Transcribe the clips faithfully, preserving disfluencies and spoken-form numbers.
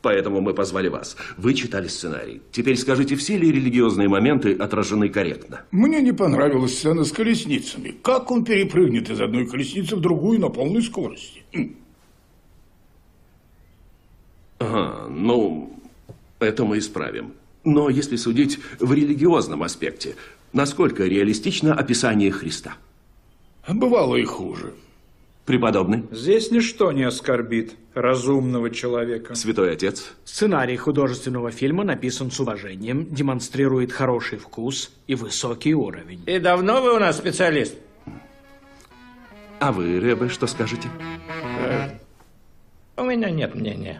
Поэтому мы позвали вас. Вы читали сценарий. Теперь скажите, все ли религиозные моменты отражены корректно? Мне не понравилась сцена с колесницами. Как он перепрыгнет из одной колесницы в другую на полной скорости? Ага, ну, это мы исправим. Но если судить в религиозном аспекте, насколько реалистично описание Христа? Бывало и хуже. Преподобный? Здесь ничто не оскорбит разумного человека. Святой Отец? Сценарий художественного фильма написан с уважением, демонстрирует хороший вкус и высокий уровень. И давно вы у нас специалист? А вы, Ребе, что скажете? Э, у меня нет мнения.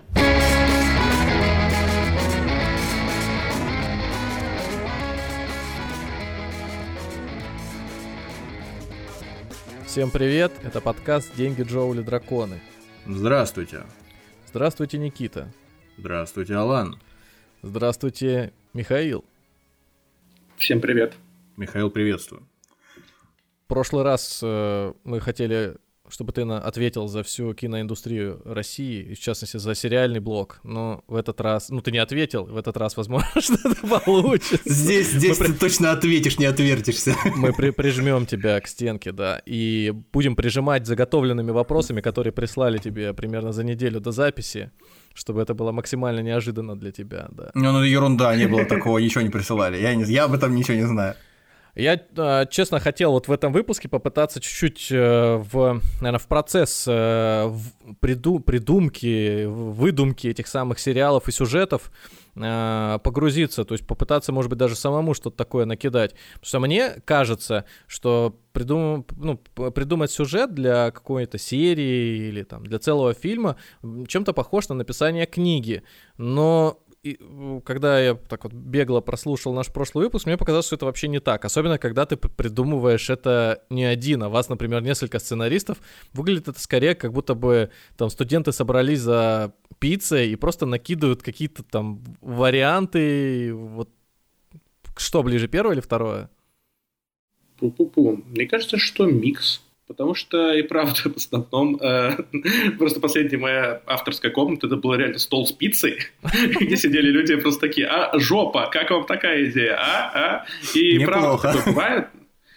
Всем привет, это подкаст «Деньги, Джоули, драконы». Здравствуйте. Здравствуйте, Никита. Здравствуйте, Алан. Здравствуйте, Михаил. Всем привет. Михаил, приветствую. В прошлый раз э, мы хотели, чтобы ты на, ответил за всю киноиндустрию России, и в частности за сериальный блок, но в этот раз, ну ты не ответил, в этот раз, возможно, что-то получится. Здесь, здесь мы ты при... точно ответишь, не отвертишься. Мы при... прижмем тебя к стенке, да, и будем прижимать заготовленными вопросами, которые прислали тебе примерно за неделю до записи, чтобы это было максимально неожиданно для тебя, да. Ну, ну ерунда, не было такого, ничего не присылали, я, не... я об этом ничего не знаю. Я, честно, хотел вот в этом выпуске попытаться чуть-чуть в, наверное, в процесс в приду, придумки, выдумки этих самых сериалов и сюжетов погрузиться, то есть попытаться, может быть, даже самому что-то такое накидать. Потому что мне кажется, что придум... ну, придумать сюжет для какой-то серии или там, для целого фильма чем-то похож на написание книги, но... И когда я так вот бегло прослушал наш прошлый выпуск, мне показалось, что это вообще не так. Особенно, когда ты придумываешь это не один, а вас, например, несколько сценаристов. Выглядит это скорее, как будто бы там студенты собрались за пиццей и просто накидывают какие-то там варианты. Вот что ближе, первое или второе? Пу-пу-пу. Мне кажется, что микс. Потому что, и правда, в основном, э, просто последняя моя авторская комната, это был реально стол с пиццей, где сидели люди просто такие, а, жопа, как вам такая идея, а, а? И правда такое бывает.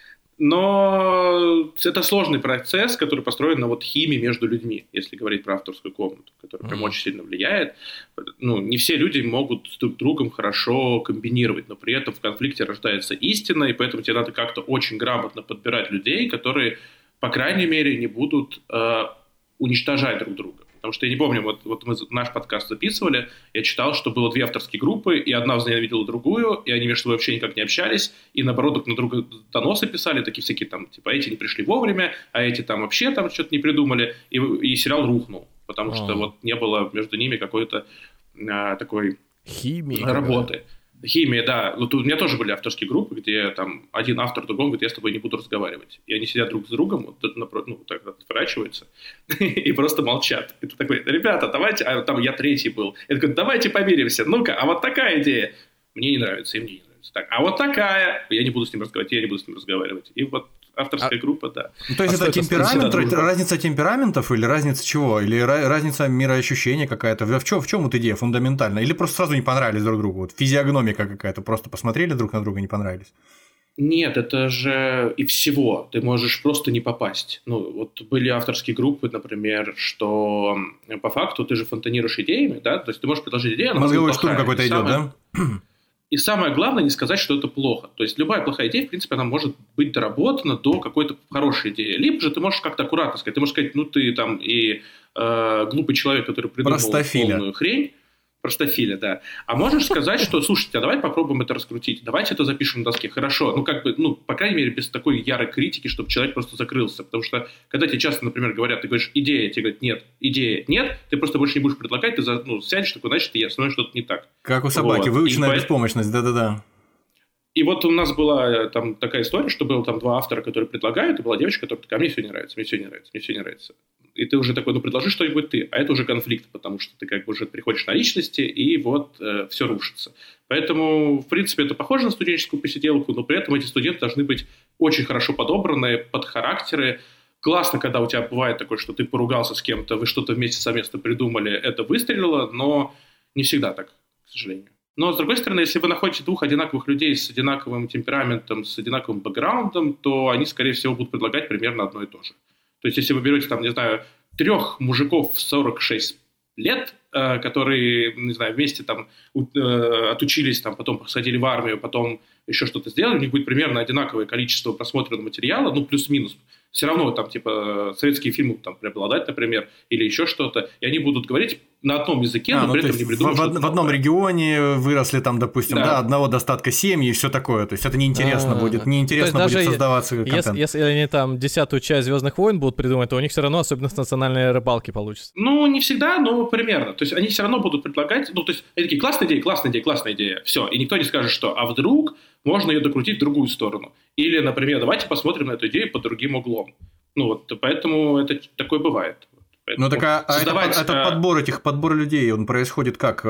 Но это сложный процесс, который построен на вот химии между людьми, если говорить про авторскую комнату, которая прям очень сильно влияет. Ну, не все люди могут с друг другом хорошо комбинировать, но при этом в конфликте рождается истина, и поэтому тебе надо как-то очень грамотно подбирать людей, которые... по крайней мере, не будут э, уничтожать друг друга. Потому что я не помню, вот, вот мы наш подкаст записывали, я читал, что было две авторские группы, и одна возненавидела другую, и они между собой вообще никак не общались, и наоборот друг на друга доносы писали, такие всякие там, типа, эти не пришли вовремя, а эти там вообще там что-то не придумали, и, и сериал рухнул, потому что вот не было между ними какой-то э, такой химии работы. Химия, да. Вот у меня тоже были авторские группы, где там один автор другому говорит, я с тобой не буду разговаривать. И они сидят друг с другом, вот, ну, так отворачиваются и просто молчат. И ты такой, ребята, давайте, а там я третий был. Я такой, давайте помиримся. Ну-ка, а вот такая идея. Мне не нравится, и мне не нравится. Так, а вот такая. Я не буду с ним разговаривать, я не буду с ним разговаривать. И вот авторская а... группа, да. Ну, то есть, а это темперамент, разница темпераментов или разница чего? Или разница мироощущения какая-то? В чем, в чем вот идея фундаментальна? Или просто сразу не понравились друг другу? Вот физиогномика какая-то, просто посмотрели друг на друга и не понравились? Нет, это же и всего. Ты можешь просто не попасть. Ну, вот были авторские группы, например, что по факту ты же фонтанируешь идеями, да? То есть ты можешь предложить идею, она мозговой штурм какой-то идет, да? И самое главное, не сказать, что это плохо. То есть любая плохая идея, в принципе, она может быть доработана до какой-то хорошей идеи. Либо же ты можешь как-то аккуратно сказать. Ты можешь сказать, ну ты там и э, глупый человек, который придумал полную хрень. Простофиля, да. А можешь сказать, что, слушайте, а давай попробуем это раскрутить. Давайте это запишем на доске. Хорошо. Ну, как бы, ну, по крайней мере, без такой ярой критики, чтобы человек просто закрылся. Потому что, когда тебе часто, например, говорят, ты говоришь, идея, тебе говорят, нет, идея, нет, ты просто больше не будешь предлагать, ты ну, сядешь такой, значит, я со мной что-то не так. Как у собаки, вот. Выученная и беспомощность, да-да-да. И вот у нас была там такая история, что было там два автора, которые предлагают, и была девочка, которая такая, мне все не нравится, мне все не нравится, мне все не нравится. И ты уже такой, ну предложи что-нибудь ты, а это уже конфликт, потому что ты как бы уже приходишь на личности, и вот э, все рушится. Поэтому, в принципе, это похоже на студенческую посиделку, но при этом эти студенты должны быть очень хорошо подобраны под характеры. Классно, когда у тебя бывает такое, что ты поругался с кем-то, вы что-то вместе совместно придумали, это выстрелило, но Не всегда так, к сожалению. Но, с другой стороны, если вы находите двух одинаковых людей с одинаковым темпераментом, с одинаковым бэкграундом, то они, скорее всего, будут предлагать примерно одно и то же. То есть, если вы берете, там, не знаю, трех мужиков в сорок шесть лет, э, которые, не знаю, вместе там э, отучились, там, потом посадили в армию, потом еще что-то сделали, у них будет примерно одинаковое количество просмотренного материала, ну, плюс-минус. Все равно там, типа, советские фильмы там преобладать, например, или еще что-то, и они будут говорить на одном языке, а, но ну, при этом не придумают. В, в одном регионе выросли там, допустим, да. Да, одного достатка семьи и все такое. То есть это неинтересно А-а-а. будет, неинтересно будет создаваться контент. Если, если они там десятую часть Звездных войн будут придумать, то у них все равно особенность национальной рыбалки получится. Ну, не всегда, но примерно. То есть они все равно будут предлагать, ну, то есть они такие, классная идея, классная идея, классная идея, все, и никто не скажет, что, а вдруг можно ее докрутить в другую сторону. Или, например, давайте посмотрим на эту идею под другим углом. Ну, вот, поэтому это такое бывает. Ну, так а, создавать... а это, подбор этих, подбор людей, он происходит как?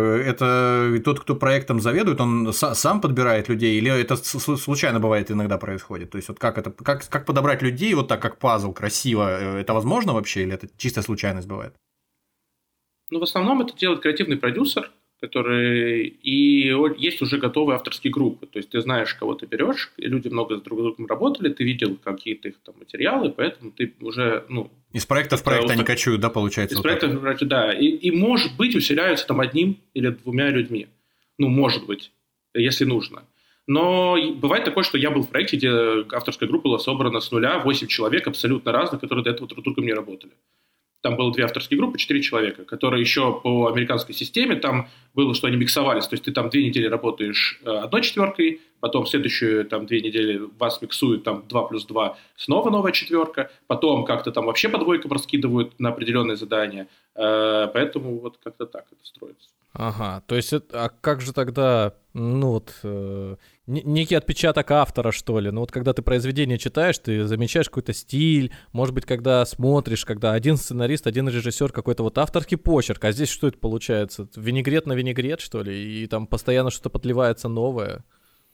Это тот, кто проектом заведует, он сам подбирает людей, или это случайно бывает иногда происходит? То есть, вот как это, как, как подобрать людей вот так, как пазл, красиво, это возможно вообще, или это чистая случайность бывает? Ну, в основном это делает креативный продюсер, который... И есть уже готовые авторские группы. То есть ты знаешь, кого ты берешь, и люди много с друг другом работали, ты видел какие-то их там материалы, поэтому ты уже, ну... Из проекта в проект они кочуют, да, получается? Из вот проекта в проект, да. И, и, может быть, усиляются там одним или двумя людьми. Ну, может быть, если нужно. Но бывает такое, что я был в проекте, где авторская группа была собрана с нуля, восемь человек абсолютно разных, которые до этого друг с другом не работали. Там было две авторские группы, четыре человека, которые еще по американской системе, там было, что они миксовались, то есть ты там две недели работаешь одной четверкой, потом следующую там две недели вас миксуют, там два плюс два, снова новая четверка, потом как-то там вообще по двойкам раскидывают на определенные задания, поэтому вот как-то так это строится. Ага, то есть, это, а как же тогда, ну вот, э, некий отпечаток автора, что ли? Ну вот, когда ты произведение читаешь, ты замечаешь какой-то стиль, может быть, когда смотришь, когда один сценарист, один режиссер, какой-то вот авторский почерк, а здесь что это получается? Винегрет на винегрет, что ли? И там постоянно что-то подливается новое?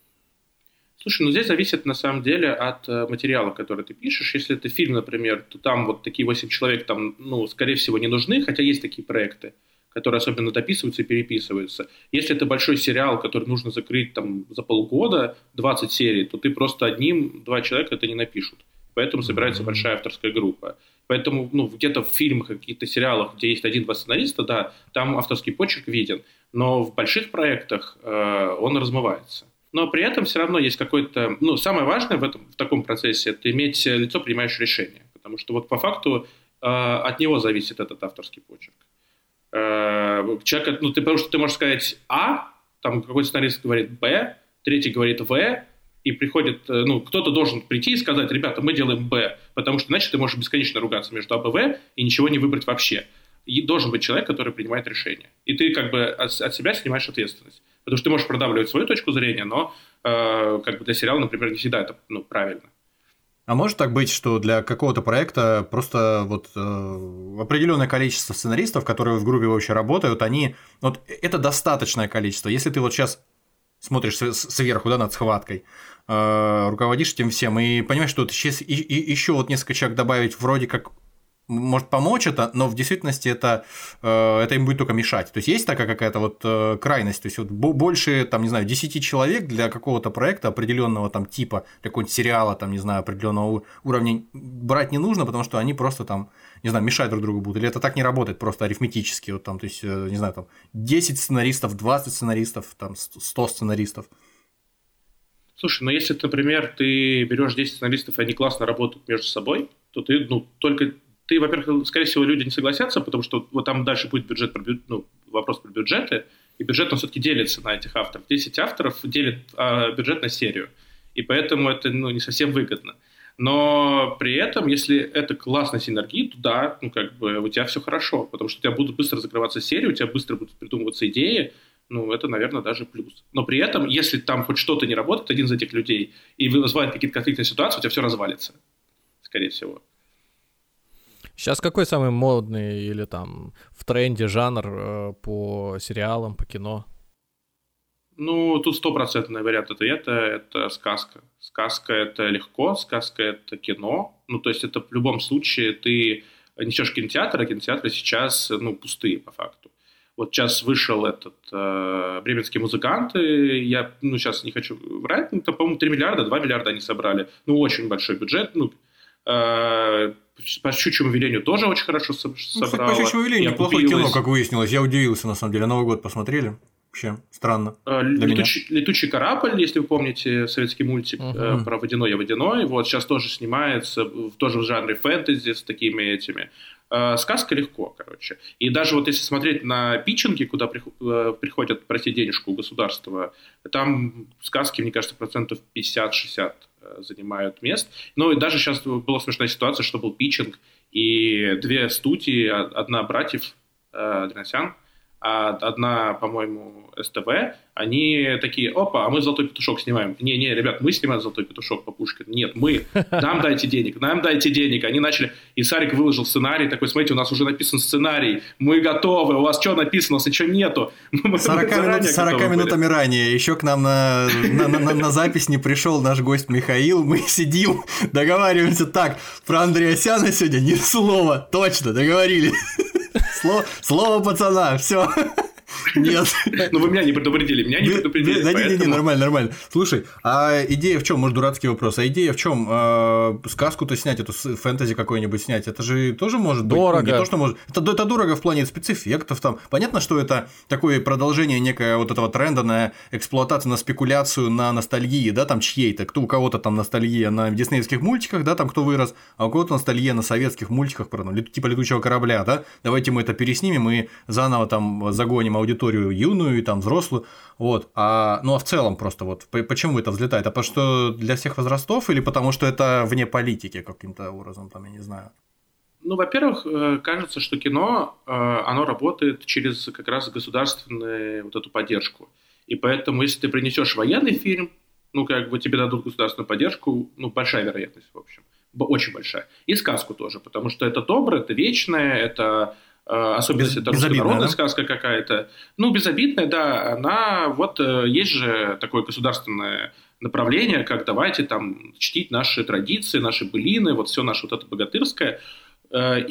Слушай, ну здесь зависит на самом деле от э, материала, который ты пишешь. Если это фильм, например, то там вот такие восемь человек, там, ну, скорее всего, не нужны, хотя есть такие проекты, которые особенно дописываются и переписываются. Если это большой сериал, который нужно закрыть там за полгода, двадцать серий, то ты просто одним, два человека это не напишут. Поэтому собирается mm-hmm. большая авторская группа. Поэтому ну, где-то в фильмах, каких-то сериалах, где есть один-два сценариста, да, там авторский почерк виден. Но в больших проектах э, он размывается. Но при этом все равно есть какой-то... Ну, самое важное в, этом, в таком процессе – это иметь лицо, принимающее решение. Потому что вот по факту э, от него зависит этот авторский почерк. Человек, ну, ты, потому что ты можешь сказать А, там какой-то сценарист говорит Б, третий говорит В, и приходит, ну, кто-то должен прийти и сказать, ребята, мы делаем Б, потому что иначе ты можешь бесконечно ругаться между А, Б, В и ничего не выбрать вообще. И должен быть человек, который принимает решение. И ты как бы от, от себя снимаешь ответственность. Потому что ты можешь продавливать свою точку зрения, но э, как бы для сериала, например, не всегда это ну, правильно. А может так быть, что для какого-то проекта просто вот э, определенное количество сценаристов, которые в группе вообще работают, они вот это достаточное количество. Если ты вот сейчас смотришь сверху, да, над схваткой, э, руководишь этим всем и понимаешь, что вот сейчас и, и, еще вот несколько человек добавить вроде как может помочь это, но в действительности это, э, это им будет только мешать. То есть есть такая какая-то вот э, крайность, то есть вот больше, там, не знаю, десяти человек для какого-то проекта определенного там типа, для какого-нибудь сериала, там, не знаю, определенного уровня брать не нужно, потому что они просто там, не знаю, мешать друг другу будут. Или это так не работает просто арифметически, вот там, то есть, э, не знаю, там, десять сценаристов, двадцать сценаристов, там, сто сценаристов. Слушай, ну если, например, ты берешь десять сценаристов, и они классно работают между собой, то ты, ну, только... Ты, во-первых, скорее всего, люди не согласятся, потому что вот там дальше будет бюджет, ну, вопрос про бюджеты, и бюджет, он все-таки делится на этих авторов. десять авторов делят а, бюджет на серию, и поэтому это ну, не совсем выгодно. Но при этом, если это классная синергия, то да, ну, как бы у тебя все хорошо, потому что у тебя будут быстро закрываться серии, у тебя быстро будут придумываться идеи, ну, это, наверное, даже плюс. Но при этом, если там хоть что-то не работает, один из этих людей, и вызывает какие-то конфликтные ситуации, у тебя все развалится, скорее всего. Сейчас какой самый модный или там в тренде жанр э, по сериалам, по кино? Ну, тут стопроцентный вариант ответа – это сказка. Сказка – это легко, сказка – это кино. Ну, то есть это в любом случае ты несешь кинотеатр, а кинотеатры сейчас, ну, пустые по факту. Вот сейчас вышел этот э, «Бременские музыканты». Я, ну, сейчас не хочу врать, ну, там, по-моему, три миллиарда, два миллиарда они собрали. Ну, очень большой бюджет. Ну, э, по щучьему велению тоже очень хорошо со- Ну, собрало. кстати, по щучьему велению неплохое окупилось. кино, как выяснилось. Я удивился, на самом деле. Новый год посмотрели. Вообще странно. Э, для Летучий, «Летучий корабль», если вы помните, советский мультик Мгм. э, про водяной, я водяной. Вот сейчас тоже снимается, в- тоже в жанре фэнтези с такими этими. Э, Сказка легко, короче. И даже вот если смотреть на питчинги, куда прих- э, приходят просить денежку у государства, там сказки, мне кажется, процентов пятьдесят-шестьдесят э, занимают мест. Ну и даже сейчас была смешная ситуация, что был питчинг, и две студии, а- одна братьев э, Дриносян, а одна, по-моему, СТВ, они такие: опа, а мы «Золотой петушок» снимаем. Не-не, ребят, мы снимаем «Золотой петушок» по Пушкину. Нет, мы. Нам дайте денег, нам дайте денег. Они начали, и Сарик выложил сценарий, такой: смотрите, у нас уже написан сценарий, мы готовы, у вас что написано, у нас ничего нету. Мы сорок, заранее минут, сорок готовы были. минутами ранее. Еще к нам на, на, на, на- на запись не пришел наш гость Михаил. Мы сидим, договариваемся так. Про Андреасяна сегодня ни слова. Точно, договорились. Слово, слово пацана, все. Нет. Ну, вы меня не предупредили, меня не Вы- предупредили. вы- Да не, не, не, поэтому- нормально, нормально. Слушай, а идея в чем? Может, дурацкий вопрос. А идея в чем? Сказку-то снять, эту с- фэнтези какой-нибудь снять, это же тоже может быть. Дорого. Ну, не то, что может. Это, это дорого в плане спецэффектов там. Понятно, что это такое продолжение некое вот этого тренда на эксплуатацию, на спекуляцию, на ностальгии, да, там чьей-то. Кто у кого-то там ностальгия на диснеевских мультиках, да, там кто вырос, а у кого-то ностальгия на советских мультиках, про, ну, лет- типа «Летучего корабля», да. Давайте мы это переснимем и заново там загоним аудиторию юную и там взрослую. Вот. А, ну а в целом просто вот по- почему это взлетает? А потому что для всех возрастов или потому что это вне политики каким-то образом, там, я не знаю. Ну, во-первых, э, кажется, что кино, э, оно работает через как раз государственную вот эту поддержку. И поэтому, если ты принесешь военный фильм, ну, как бы тебе дадут государственную поддержку, ну, большая вероятность, в общем, б- очень большая. И сказку тоже, потому что это доброе, это вечное, это э, особенно Без- если это безобидная, руссконародная да? сказка какая-то. Ну, безобидная, да, она, вот э, есть же такое государственное направление, как давайте там чтить наши традиции, наши былины, вот все наше вот это богатырское. Э,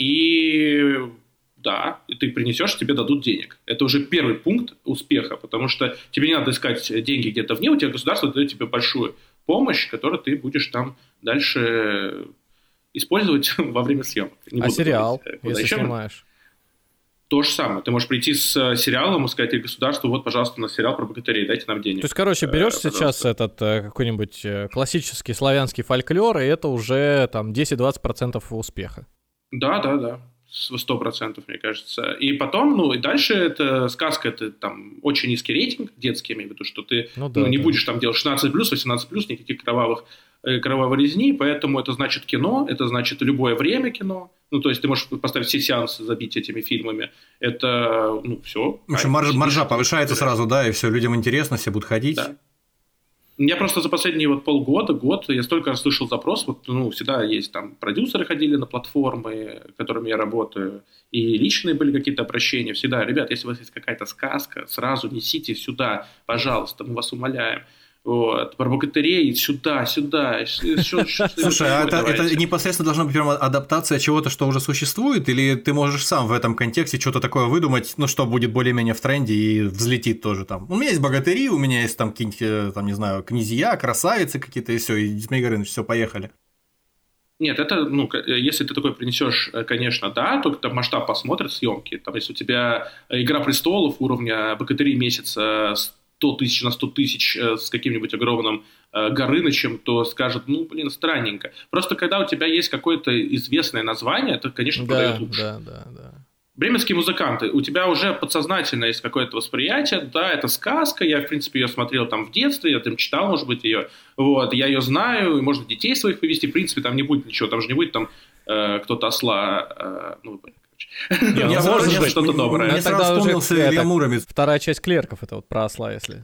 И да, и ты принесешь, тебе дадут денег. Это уже первый пункт успеха, потому что тебе не надо искать деньги где-то вне, у тебя государство дает тебе большую помощь, которую ты будешь там дальше использовать во время съемок. Не А буду сериал, говорить, куда если еще. снимаешь? То же самое. Ты можешь прийти с сериалом и сказать государству: вот, пожалуйста, у нас сериал про богатырей, дайте нам денег. То есть, короче, Э, берешь пожалуйста. сейчас этот э, какой-нибудь э, классический славянский фольклор, и это уже там десять-двадцать процентов успеха. Да, да, да. Сто процентов, мне кажется. И потом, ну, и дальше это сказка, это там очень низкий рейтинг, детский, я имею в виду, что ты Ну да, ну, не да. будешь там делать шестнадцать плюс, восемнадцать плюс, никаких кровавых, э, кровавой резни, поэтому это значит кино, это значит любое время кино. Ну, то есть ты можешь поставить все сеансы, забить этими фильмами. Это, ну, все. В общем, марж- маржа повышается сразу, да, и все, людям интересно, все будут ходить. Да. Я просто за последние вот полгода, год, я столько раз слышал запрос, вот, ну, всегда есть там продюсеры ходили на платформы, которыми я работаю, и личные были какие-то обращения, всегда: ребят, если у вас есть какая-то сказка, сразу несите сюда, пожалуйста, мы вас умоляем. Вот, про богатырей сюда, сюда. Слушай, а это, это непосредственно должна быть прямо адаптация чего-то, что уже существует, или ты можешь сам в этом контексте что-то такое выдумать, ну, что будет более-менее в тренде и взлетит тоже там? У меня есть богатыри, у меня есть там какие-нибудь, там, не знаю, князья, красавицы какие-то, и все, и Змей Горыныч, все, поехали. Нет, это, ну, если ты такой принесешь, конечно, да, то там масштаб посмотрят съемки. Там, если у тебя «Игра престолов» уровня «Богатыри» месяца сто тысяч на сто тысяч с каким-нибудь огромным э, Горынычем, то скажут: ну, блин, странненько. Просто когда у тебя есть какое-то известное название, это, конечно, Да, продает лучше. да, да, да. «Бременские музыканты», у тебя уже подсознательно есть какое-то восприятие, да, это сказка, я, в принципе, ее смотрел там в детстве, я там читал, может быть, ее, вот, я ее знаю, и можно детей своих повести, в принципе, там не будет ничего, там же не будет там э, кто-то осла, э, ну, вы поняли, короче. Не, ну, Я может сразу быть. что-то доброе. Мне Тогда сразу уже вспомнился это- Илья Муромец. Вторая часть «Клерков» — это вот про осла, если...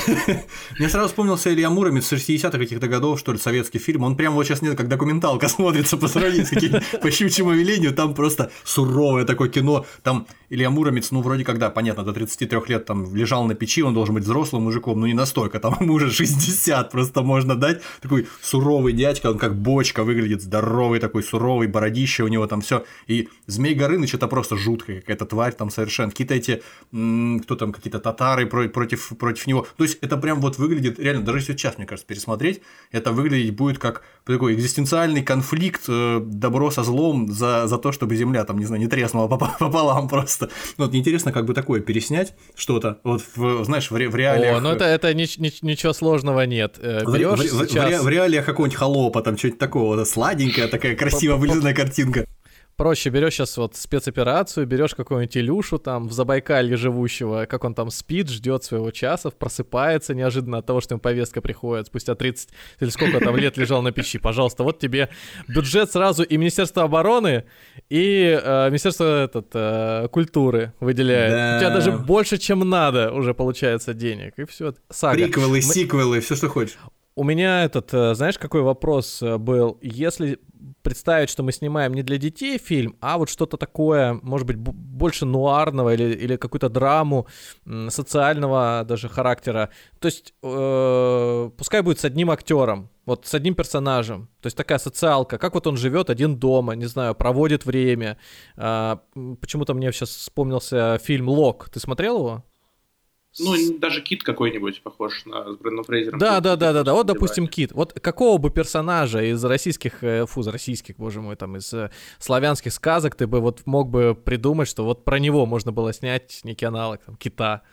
Мне сразу вспомнился Илья Муромец шестидесятых каких-то годов, что ли, советский фильм. Он прямо вот сейчас нет, как документалка смотрится по сравнению с каким-то «По щучьему велению». Там просто суровое такое кино. Там Илья Муромец, ну, вроде когда, понятно, до тридцати трёх лет там лежал на печи, он должен быть взрослым мужиком, но не настолько. Там ему уже шестьдесят просто можно дать. Такой суровый дядька, он как бочка выглядит, здоровый такой, суровый, бородище у него там все. И Змей Горыныч Горыныч это просто жуткая какая-то тварь там совершенно. Какие-то эти, м- кто там, какие-то татары про- против, против него. То есть это прям вот выглядит, реально, даже если сейчас, мне кажется, пересмотреть, это выглядеть будет как такой экзистенциальный конфликт, э, добро со злом за, за то, чтобы земля там, не знаю, не треснула пополам просто. Ну, вот интересно, как бы такое переснять что-то, вот, в, знаешь, в, ре- в реалиях... О, ну это, это ни- ни- ничего сложного нет. Берешь в, в, сейчас... в, в реалиях какого-нибудь холопа, там что-нибудь такого, да, сладенькая такая красиво вылизанная картинка. Проще, берешь сейчас вот спецоперацию, берешь какого-нибудь Илюшу там в Забайкалье живущего, как он там спит, ждет своего часа, просыпается неожиданно от того, что ему повестка приходит спустя тридцать или сколько там лет лежал на печи. Пожалуйста, вот тебе бюджет сразу и Министерство обороны, и э, Министерство этот, э, культуры выделяет. Да. У тебя даже больше, чем надо уже получается денег, и все. Сага. Приквелы, Мы... сиквелы, все, что хочешь. У меня этот, знаешь, какой вопрос был? Если представить, что мы снимаем не для детей фильм, а вот что-то такое, может быть, б- больше нуарного или, или какую-то драму м, социального даже характера, то есть э, пускай будет с одним актером, вот с одним персонажем, то есть такая социалка, как вот он живет один дома, не знаю, проводит время. Э, почему-то мне сейчас вспомнился фильм «Лок». Ты смотрел его? Ну, даже Кит какой-нибудь похож на с Брэнdoном Фрейзером. Да, да, да, да, да. Вот, Девать. допустим, Кит. Вот какого бы персонажа из российских, э, фу, из российских, боже мой, там, из э, славянских сказок ты бы вот мог бы придумать, что вот про него можно было снять некий аналог, там, Кита.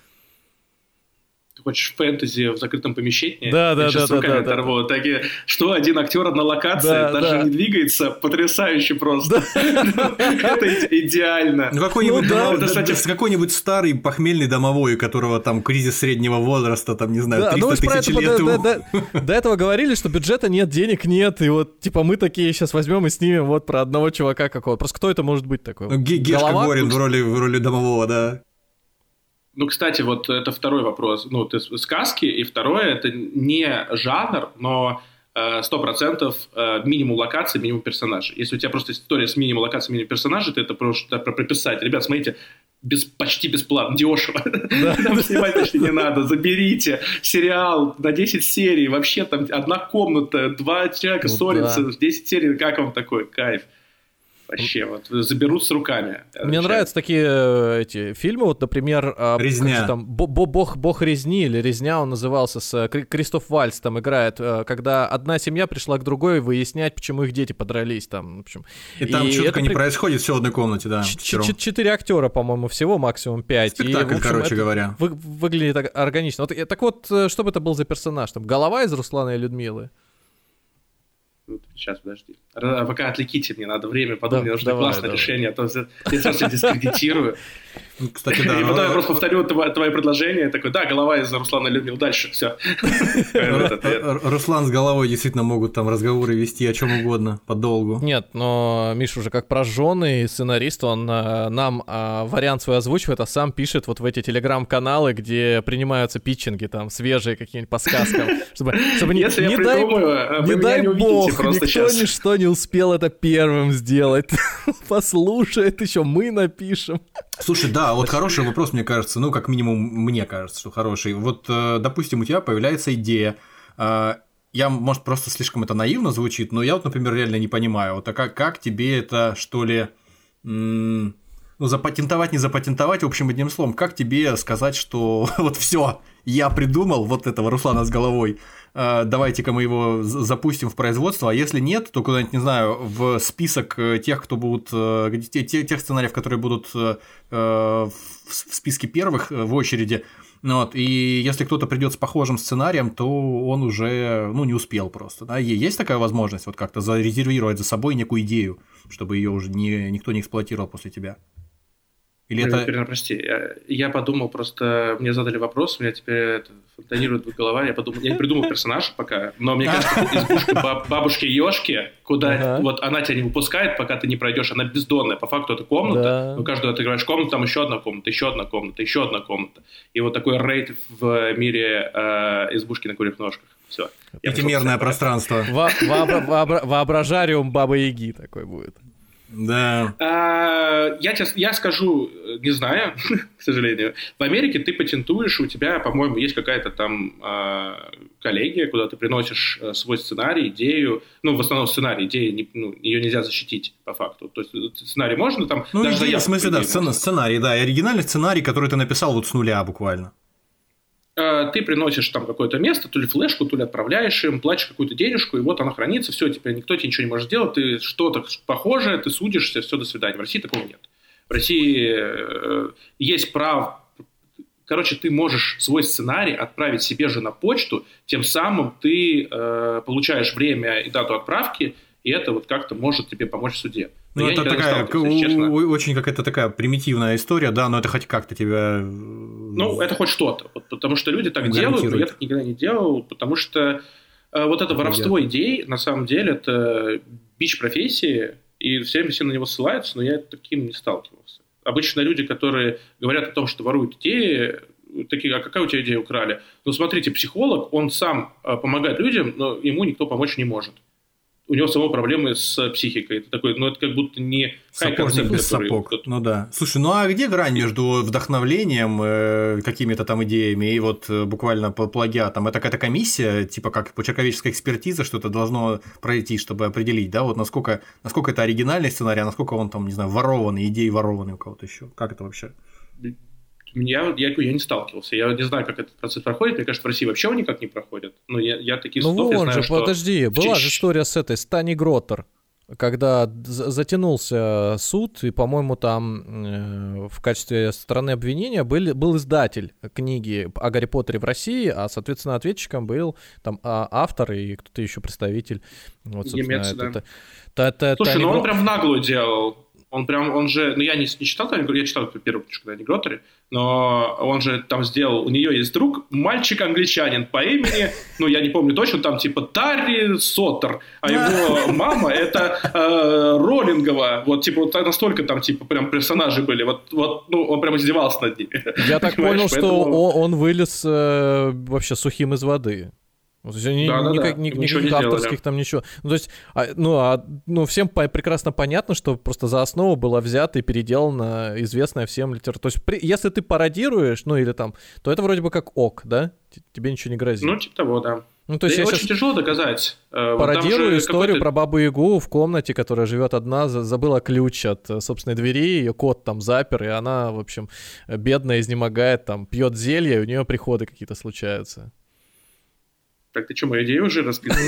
Ты хочешь фэнтези в закрытом помещении? Да, да, Я сейчас да, руками да, да, оторву. Такие, что один актер одна локация, Да, даже да. не двигается, потрясающе просто. Это идеально. Ну, какой-нибудь, Ну, да, домов- это, кстати, да, какой-нибудь старый похмельный домовой, у которого там кризис среднего возраста, там, не знаю, Да, ну триста вы же про тысяч это лет до, ему. до- до- до этого говорили, что бюджета нет, денег нет, и вот, типа, мы такие сейчас возьмем и снимем вот про одного чувака какого-то. Просто кто это может быть такой? Ну, Ге- Гешка Голова? Горин в роли, в роли домового, да. Ну, кстати, вот это второй вопрос. Ну, ты сказки, и второе, это не жанр, но сто процентов минимум локаций, минимум персонажей. Если у тебя просто история с минимум локацией, минимум персонажей, ты это просто про прописать. Ребят, смотрите, без, почти бесплатно, дешево. Там снимать почти не надо. Заберите сериал на десять серий. Вообще там одна комната, два человека Ну ссорятся, да. десять серий. Как вам такой кайф? Вообще, вот заберут с руками. Мне нравятся такие э, эти фильмы, вот, например, э, «Резня». как же там, Бо- Бо- бог, бог резни или резня он назывался, с э, Кри- Кристоф Вальц там играет, э, когда одна семья пришла к другой выяснять, почему их дети подрались там, в общем. И там что-то это не при- происходит, все в одной комнате, да. Ч- вчетвером. ч- Четыре актера, по-моему, всего, максимум пять. Спектакль, И, в общем, короче это говоря. вы- выглядит так органично. Вот, э, так вот, э, что бы это был за персонаж? Там голова из Руслана и Людмилы? Сейчас, подожди. Р- Пока отвлеките, мне надо время подумать, Да, мне нужно давай, классное давай. решение, а то за- я сейчас себя дискредитирую. Ну, Кстати, да. И потом я ну, просто повторю тво- твое предложение, такой, да, голова из Руслана Людмил, дальше, все. Р- Р- Руслан с головой действительно могут там разговоры вести о чем угодно, подолгу. Нет, но Миша уже как прожженный сценарист, он э, нам э, вариант свой озвучивает, а сам пишет вот в эти телеграм-каналы, где принимаются питчинги там свежие какие-нибудь по сказкам, чтобы, чтобы не, Если я не дай, придумаю, вы не меня дай не увидите бог, просто никто сейчас. ничто не успел это первым сделать. Послушает, еще мы напишем. Слушай, да, вот хороший вопрос, мне кажется, ну, как минимум, мне кажется, что хороший. Вот, э, допустим, у тебя появляется идея, э, я, может, просто слишком это наивно звучит, но я вот, например, реально не понимаю, вот, а как, как тебе это, что ли, м- ну, запатентовать, не запатентовать, в общем, одним словом, как тебе сказать, что вот все, я придумал вот этого Руслана с головой, э, давайте-ка мы его з- запустим в производство, а если нет, то куда-нибудь, не знаю, в список э, тех, кто будут, э, где- те- те- тех сценариев, которые будут э, в в списке первых э, в очереди, ну вот, и если кто-то придет с похожим сценарием, то он уже, ну, не успел просто, да, Е- есть такая возможность вот как-то зарезервировать за собой некую идею, чтобы ее уже не, никто не эксплуатировал после тебя? Или Блин, это... Перна, прости, я, я подумал просто, мне задали вопрос, у меня теперь это, фонтанирует голова, я подумал, я не придумал персонажа пока, но мне кажется, избушка баб- бабушки Ёшки, куда Ага. вот она тебя не выпускает, пока ты не пройдешь, она бездонная, по факту это комната, Да. но каждую открываешь комнату, там еще одна комната, еще одна комната, еще одна комната, и вот такой рейд в мире э, избушки на курьих ножках, все. Пятимерное пространство. Во- вообра- вообра- Воображариум Бабы Яги такой будет. Да. А, я, тебе, я скажу, не знаю, к сожалению. В Америке ты патентуешь, у тебя, по-моему, есть какая-то там а, коллегия, куда ты приносишь свой сценарий, идею. Ну, в основном сценарий, идея, не, ну, ее нельзя защитить, по факту. То есть сценарий можно там... Ну, даже идея, в смысле, да, сцена, сценарий, да, и оригинальный сценарий, который ты написал вот с нуля буквально. Ты приносишь там какое-то место, то ли флешку, то ли отправляешь им, платишь какую-то денежку, и вот она хранится, все, теперь никто тебе ничего не может сделать, ты что-то похожее, ты судишься, все, до свидания. В России такого нет. В России э, есть право... Короче, ты можешь свой сценарий отправить себе же на почту, тем самым ты э, получаешь время и дату отправки, и это вот как-то может тебе помочь в суде. Но ну, это такая, очень какая-то такая примитивная история, да, но это хоть как-то тебя... Ну, это хоть что-то, вот, потому что люди так делают, но я так никогда не делал, потому что э, вот это воровство идей, на самом деле, это бич профессии, и все, все на него ссылаются, но я таким не сталкивался. Обычно люди, которые говорят о том, что воруют идеи, такие, а какая у тебя идея украли? Ну, смотрите, психолог, он сам э, помогает людям, но ему никто помочь не может. У него самого проблемы с психикой. Это такой, ну, это как будто не сапожник без сапог. Ну да. Слушай, ну а где грань между вдохновлением, э, какими-то там идеями и вот э, буквально плагиатом? Это какая-то комиссия, типа как почерковедческая экспертиза, что-то должно пройти, чтобы определить, да, вот насколько, насколько это оригинальный сценарий, а насколько он там, не знаю, ворованный, идеи ворованные у кого-то еще. Как это вообще? Я, я, я не сталкивался. Я не знаю, как этот процесс проходит. Мне кажется, в России вообще он никак не проходит. Но я, я такие ну судов, я вон знаю, же, что... подожди, была же история с этой, с Таней Гроттер, когда затянулся суд, и, по-моему, там э, в качестве стороны обвинения был, был издатель книги о Гарри Поттере в России, а, соответственно, ответчиком был там автор и кто-то еще представитель. Вот, Немец, это, да. это, это, это, Слушай, Таня ну он Гро... прям в наглую делал. Он прям, он же, ну я не, не читал, я читал первую книжку, когда они Гроттере, но он же там сделал, у нее есть друг, мальчик-англичанин по имени, ну я не помню точно, там типа Тарри Соттер, а его мама это э, Роллингова, вот типа вот настолько там типа прям персонажи были, вот, вот ну он прям издевался над ними. Я так понял, что он вылез э, вообще сухим из воды. То есть они да, да, никак, да. ни, Ничего никаких не авторских делали. там ничего. Ну, то есть, а, ну, а, ну, всем по- прекрасно понятно, что просто за основу была взята и переделана известная всем литература. То есть, при, если ты пародируешь, ну, или там, то это вроде бы как ок, да? Тебе ничего не грозит. Ну, типа того, да. Ну, то есть да я очень сейчас тяжело доказать. пародирую историю про Бабу-Ягу в комнате, которая живет одна, забыла ключ от собственной двери, ее кот там запер, и она, в общем, бедная, изнемогает, там, пьет зелье, и у нее приходы какие-то случаются. Так, ты что, мою идею уже расписываешь?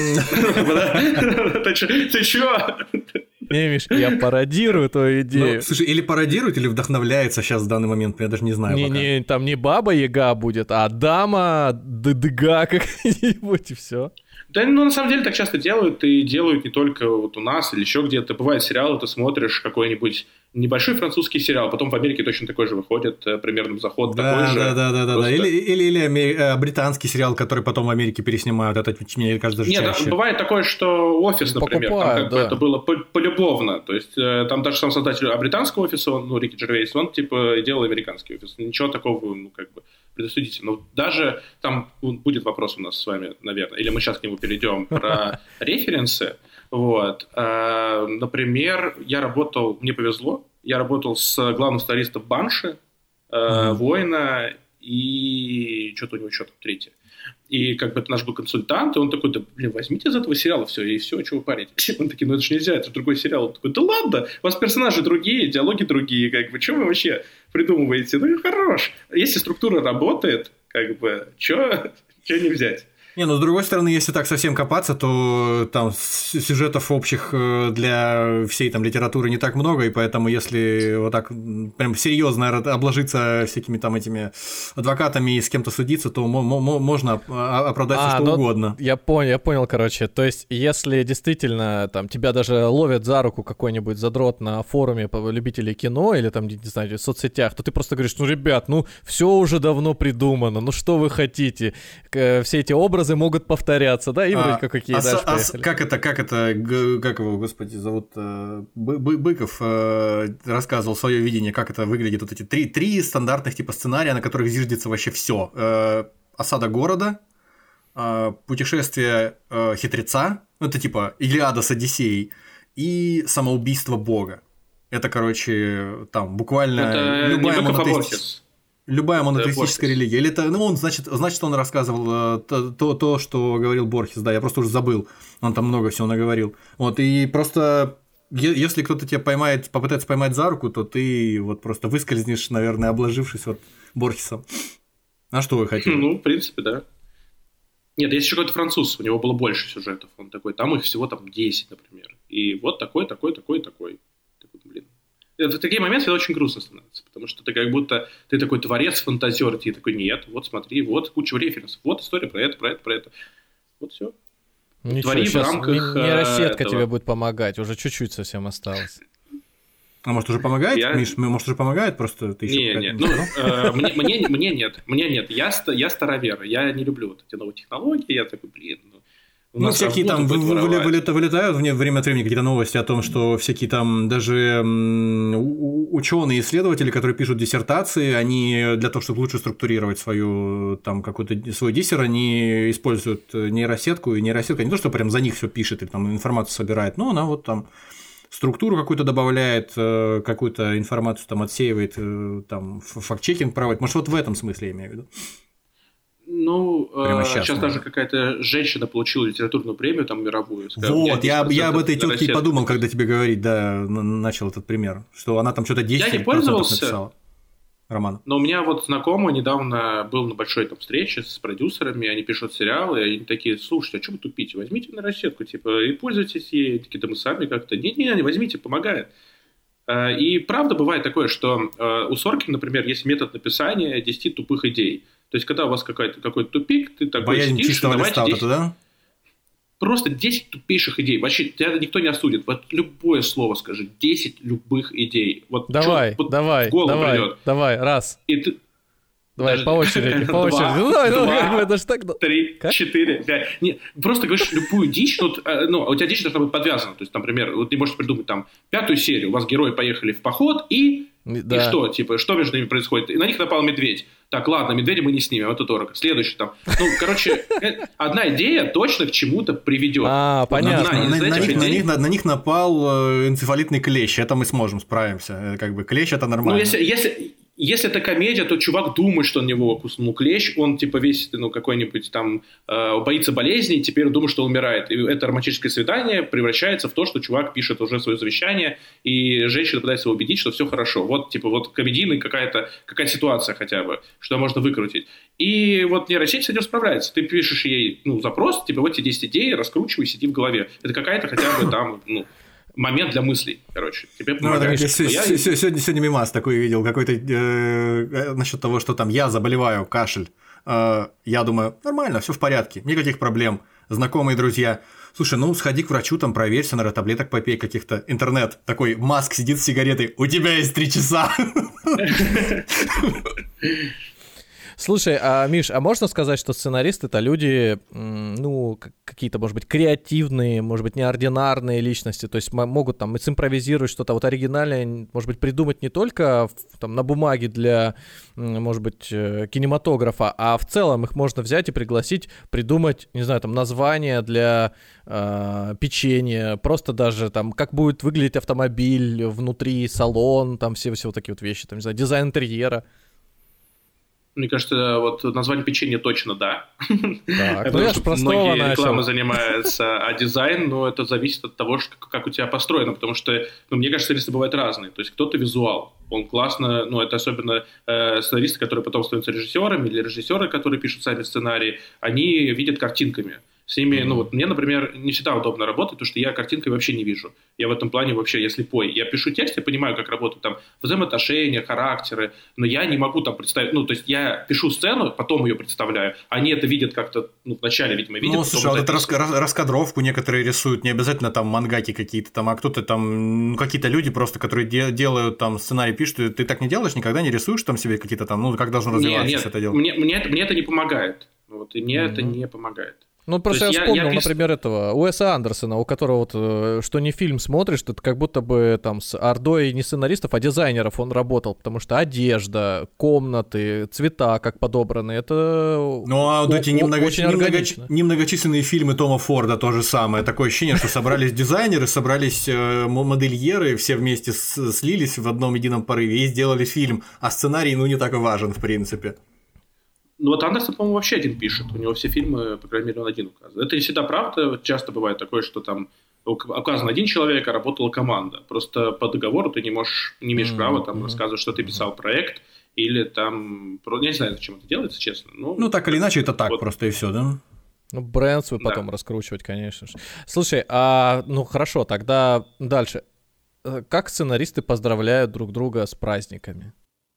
Ты что? Не, Миш, я пародирую твою идею. Слушай, или пародирует, или вдохновляется сейчас в данный момент, я даже не знаю. Не, там не Баба-Яга будет, а дама Дыдыга какая-нибудь, и все. Да, ну, на самом деле, так часто делают, и делают не только вот у нас или еще где-то. Бывают сериалы, ты смотришь какой-нибудь небольшой французский сериал, потом в Америке точно такой же выходит, примерно заход да, такой да, же. Да, да, да, Просто... да. Или, или, или британский сериал, который потом в Америке переснимают, это, мне кажется, даже Нет, чаще. да, бывает такое, что офис, например, покупают, там как да. бы это было полюбовно, то есть там даже сам создатель британского офиса, он, ну, Рики Джервейс, он типа делал американский офис, ничего такого, ну, как бы, предосудите. Но даже там будет вопрос у нас с вами, наверное, или мы сейчас к нему перейдем, про референсы. Вот. Например, я работал, мне повезло, я работал с главным сценаристом Банши, mm-hmm. Воина и что-то у него еще там третье. И как бы это наш был консультант, и он такой, да, блин, возьмите из этого сериала все, и все, что вы парите. Он такой, ну это же нельзя, это же другой сериал. Он такой, да ладно, у вас персонажи другие, диалоги другие, как бы, что вы вообще придумываете? Ну и хорош. Если структура работает, как бы, что не взять? Не, ну с другой стороны, если так совсем копаться, то там сюжетов общих для всей там литературы не так много, и поэтому если вот так прям серьезно обложиться всякими там этими адвокатами и с кем-то судиться, то можно оправдать а, что ну, угодно. Я понял, я понял, короче. То есть, если действительно там тебя даже ловят за руку какой-нибудь задрот на форуме любителей кино или там, не знаю, в соцсетях, то ты просто говоришь, ну, ребят, ну, все уже давно придумано, ну, что вы хотите? Все эти образы могут повторяться, да, и вроде как какие а, дальше а, поехали. Как это, как это, как его, господи, зовут, Быков рассказывал свое видение, как это выглядит, вот эти три, три стандартных типа сценария, на которых зиждется вообще все. Осада города, путешествие хитреца, ну это типа Илиада с Одиссеей, и самоубийство бога. Это, короче, там буквально Это любая не Беков, а монотеисти- Борхес. любая монотеистическая Борхес. религия. Или это, ну, он, значит, значит, он рассказывал э, то, то, то, что говорил Борхес, да, я просто уже забыл. Он там много всего наговорил. Вот, и просто е- если кто-то тебя поймает, попытается поймать за руку, то ты вот просто выскользнешь, наверное, обложившись вот Борхесом. А что вы хотели? Ну, в принципе, да. Нет, есть еще какой-то француз, у него было больше сюжетов. Он такой, там их всего там десять, например. И вот такой, такой, такой, такой. Такой, блин. В такие моменты это очень грустно становится, потому что ты как будто ты такой творец-фантазер, ты такой, нет, вот смотри, вот куча референсов, вот история про это, про это, про это. Вот все. Ничего, Твори в сейчас рамках, не- нейросетка этого. тебе будет помогать, уже чуть-чуть совсем осталось. А может, уже помогает? Я- Миш, может, уже помогает? Просто ты еще Не, не, ну, э, мне, мне, мне нет, мне нет, я, ста- я старовер, я не люблю вот эти новые технологии, я такой, блин, ну, у Ну, нас всякие там работу вы- будет вы- воровать. вылета- вылетают вне- время от времени какие-то новости о том, что всякие там даже ученые, исследователи, которые пишут диссертации, они для того, чтобы лучше структурировать свою там какой-то свой диссер, они используют нейросетку, и нейросетка не то, что прям за них все пишет или там информацию собирает, но она вот там структуру какую-то добавляет, э, какую-то информацию там отсеивает, э, там ф- факт-чекинг проводит. Может, вот в этом смысле я имею в виду. Ну, Прямо э, щас, сейчас наверное. даже какая-то женщина получила литературную премию, там, мировую. Сказала, Вот, «Я я, я об этой десять процентов тетке и нейросетка». подумал, когда тебе говорить, да, н- начал этот пример, что она там что-то десять Я не процентов пользовался. написала. Роман. Но у меня вот знакомый недавно был на большой там встрече с продюсерами, они пишут сериалы, и они такие, слушайте, а что вы тупите? Возьмите нейросетку, типа, и пользуйтесь ей. Такие, да мы сами как-то. Не-не, не возьмите, помогает. Э, И правда бывает такое, что э, у Соркина, например, есть метод написания десять тупых идей. То есть, когда у вас какой-то, какой-то тупик, ты такой Боязнь сидишь, чистого давайте листа, вот десять это, да? Просто десять тупейших идей. Вообще, тебя никто не осудит. Вот любое слово скажи. десять любых идей. Вот Давай, чё вот давай, в голову давай, придет. давай, раз. И ты... Давай, Подожди. по очереди, по Два, очереди. Ну, давай, ну, два, как бы, это ж так... Три, Как? четыре, пять. Не, просто говоришь любую дичь, ну, т- э, ну, у тебя дичь должна быть подвязана. То есть, например, вот ты можешь придумать там пятую серию, у вас герои поехали в поход, и, Да. и что, типа, что между ними происходит? И на них напал медведь. Так, ладно, медведя мы не снимем, это дорого. Следующий там. Ну, короче, э, одна идея точно к чему-то приведет. А, Вот понятно. одна На, из на этих них, на идей- них- на- на них напал э, энцефалитный клещ, это мы сможем, справимся. Э, Как бы клещ это Ну, нормально. если, если, если это комедия, то чувак думает, что на него куснул клещ, он типа весь, ну, какой-нибудь там э, боится болезней, теперь думает, что умирает. И это романтическое свидание превращается в то, что чувак пишет уже свое завещание, и женщина пытается его убедить, что все хорошо. Вот, типа, вот комедийная какая-то какая ситуация хотя бы, что можно выкрутить. И вот нейросеть с этим справляется. Ты пишешь ей, ну, запрос, типа, вот тебе десять идей, раскручивай, сиди в голове. Это какая-то хотя бы там, ну, момент для мыслей, короче. Тебе Ну, это помогает. как- с- Я- с- с- сегодня, сегодня мимас такой видел, какой-то э, насчет того, что там я заболеваю, кашель. Э, я думаю, нормально, все в порядке, никаких проблем. Знакомые, друзья. Слушай, ну сходи к врачу, там проверься, наверное, таблеток попей каких-то. Интернет такой, Маск сидит с сигаретой, у тебя есть три часа. Слушай, а, Миш, а можно сказать, что сценаристы — это люди, м, ну, к- какие-то, может быть, креативные, может быть, неординарные личности, то есть м- могут там симпровизировать что-то вот оригинальное, может быть, придумать не только в- там на бумаге для, м, может быть, э, кинематографа, а в целом их можно взять и пригласить придумать, не знаю, там, название для э, печенья, просто даже там, как будет выглядеть автомобиль внутри, салон, там все, все вот такие вот вещи, там, не знаю, дизайн интерьера. Мне кажется, вот название печенья точно да. Так, Это ну я ж что простого многие начал. рекламы занимаются, а дизайн, ну, это зависит от того, что- как у тебя построено, потому что, ну, мне кажется, сценаристы бывают разные. То есть кто-то визуал, он классно, ну, это особенно э, сценаристы, которые потом становятся режиссерами, или режиссеры, которые пишут сами сценарии, они видят картинками. С ними, mm-hmm. ну вот мне, например, не всегда удобно работать, потому что я картинкой вообще не вижу. Я в этом плане вообще, я слепой. Я пишу текст, я понимаю, как работают там взаимоотношения, характеры, но я не могу там представить, ну, то есть я пишу сцену, потом ее представляю. Они это видят как-то, ну, вначале, видимо, видят. Ну, слушай, а вот эту раска- рас- раскадровку некоторые рисуют, не обязательно там мангаки какие-то там, а кто-то там, ну, какие-то люди просто, которые де- делают там сценарий, пишут, и ты так не делаешь, никогда не рисуешь там себе какие-то там, ну, как должно развиваться нет, все это дело? Мне, мне, это, мне это не помогает. Вот, и мне Mm-hmm. это не помогает. Ну, просто я я, вспомнил, я... например, этого Уэса Андерсона, у которого вот, э, что не фильм смотришь, то это как будто бы там с ордой не сценаристов, а дизайнеров он работал, потому что одежда, комнаты, цвета как подобраны, это Ну, а вот о- эти о- немного... очень немного... органично. немногочисленные фильмы Тома Форда то же самое. Такое ощущение, что собрались дизайнеры, собрались э, модельеры, все вместе с- слились в одном едином порыве и сделали фильм, а сценарий, ну, не так важен, в принципе. Ну вот Андерсон, по-моему, вообще один пишет. У него все фильмы, по крайней мере, он один указан. Это не всегда правда. Вот часто бывает такое, что там указан один человек, а работала команда. Просто по договору ты не можешь, не имеешь Mm-hmm. права там рассказывать, что ты писал проект, или там... Я не знаю, зачем это делается, честно. Но... Ну, так или иначе, это так Вот. просто и все, да? Ну, бренд свой Да. потом раскручивать, конечно же. Слушай, а ну хорошо, тогда дальше. Э, Как сценаристы поздравляют друг друга с праздниками?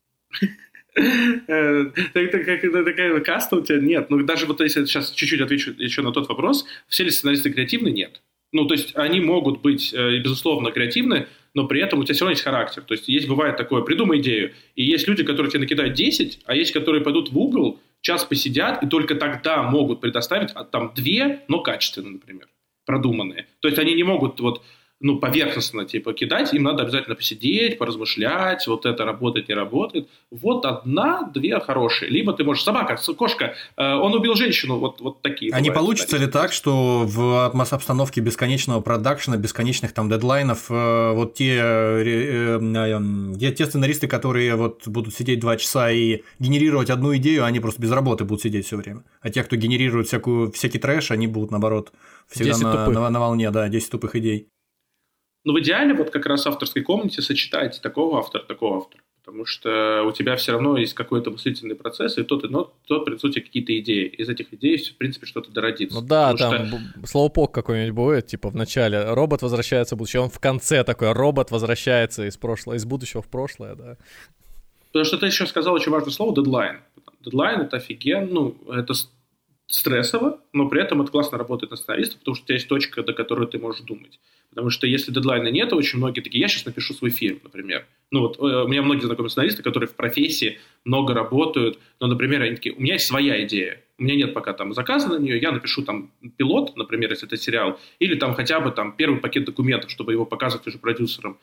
Э, так- так- как- это Такая каста у тебя? Нет. Ну, даже вот если я сейчас чуть-чуть отвечу еще на тот вопрос, все ли сценаристы креативны? Нет. Ну, то есть они могут быть, э, безусловно, креативны, но при этом у тебя все равно есть характер. То есть есть, бывает такое, придумай идею, и есть люди, которые тебе накидают десять, а есть, которые пойдут в угол, час посидят, и только тогда могут предоставить а, там две, но качественные, например, продуманные. То есть они не могут вот ну, поверхностно, типа, кидать, им надо обязательно посидеть, поразмышлять, вот это работает, не работает. Вот одна-две хорошие. Либо ты можешь... Собака, кошка, э, он убил женщину, вот, вот такие. А не бывают получится ли сценарии. так, что в атмос- обстановке бесконечного продакшена, бесконечных там дедлайнов, э, вот те, э, э, э, те сценаристы, которые вот будут сидеть два часа и генерировать одну идею, они просто без работы будут сидеть все время. А те, кто генерирует всякую, всякий трэш, они будут, наоборот, всегда десять на, тупых. на, на волне, да, десять тупых идей. Ну, в идеале вот как раз в авторской комнате сочетать такого автора, такого автора. Потому что у тебя все равно есть какой-то мыслительный процесс, и тот, и тот, тот принесут тебе какие-то идеи. Из этих идей, в принципе, что-то дородится. Ну да, Потому там что- б- слоупок какой-нибудь будет, типа в начале робот возвращается в будущее, он в конце такой, робот возвращается из прошлого, из будущего в прошлое, да. Потому что ты еще сказал очень важное слово «дедлайн». Дедлайн – это офигенно, ну, это с- стрессово, но при этом это классно работает на сценаристов, потому что у тебя есть точка, до которой ты можешь думать. Потому что если дедлайна нет, очень многие такие, я сейчас напишу свой фильм, например. Ну вот, э, у меня многие знакомые сценаристы, которые в профессии много работают, но, например, они такие, у меня есть своя идея, у меня нет пока там заказа на нее, я напишу там пилот, например, если это сериал, или там хотя бы там первый пакет документов, чтобы его показывать уже продюсерам.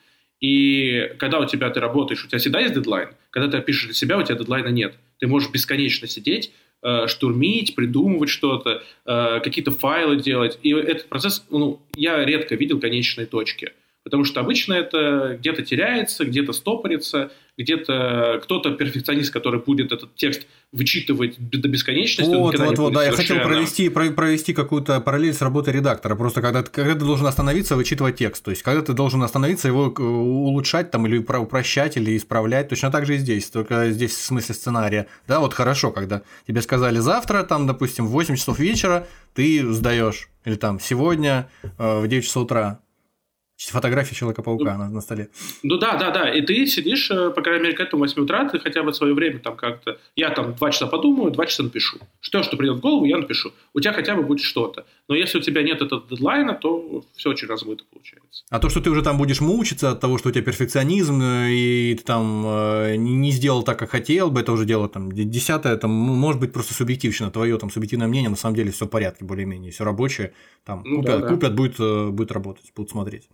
И когда у тебя ты работаешь, у тебя всегда есть дедлайн. Когда ты пишешь для себя, у тебя дедлайна нет. Ты можешь бесконечно сидеть, э, штурмить, придумывать что-то, э, какие-то файлы делать. И этот процесс, ну, я редко видел конечной точки. Потому что обычно это где-то теряется, где-то стопорится, где-то кто-то перфекционист, который будет этот текст вычитывать до бесконечности. он Вот, никогда не вот, вот, будет да, я хотел совершенным. провести, про- провести какую-то параллель с работой редактора. Просто когда, ты- когда ты должен остановиться, вычитывать текст. То есть, когда ты должен остановиться, его э, улучшать там, или про- упрощать, или исправлять. Точно так же и здесь, только здесь в смысле сценария. Да, вот хорошо, когда тебе сказали завтра, там, допустим, в восемь часов вечера ты сдаешь, или там сегодня э, в девять часов утра. Фотография Человека-паука на, на столе. Ну да, да, да. И ты сидишь, э, по крайней мере, к этому восьми утра, ты хотя бы свое время там как-то... Я там два часа подумаю, два часа напишу. Что, что придет в голову, я напишу. У тебя хотя бы будет что-то. Но если у тебя нет этого дедлайна, то все очень размыто получается. А то, что ты уже там будешь мучиться от того, что у тебя перфекционизм, и ты там э, не не сделал так, как хотел бы, это уже дело там десятое, там, ну, может быть, просто субъективно, твое там субъективное мнение, на самом деле все в порядке, более-менее, все рабочее, там Ну купят, да, да. купят, будет, э, будет работать, будут смотреть.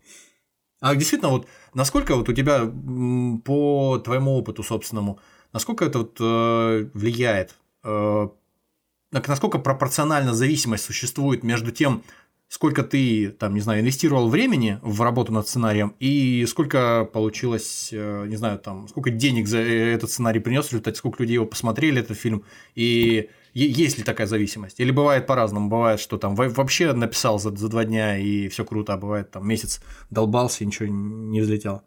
А действительно, вот насколько вот у тебя м, по твоему опыту собственному, насколько это вот э, влияет, э, насколько пропорциональна зависимость существует между тем, сколько ты, там, не знаю, инвестировал времени в работу над сценарием, и сколько получилось, э, не знаю, там, сколько денег за этот сценарий принес в результате, сколько людей его посмотрели, этот фильм, и е- есть ли такая зависимость? Или бывает по-разному? Бывает, что там во- вообще написал за, за два дня, и все круто, а бывает, там, месяц долбался, и ничего не взлетело.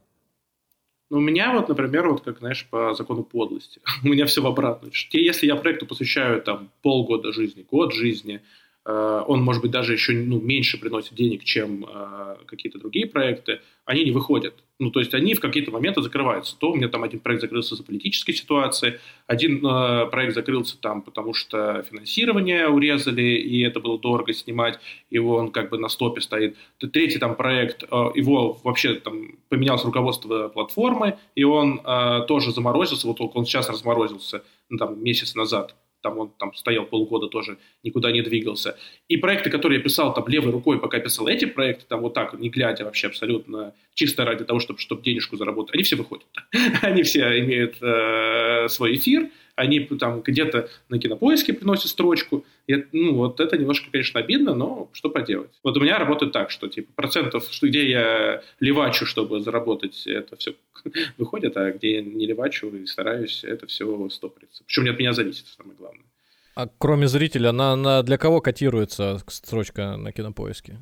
Ну, у меня вот, например, вот как, знаешь, по закону подлости. У меня все в обратную. Если я проекту посвящаю там полгода жизни, год жизни, э, он, может быть, даже еще ну, меньше приносит денег, чем э, какие-то другие проекты, они не выходят. Ну, то есть они в какие-то моменты закрываются. То у меня там один проект закрылся из-за политической ситуации, один э, проект закрылся там, потому что финансирование урезали, и это было дорого снимать, его он как бы на стопе стоит. Третий там проект, э, его вообще там поменялось руководство платформы, и он э, тоже заморозился, вот он сейчас разморозился ну, там, месяц назад. там он там стоял полгода тоже, никуда не двигался. И проекты, которые я писал там левой рукой, пока писал эти проекты, там вот так, не глядя вообще абсолютно, чисто ради того, чтобы, чтобы денежку заработать, они все выходят. Они все имеют э, свой эфир, они там где-то на Кинопоиске приносят строчку. И, ну, вот это немножко, конечно, обидно, но что поделать. Вот у меня работает так, что типа процентов, что где я левачу, чтобы заработать, это все выходит, а где я не левачу и стараюсь, это все стопорится. Причем не от меня зависит, самое главное. А кроме зрителя, она, она для кого котируется строчка на Кинопоиске?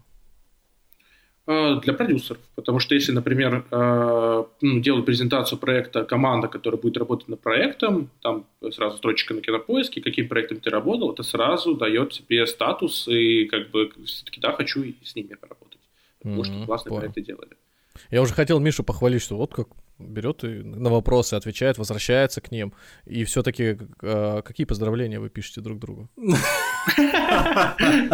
Для продюсеров. Потому что если, например, ну, делают презентацию проекта команда, которая будет работать над проектом, там сразу строчка на Кинопоиске, каким проектом ты работал, это сразу дает тебе статус, и как бы все-таки да, хочу и с ними поработать. Потому mm-hmm, что классные понял. Проекты делали. Я уже хотел Мишу похвалить, что вот как берет и на вопросы отвечает, возвращается к ним. И все-таки э, какие поздравления вы пишете друг другу? Да,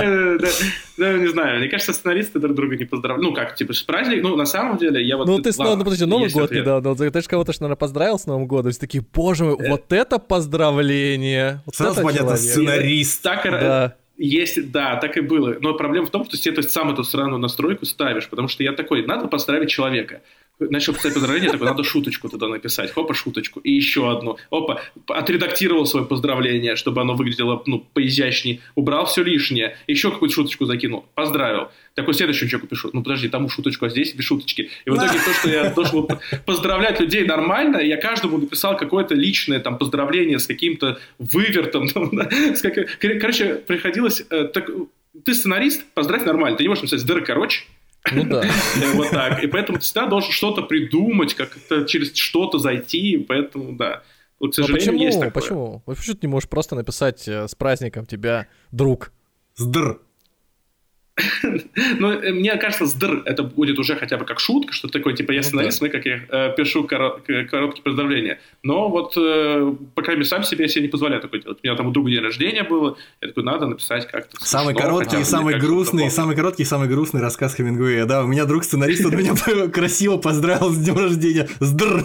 не знаю. Мне кажется, сценаристы друг друга не поздравляют. Ну, как, типа, с праздником. Ну, на самом деле, я вот... Ну, ты, ну, подожди, Новый год недавно. Ты же кого-то, наверное, поздравил с Новым годом. Все такие, боже мой, вот это поздравление. Сразу понятно, сценарист. Да. Есть, да, так и было. Но проблема в том, что ты сам эту сраную настройку ставишь, потому что я такой, надо поздравить человека. Начал писать поздравление, такой, надо шуточку туда написать. Хопа, шуточку. И еще одну. Опа, отредактировал свое поздравление, чтобы оно выглядело, ну, поизящнее. Убрал все лишнее. Еще какую-то шуточку закинул. Поздравил. Такой следующую человеку пишу. Ну, подожди, тому шуточку, а здесь без шуточки. И в итоге то, что я должен поздравлять людей нормально, я каждому написал какое-то личное там поздравление с каким-то вывертом. Короче, приходилось... Ты сценарист, поздравь нормально. Ты не можешь написать «Здорово, короче». Ну да. Вот так. И поэтому ты всегда должен что-то придумать, как-то через что-то зайти, поэтому да. Вот, к сожалению, почему? есть такое. Почему? Почему ты не можешь просто написать с праздником тебя, друг? Сдр. Ну, мне кажется, сдр, это будет уже хотя бы как шутка, что такое, типа, я сценарист, ну, да. Как я э, пишу коро- короткие поздравления. Но вот, э, по крайней мере, сам себе я себе не позволяю такое делать. У меня там у друга день рождения было, я такой, надо написать как-то. Самый смешно, короткий и самый грустный, самый короткий и самый грустный рассказ Хемингуэя. Да, у меня друг сценарист, он меня красиво поздравил с днем рождения. Сдр.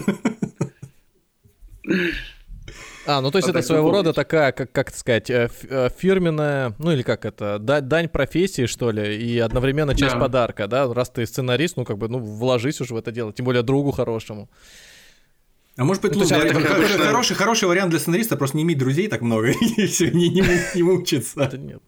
А, ну то есть а это своего рода такая, как, как сказать, фирменная, ну или как это, дань профессии, что ли, и одновременно часть да. подарка, да? Раз ты сценарист, ну как бы, ну вложись уже в это дело, тем более другу хорошему. А может быть, ну, ну, есть, это, хороший, хороший, хороший вариант для сценариста, просто не иметь друзей так много, и все, не, не, не мучиться. Это нет.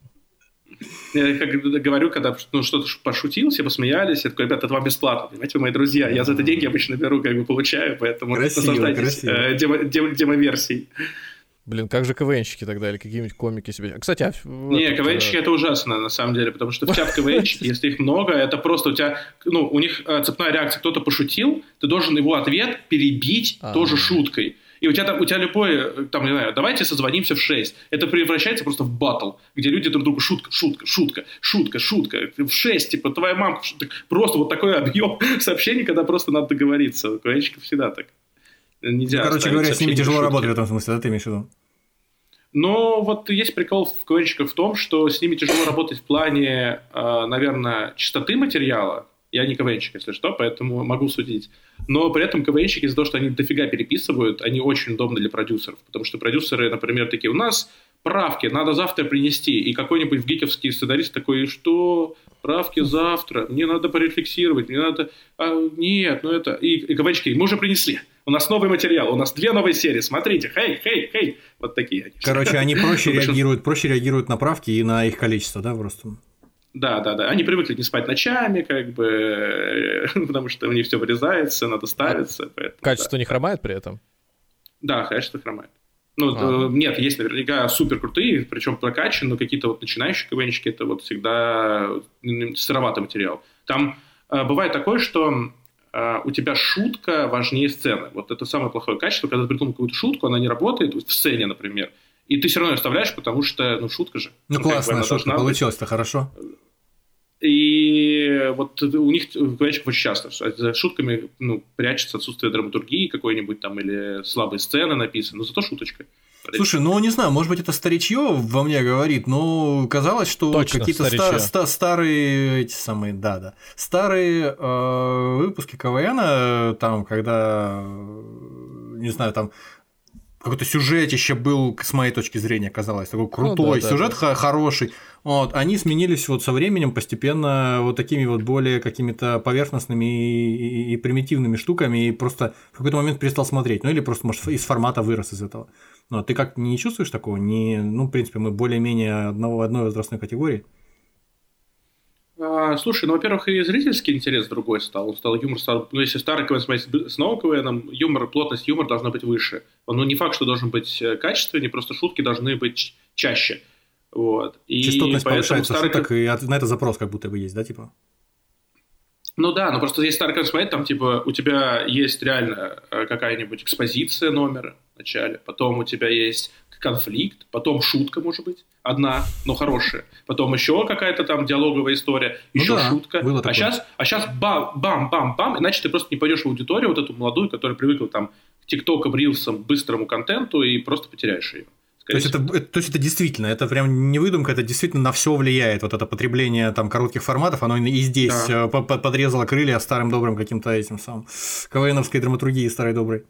Я как говорю, когда ну, что-то пошутил, все посмеялись, я такой, ребята, это вам бесплатно, понимаете, вы мои друзья, я за это деньги обычно беру, как бы получаю, поэтому красиво, наслаждайтесь э, демо, демо, демо-версией. Блин, как же КВНщики тогда, или какие-нибудь комики себе... Кстати, а... Не, этот... КВНщики это ужасно, на самом деле, потому что в чат КВНщики, если их много, это просто у тебя, ну, у них цепная реакция, кто-то пошутил, ты должен его ответ перебить тоже шуткой. И у тебя, у тебя любой, там, не знаю, давайте созвонимся в шесть. Это превращается просто в баттл, где люди друг другу шутка, шутка, шутка, шутка, шутка. В шесть, типа, твоя мамка, просто вот такой объем сообщений, когда просто надо договориться. У КВНщиков всегда так. Нельзя ну, короче говоря, с ними тяжело шутки. Работать в этом смысле, да, ты имеешь в виду? Но вот есть прикол в КВНщиках в том, что с ними тяжело работать в плане, наверное, чистоты материала. Я не КВНщик, если что, поэтому могу судить. Но при этом КВНщики из-за того, что они дофига переписывают, они очень удобны для продюсеров. Потому что продюсеры, например, такие, у нас правки надо завтра принести. И какой-нибудь гиковский сценарист такой, что правки завтра, мне надо порефлексировать, мне надо... А, нет, ну это... И, и КВНщики, мы уже принесли. У нас новый материал, у нас две новые серии, смотрите, хей, хей, хей. Вот такие они. Короче, они проще реагируют, проще реагируют на правки и на их количество, да, просто? Да, да, да. Они привыкли не спать ночами, как бы, потому что у них все вырезается, надо ставиться. Поэтому, качество да. не хромает при этом? Да, качество хромает. Ну, а. Нет, есть наверняка супер крутые, причем прокачанные, но какие-то вот начинающие КВНщики, это вот всегда сыроватый материал. Там э, бывает такое, что э, у тебя шутка важнее сцены. Вот это самое плохое качество, когда ты придумал какую-то шутку, она не работает, в сцене, например, и ты все равно ее оставляешь, потому что, ну, шутка же. Ну, ну классная шутка, получилось-то хорошо. И вот у них, у КВНщиков очень часто за шутками ну, прячется отсутствие драматургии какой-нибудь там или слабые сцены написаны, но зато шуточка. Слушай, ну не знаю, может быть это старичье во мне говорит, но казалось, что точно, какие-то ста- ста- старые эти самые, да, да, старые э, выпуски КВНа, там, когда, не знаю, там какой-то сюжетище был, с моей точки зрения, казалось, такой крутой Ну, да, сюжет, да, х- хороший. Вот, они сменились вот со временем постепенно вот такими вот более какими-то поверхностными и, и- и примитивными штуками, и просто в какой-то момент перестал смотреть. Ну или просто, может, из формата вырос из этого. Ну, а ты как не чувствуешь такого? Не, ну, в принципе, мы более-менее одного, одной возрастной категории. А, слушай, ну, во-первых, и зрительский интерес другой стал. Он стал юмор стал. Ну, если старый КВН смотреть с новым КВНом, юмор, плотность юмора должна быть выше. Ну, не факт, что должен быть качественнее, просто шутки должны быть ч- чаще. Вот. И Частотность поэтому повышается старый шуток, и от- на это запрос как будто бы есть, да, типа? Ну да, но просто если старый КВН смотреть, там типа у тебя есть реально э, какая-нибудь экспозиция номера в начале, потом у тебя есть конфликт, потом шутка, может быть, одна, но хорошая, потом еще какая-то там диалоговая история, Ну еще да, шутка, было а такое. сейчас, а сейчас бам-бам-бам, иначе ты просто не пойдешь в аудиторию вот эту молодую, которая привыкла там к тиктокам, рилсам, быстрому контенту и просто потеряешь ее. То есть, это, это- то есть это действительно, это прям не выдумка, это действительно на все влияет. Вот это потребление там коротких форматов, оно и здесь Да. э, по- по- подрезало крылья старым добрым каким-то этим самым КВНовской драматургии старой доброй.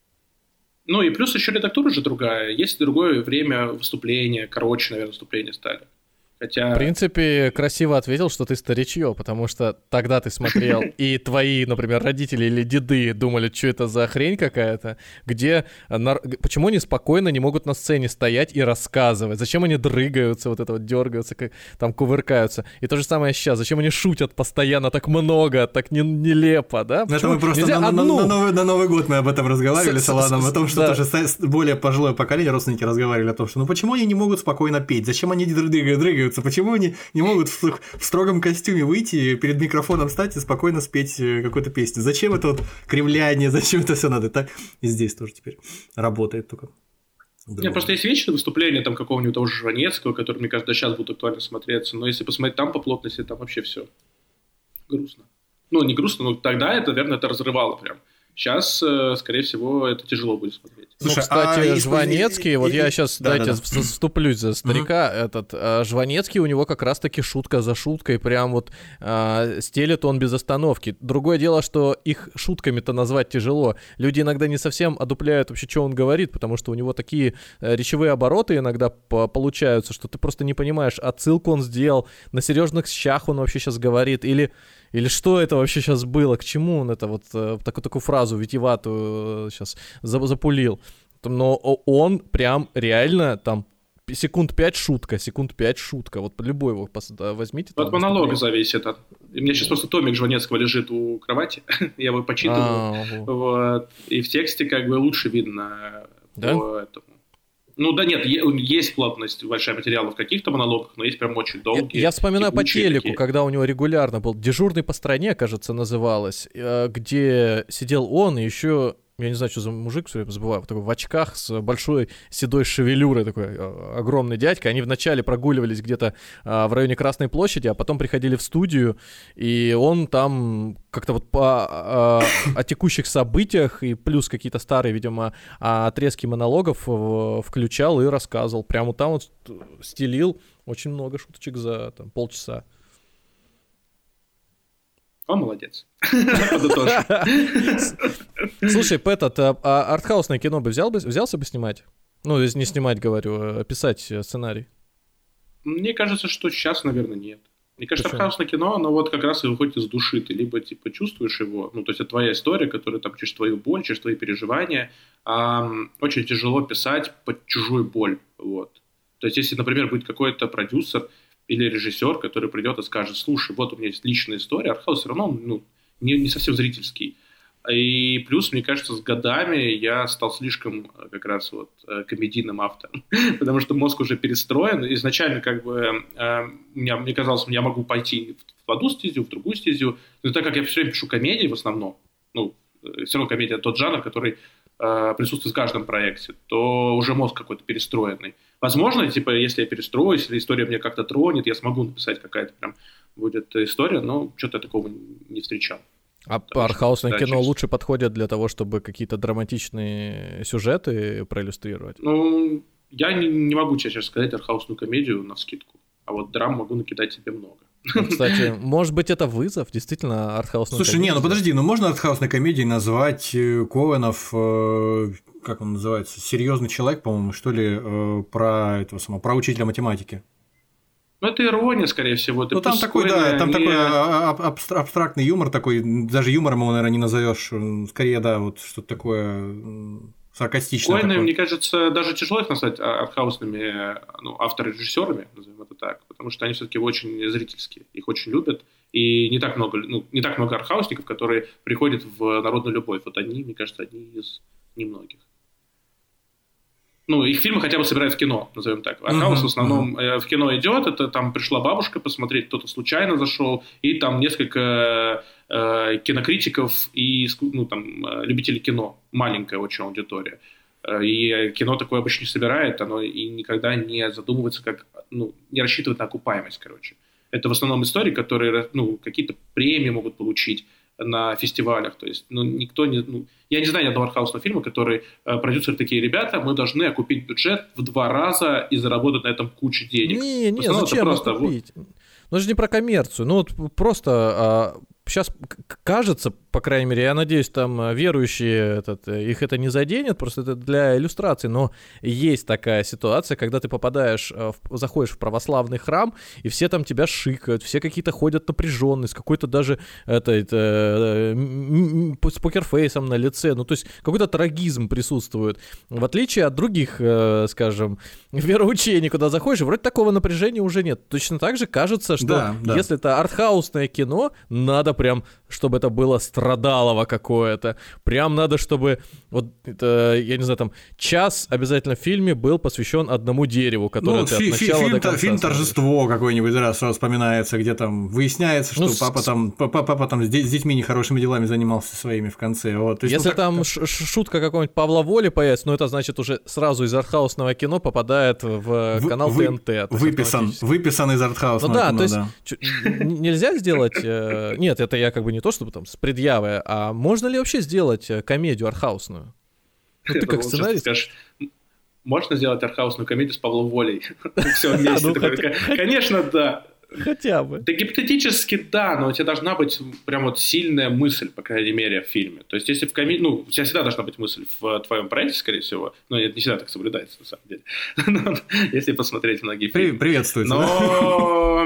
Ну и плюс еще редактура же другая, есть другое время выступления, короче, наверное, выступления стали. Хотя... В принципе, красиво ответил, что ты старичье, потому что тогда ты смотрел, и твои, например, родители или деды думали, что это за хрень какая-то, где... нар- Почему они спокойно не могут на сцене стоять и рассказывать? Зачем они дрыгаются, вот это вот дергаются, как, там кувыркаются? И то же самое сейчас. Зачем они шутят постоянно так много, так не- нелепо, да? Это Почему мы просто нельзя на, на- одну? на Новый, на Новый год мы об этом разговаривали С- с Аланом, с- о том, что да. тоже с- более пожилое поколение, родственники разговаривали о том, что ну почему они не могут спокойно петь, зачем они дрыгают, дрыгаются, почему они не могут в, в строгом костюме выйти, перед микрофоном встать и спокойно спеть э, какую-то песню. Зачем это вот кривляние, зачем это все надо? Так и здесь тоже теперь работает только. Нет, просто есть вечное выступление там какого-нибудь того же Жванецкого, который, мне кажется, сейчас будет актуально смотреться, но если посмотреть там по плотности, там вообще все грустно. Ну, не грустно, но тогда это, наверное, это разрывало прям. Сейчас, э, скорее всего, это тяжело будет смотреть. Ну, Слушай, кстати, а из- Жванецкий, и- вот и- я и- сейчас, да, дайте, да, да. в- вступлюсь за старика, этот, а, Жванецкий, у него как раз-таки шутка за шуткой, прям вот а, стелет он без остановки. Другое дело, что их шутками-то назвать тяжело. Люди иногда не совсем одупляют вообще, что он говорит, потому что у него такие э, речевые обороты иногда по- получаются, что ты просто не понимаешь, отсылку он сделал, на серьезных щах он вообще сейчас говорит, или... Или что это вообще сейчас было? К чему он это вот э, такую, такую фразу витиеватую сейчас запулил? Там, но о- он прям реально там п- секунд пять шутка, секунд пять шутка. Вот любой его пос- да, возьмите. там От монолога выступление. зависит. От... И у меня сейчас просто томик Жванецкого лежит у кровати, я его почитываю. А, вот. Вот. И в тексте как бы лучше видно Да? по этому. Ну да нет, е- есть плотность большая материала в каких-то монологах, но есть прям очень Я, долгие. я вспоминаю по текучие телеку, такие. когда у него регулярно был «Дежурный по стране», кажется, называлось, э, где сидел он и еще, я не знаю, что за мужик, все время забываю, такой в очках с большой седой шевелюрой, такой э, огромный дядька. Они вначале прогуливались где-то э, в районе Красной площади, а потом приходили в студию, и он там как-то вот по, э, о текущих событиях и плюс какие-то старые, видимо, отрезки монологов э, включал и рассказывал. Прямо там вот стелил очень много шуточек за там, полчаса. Он молодец. Подытожим. Слушай, Пэт, а, а артхаусное кино бы, взял бы взялся бы снимать? Ну, если не снимать, говорю, а писать э, сценарий. Мне кажется, что сейчас, наверное, нет. Мне кажется, Почему? артхаусное кино, оно вот как раз и выходит из души. Ты либо типа чувствуешь его, ну, то есть это твоя история, которая там через твою боль, через твои переживания. А, м, очень тяжело писать под чужую боль. Вот. То есть, если, например, будет какой-то продюсер или режиссер, который придет и скажет: слушай, вот у меня есть личная история, артхаус все равно ну, не, не совсем зрительский. И плюс, мне кажется, с годами я стал слишком э, как раз вот э, комедийным автором, потому что мозг уже перестроен. Изначально как бы э, мне, мне казалось, я могу пойти в одну стезю, в другую стезю, но так как я все время пишу комедии в основном, ну, э, все равно комедия тот жанр, который э, присутствует в каждом проекте, то уже мозг какой-то перестроенный. Возможно, типа, если я перестроюсь, или история меня как-то тронет, я смогу написать какая-то прям будет история, но что-то я такого не встречал. А Потому артхаусное что, да, кино через- лучше подходит для того, чтобы какие-то драматичные сюжеты проиллюстрировать? Ну, я не, не могу тебе сейчас сказать артхаусную комедию навскидку, а вот драм могу накидать тебе много. Ну, кстати, может быть, это вызов, действительно, артхаусную Слушай, не, ну подожди, ну можно артхаусной комедией назвать э, Коэнов, э, как он называется, «Серьезный человек», по-моему, что ли, э, про этого самого, про учителя математики. Ну, это ирония, скорее всего. Это ну, там такой, да, там не... такой абстрактный юмор такой, даже юмором его, наверное, не назовешь. Скорее, да, вот что-то такое саркастичное. Коэны, такое. Мне кажется, даже тяжело их назвать артхаусными, ну, авторы-режиссерами, назовем это так, потому что они все-таки очень зрительские, их очень любят. И не так много, ну, не так много артхаусников, которые приходят в народную любовь. Вот они, мне кажется, одни из немногих. Ну, их фильмы хотя бы собирают в кино, назовем так. Артхаус uh-huh, в основном uh-huh. в кино идет, это там пришла бабушка посмотреть, кто-то случайно зашел, и там несколько э, кинокритиков и ну, там, любителей кино. Маленькая очень аудитория. И кино такое обычно не собирает, оно и никогда не задумывается, как, ну, не рассчитывает на окупаемость, короче. Это в основном истории, которые, ну, какие-то премии могут получить на фестивалях, то есть, ну, никто не, ну, я не знаю ни одного артхаусного фильма, который э, продюсеры такие: ребята, мы должны окупить бюджет в два раза и заработать на этом кучу денег. Не, не, зачем просто... окупить? Ну, это же не про коммерцию, ну, вот просто а, сейчас кажется, по крайней мере, я надеюсь, там верующие, этот, их это не заденет, просто это для иллюстрации, но есть такая ситуация, когда ты попадаешь, в, заходишь в православный храм, и все там тебя шикают, все какие-то ходят напряженные, с какой-то даже это, это, с покерфейсом на лице, ну, то есть какой-то трагизм присутствует, в отличие от других, скажем, вероучений, куда заходишь, вроде такого напряжения уже нет. Точно так же кажется, что да, да. если это артхаусное кино, надо прям, чтобы это было страдалово какое-то. Прям надо, чтобы вот это, я не знаю, там час обязательно в фильме был посвящен одному дереву, которое ну, ты фи- от начала фильм, до конца фильм смотришь. «Торжество» какой-нибудь раз сразу вспоминается, где там выясняется, что ну, папа, с... там, папа, папа там с детьми нехорошими делами занимался своими в конце. Вот. То есть, Если ну, так, там так... ш- шутка какого-нибудь Павла Воли появится, ну это значит уже сразу из артхаусного кино попадает в канал вы, ТНТ. Выписан, выписан из артхаусного ну, да, кино, то есть да. Ч- нельзя сделать... Э, нет, это я как бы не то, чтобы там с предъявой, а можно ли вообще сделать комедию артхаусную? Ну, ты как сценарист... Скажешь, можно сделать артхаусную комедию с Павлом Волей? Все вместе. Конечно, да. Хотя бы. Да гипотетически да, но у тебя должна быть прям вот сильная мысль, по крайней мере, в фильме. То есть если в комедии... Ну, у тебя всегда должна быть мысль в твоем проекте, скорее всего. Но это не всегда так соблюдается, на самом деле. Если посмотреть многие фильмы. Приветствуется. Но...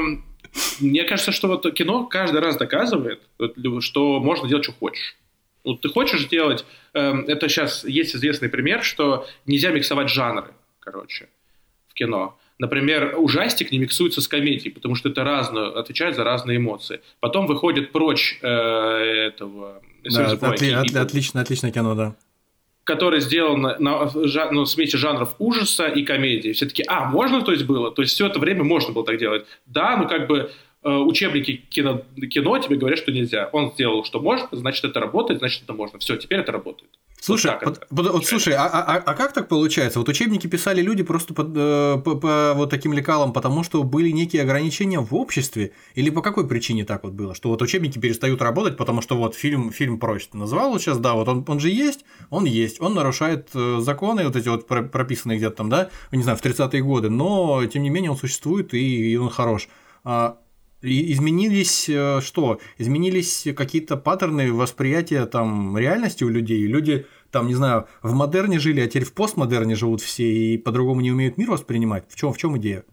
Мне кажется, что вот кино каждый раз доказывает, что можно делать, что хочешь. Ну, ты хочешь делать... Э, это сейчас есть известный пример, что нельзя миксовать жанры, короче, в кино. Например, ужастик не миксуется с комедией, потому что это разное, отвечает за разные эмоции. Потом выходит прочь э, этого... Да, отли, от, отлично, отличное кино, да. Который сделан на, на, на ну, смеси жанров ужаса и комедии. Все таки, а, можно, то есть, было? То есть, все это время можно было так делать. Да, ну, как бы, э, учебники кино, кино тебе говорят, что нельзя. Он сделал, что можно, значит, это работает, значит, это можно. Все, теперь это работает. Слушай, вот под, под, вот, слушай а, а, а как так получается? Вот учебники писали люди просто под, э, по, по вот таким лекалам, потому что были некие ограничения в обществе? Или по какой причине так вот было? Что вот учебники перестают работать, потому что вот фильм, фильм прочь ты назвал вот сейчас, да, вот он, он же есть, он есть, он нарушает э, законы, вот эти вот прописанные где-то там, да, не знаю, в тридцатые годы, но тем не менее он существует и, и он хорош. А, и изменились э, что? Изменились какие-то паттерны восприятия там реальности у людей. Люди там, не знаю, в модерне жили, а теперь в постмодерне живут все и по-другому не умеют мир воспринимать. В чем, в чем идея?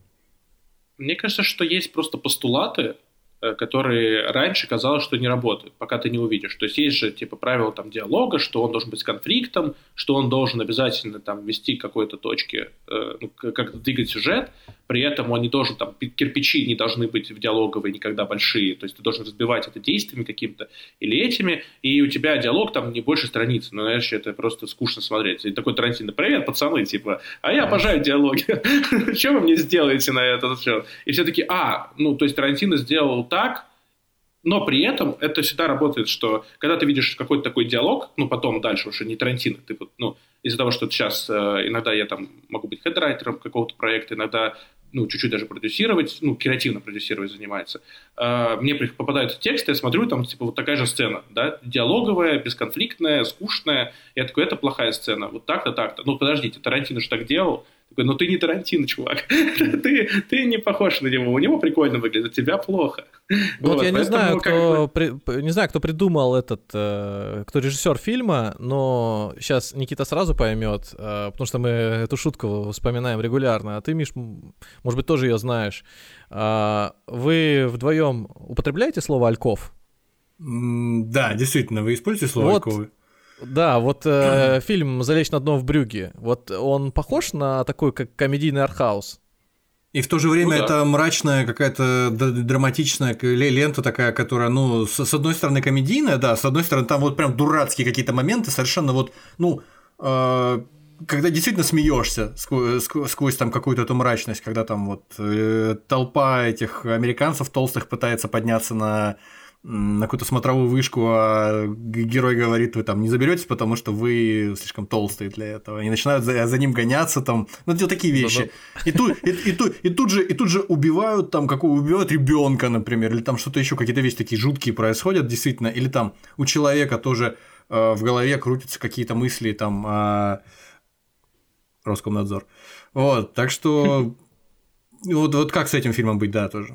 Мне кажется, что есть просто постулаты, которые раньше казалось, что не работают, пока ты не увидишь. То есть есть же типа правила там диалога, что он должен быть с конфликтом, что он должен обязательно там вести к какой-то точке, э, ну, как-то двигать сюжет, при этом он не должен там, кирпичи не должны быть в диалоговой никогда большие, то есть ты должен разбивать это действиями какими-то или этими, и у тебя диалог там не больше страницы, но иначе это просто скучно смотреть. И такой Тарантино: привет, пацаны, типа, а я обожаю диалоги, что вы мне сделаете на это? И все таки, а, ну, то есть Тарантино сделал так, но при этом это всегда работает, что когда ты видишь какой-то такой диалог, ну, потом дальше уже не Тарантино, ты вот, ну, из-за того, что сейчас э, иногда я там могу быть хедрайтером какого-то проекта, иногда, ну, чуть-чуть даже продюсировать, ну, креативно продюсировать занимается. Э, мне попадаются тексты, я смотрю, там, типа, вот такая же сцена, да, диалоговая, бесконфликтная, скучная, я такой, это плохая сцена, вот так-то, так-то. Ну, подождите, Тарантино же так делал, Такой, ну ты не Тарантино, чувак. ты, ты не похож на него. У него прикольно выглядит, у тебя плохо. Вот, вот я не знаю, кто, бы... при, не знаю, кто придумал этот, э, кто режиссер фильма, но сейчас Никита сразу поймет, э, потому что мы эту шутку вспоминаем регулярно, а ты, Миш, может быть, тоже ее знаешь. Э, вы вдвоем употребляете слово «альков»? Да, действительно, вы используете слово вот, «альковы»? Да, вот э, фильм «Залечь на дно в брюгге», вот он похож на такой, как комедийный артхаус? И в то же время ну, да. это мрачная какая-то драматичная лента такая, которая, ну, с, с одной стороны комедийная, да, с одной стороны там вот прям дурацкие какие-то моменты, совершенно вот, ну, э, когда действительно смеешься сквозь, сквозь там какую-то эту мрачность, когда там вот э, толпа этих американцев толстых пытается подняться на на какую-то смотровую вышку, а герой говорит, вы там не заберетесь, потому что вы слишком толстые для этого. Они начинают за, за ним гоняться, там, ну, вот такие вещи. И тут, и, и, и, и, тут же, и тут же убивают, там, какого, убивают ребенка, например, или там что-то еще, какие-то вещи такие жуткие происходят, действительно, или там у человека тоже э, в голове крутятся какие-то мысли, там, э, Роскомнадзор. Вот, так что вот, вот как с этим фильмом быть, да, тоже.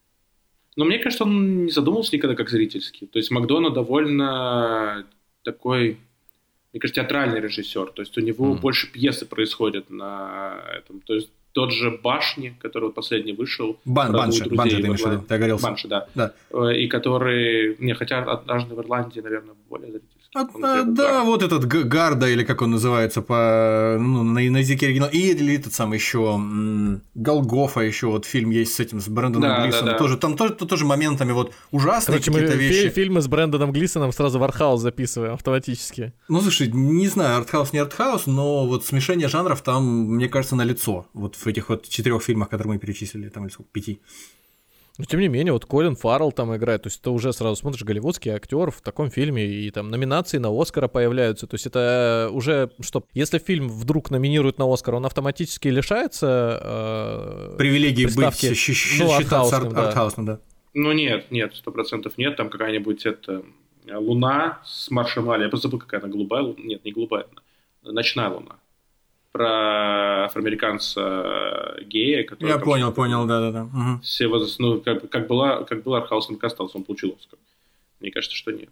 Но мне кажется, он не задумывался никогда как зрительский. То есть Макдона довольно такой, мне кажется, театральный режиссер. То есть у него mm. больше пьесы происходят на этом. То есть тот же «Башни», который вот последний вышел. Бан, Банши, Банши, ты имеешь в виду, ты оговорился. Банши, да. да. И который, не, хотя «Однажды в Ирландии», наверное, более зрительский. А, а, да, вот этот Гарда, или как он называется по, ну, на, на языке оригинала. И или этот самый еще Голгофа, еще вот фильм есть с этим, с Брэндоном да, Глисоном. Да, да. Тоже, там тоже, тоже моментами вот ужасные Короче, какие-то мы вещи. Фильмы с Брэндоном Глисоном сразу в артхаус записываем автоматически. Ну, слушай, не знаю, артхаус не артхаус, но вот смешение жанров там, мне кажется, налицо. Вот в этих вот четырех фильмах, которые мы перечислили, там или сколько, пяти. Но тем не менее, вот Колин Фаррелл там играет, то есть ты уже сразу смотришь голливудский актер в таком фильме, и там номинации на Оскара появляются, то есть это уже, что, если фильм вдруг номинируют на Оскар, он автоматически лишается э, привилегии быть ну, считаться артхаусным, да. артхаусным, да. Ну нет, нет, сто процентов нет, там какая-нибудь это Луна с Маршемали, я просто забыл, какая она, голубая луна, нет, не голубая, Ночная луна. Про афроамериканца гея, который... Я понял, понял, да-да-да. Угу. Все возраст... Ну, как, как, была, как был артхаус, так остался, он получил Оскар. Мне кажется, что нет.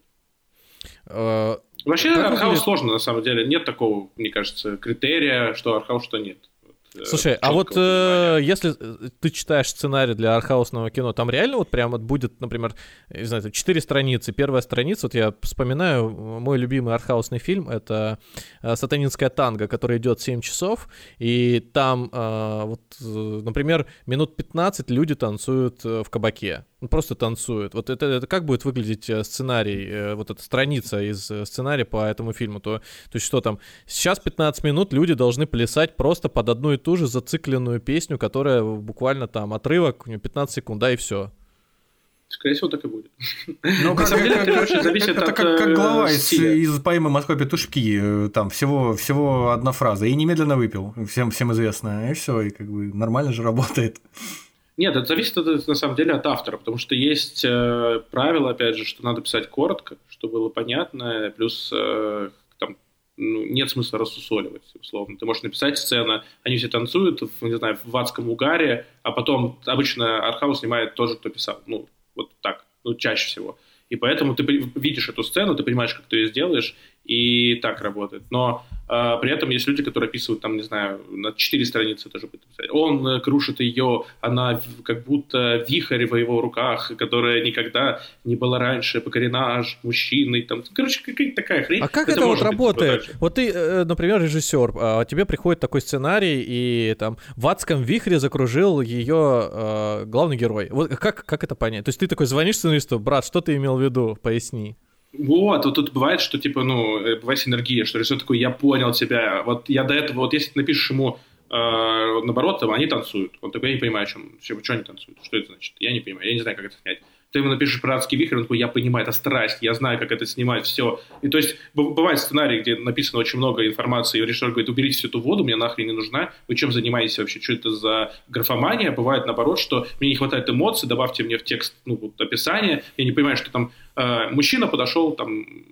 Uh, Вообще, артхаус выглядит... сложно, на самом деле. Нет такого, мне кажется, критерия, что артхаус, что нет. Слушай, а вот э, если ты читаешь сценарий для артхаусного кино, там реально вот прямо будет, например, не знаю, четыре страницы. Первая страница, вот я вспоминаю, мой любимый артхаусный фильм — это «Сатанинская танго», который идет семь часов, и там, э, вот, например, минут пятнадцать люди танцуют в кабаке. Просто танцуют. Вот это, это как будет выглядеть сценарий, вот эта страница из сценария по этому фильму? То, то есть что там, сейчас пятнадцать минут люди должны плясать просто под одну и ту же зацикленную песню, которая буквально там отрывок, пятнадцать секунд, да, и все. Скорее всего, так и будет. Ну, на самом деле, это очень зависит от стиля. Это как глава из, из поэмы «Москва-петушки», там всего, всего одна фраза, и немедленно выпил, всем, всем известно, и все, и как бы нормально же работает. Нет, это зависит, на самом деле, от автора, потому что есть э, правило, опять же, что надо писать коротко, чтобы было понятно, плюс э, там, ну, нет смысла рассусоливать, условно. Ты можешь написать сцену, они все танцуют, в, не знаю, в адском угаре, а потом обычно артхаус снимает тоже, кто писал, ну, вот так, ну, чаще всего. И поэтому ты видишь эту сцену, ты понимаешь, как ты ее сделаешь, и так работает. Но э, при этом есть люди, которые описывают, там, не знаю, на четыре страницы тоже будет писать. Он э, крушит ее, она как будто вихрь в его руках, которая никогда не была раньше покорена мужчиной. Там. Короче, какая-то такая хрень. А как это, это вот работает? Вот ты, э, например, режиссер, а тебе приходит такой сценарий, и там в адском вихре закружил ее э, главный герой. Вот как, как это понять? То есть ты такой звонишь сценаристу: брат, что ты имел в виду? Поясни. Вот, вот тут бывает, что, типа, ну, бывает синергия, что режиссер такой: я понял тебя, вот я до этого, вот если ты напишешь ему, э, наоборот, там, они танцуют, он такой: я не понимаю, о чем, что они танцуют, что это значит, я не понимаю, я не знаю, как это снять. Ты ему напишешь про адский вихрь, он такой: я понимаю, это страсть, я знаю, как это снимать, все. И то есть, бывает сценарий, где написано очень много информации, и режиссер говорит: уберите всю эту воду, мне нахрен не нужна, вы чем занимаетесь вообще, что это за графомания? Бывает наоборот, что мне не хватает эмоций, добавьте мне в текст, ну, вот, описание, я не понимаю, что там э, мужчина подошел, там,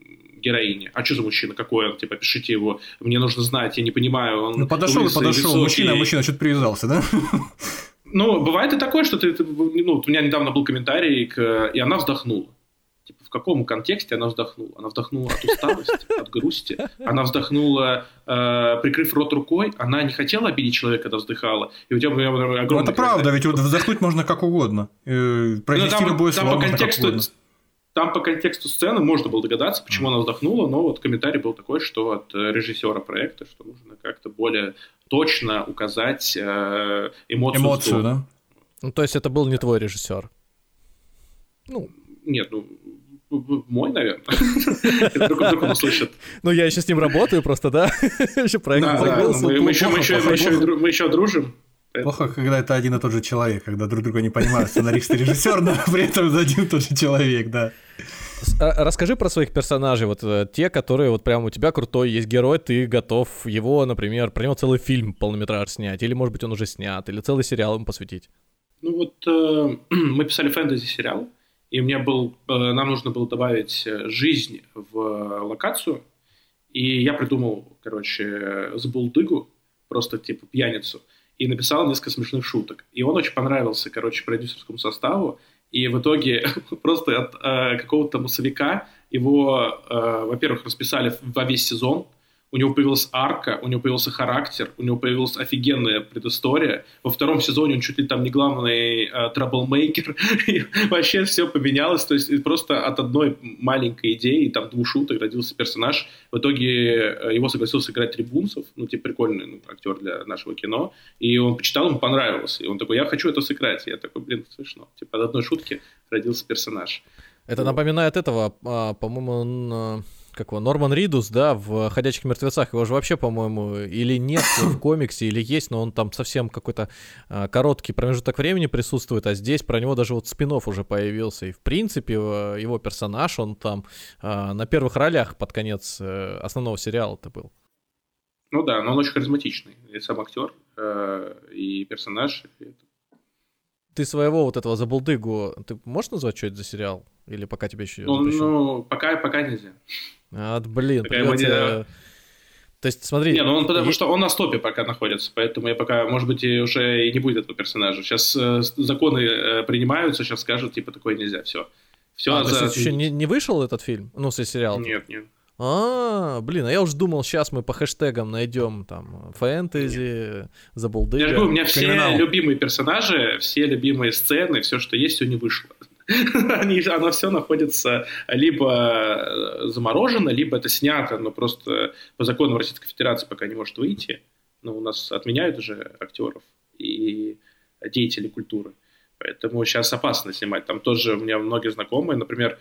героине. А что за мужчина? Какой он? Типа, пишите его. Мне нужно знать, я не понимаю. Он ну, подошел и подошел. Высокий. Мужчина, мужчина, что-то привязался, да? Ну, бывает и такое, что ты... ты ну, у меня недавно был комментарий, к, и она вздохнула. Типа, в каком контексте она вздохнула? Она вздохнула от усталости, от грусти. Она вздохнула, э, прикрыв рот рукой. Она не хотела обидеть человека, когда вздыхала. И у тебя огромное... Ну, это правда, ведь вот вздохнуть можно как угодно. Произнести ну, любое слово можно как угодно. Там по контексту сцены можно было догадаться, почему она вздохнула, но вот комментарий был такой, что от режиссера проекта, что нужно как-то более точно указать э, эмоцию. Эмоцию, да? Ну, то есть это был не твой режиссер? Ну... Нет, ну... Мой, наверное. Вдруг он услышит. Ну, я еще с ним работаю просто, да? Еще проект появился. Мы еще дружим. Плохо, когда это один и тот же человек, когда друг друга не понимают сценарист и режиссер, но при этом один и тот же человек, да. Расскажи про своих персонажей, вот те, которые вот прям у тебя крутой есть герой, ты готов его, например, про него целый фильм полнометраж снять, или, может быть, он уже снят, или целый сериал ему посвятить. Ну вот э, мы писали фэнтези-сериал, и мне был, э, нам нужно было добавить жизнь в локацию, и я придумал, короче, забулдыгу, просто типа пьяницу, и написал несколько смешных шуток. И он очень понравился, короче, продюсерскому составу, и в итоге просто от э, какого-то массовика его, э, во-первых, расписали во весь сезон, у него появилась арка, у него появился характер, у него появилась офигенная предыстория. Во втором сезоне он чуть ли там не главный траблмейкер. Вообще все поменялось. То есть просто от одной маленькой идеи, там двух шуток родился персонаж. В итоге его согласился играть Трибунцев, ну, типа прикольный ну, актер для нашего кино. И он почитал, ему понравилось. И он такой, я хочу это сыграть. Я такой, блин, смешно. Типа от одной шутки родился персонаж. Это напоминает этого, по-моему, он... Как его, Норман Ридус, да, в «Ходячих мертвецах», его же вообще, по-моему, или нет в комиксе, или есть, но он там совсем какой-то а, короткий промежуток времени присутствует, а здесь про него даже вот спин-офф уже появился, и в принципе его персонаж, он там а, на первых ролях под конец а, основного сериала-то был. Ну да, но он очень харизматичный, и сам актер, э, и персонаж. И... Ты своего вот этого забулдыгу, ты можешь назвать, что это за сериал? Или пока тебе еще... Ну, ну пока, пока нельзя. А, блин, придется... придется... То есть, смотри... Не, ну он, потому что он на стопе пока находится, поэтому я пока, может быть, и уже и не будет этого персонажа. Сейчас э, законы э, принимаются, сейчас скажут, типа, такое нельзя, все. все а, за... то есть еще не, не вышел этот фильм? Ну, сериал? Нет, нет. А, блин, а я уже думал, сейчас мы по хэштегам найдем там фэнтези, забулдыга. Я же говорю, у меня все криминал. Любимые персонажи, все любимые сцены, все, что есть, все не вышло. Они, оно все находится либо заморожено, либо это снято, но просто по закону Российской Федерации пока не может выйти. Но у нас отменяют уже актеров и деятелей культуры. Поэтому сейчас опасно снимать. Там тоже у меня многие знакомые, например,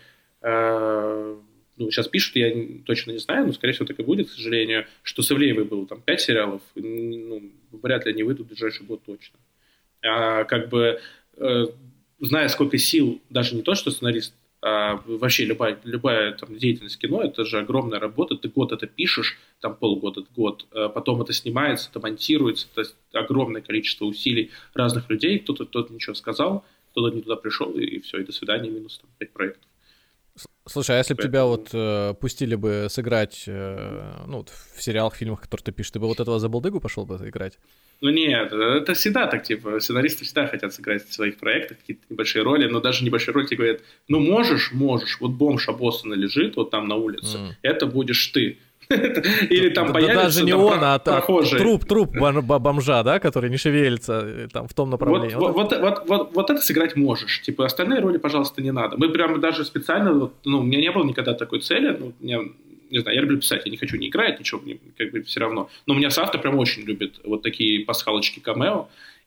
э, ну, сейчас пишут, я точно не знаю, но, скорее всего, так и будет, к сожалению, что с Ивлеевой было там пять сериалов, ну, вряд ли они выйдут в ближайший год точно. А, как бы... Э, зная, сколько сил, даже не то, что сценарист, а вообще любая, любая там, деятельность кино, это же огромная работа, ты год это пишешь, там полгода, год, потом это снимается, это монтируется, это огромное количество усилий разных людей, кто-то, кто-то ничего сказал, кто-то не туда пришел, и, и все, и до свидания, минус там, пять проектов. Слушай, а если бы тебя вот э, пустили бы сыграть э, ну, в сериалах, фильмах, которые ты пишешь, ты бы вот этого забулдыгу пошел бы играть? Ну нет, это всегда так, типа, сценаристы всегда хотят сыграть в своих проектах какие-то небольшие роли, но даже небольшие роли тебе говорят, ну можешь, можешь, вот бомж обоссанный лежит вот там на улице, mm. это будешь ты. Или там да, появится даже не там, он, а прохожий. Труп, труп бомжа, да, который не шевелится там в том направлении. Вот, вот, вот, вот, вот, вот это сыграть можешь. Типа остальные роли, пожалуйста, не надо. Мы прям даже специально, вот, ну, у меня не было никогда такой цели, ну, у меня, не знаю, я люблю писать, я не хочу не играть, ничего, мне как бы все равно. Но у меня соавтор прям очень любит вот такие пасхалочки камео.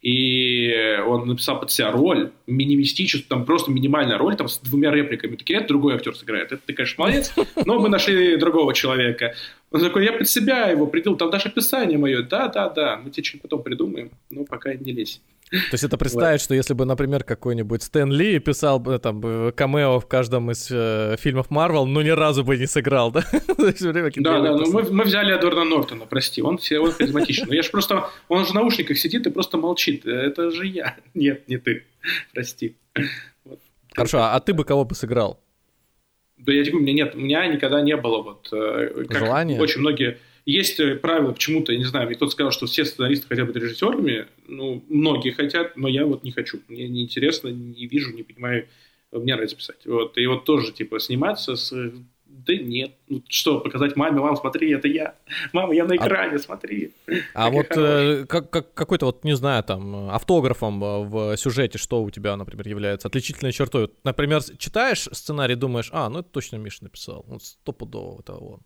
И он написал под себя роль, минимистическую, там просто минимальная роль, там с двумя репликами. Такие, это другой актер сыграет. Это ты, конечно, молодец, но мы нашли другого человека. Он такой, я под себя его придумал, там даже описание мое. Да, да, да, мы тебе что-нибудь потом придумаем, но пока не лезь. То есть это представить, вот. Что если бы, например, какой-нибудь Стэн Ли писал бы там камео в каждом из э, фильмов Марвел, но ни разу бы не сыграл, да? Да, да, но мы, мы взяли Эдварда Нортона, прости, он, он харизматичный. Но я же просто, он же в наушниках сидит и просто молчит. Это же я. Нет, не ты. Прости. Вот. Хорошо, а ты бы кого бы сыграл? Да я тебе, у меня нет, у меня никогда не было вот... Как желания? Очень многие... Есть правила почему-то, я не знаю, мне кто-то сказал, что все сценаристы хотят быть режиссерами, ну, многие хотят, но я вот не хочу. Мне неинтересно, не вижу, не понимаю, мне нравится писать. Вот. И вот тоже, типа, сниматься с... Да нет. Ну, что, показать маме, мам, смотри, это я. Мама, я на экране, а... смотри. А вот э, как, как, какой-то вот, не знаю, там, автографом в сюжете, что у тебя, например, является отличительной чертой? Например, читаешь сценарий, думаешь, а, ну это точно Миша написал. Вот стопудово это он.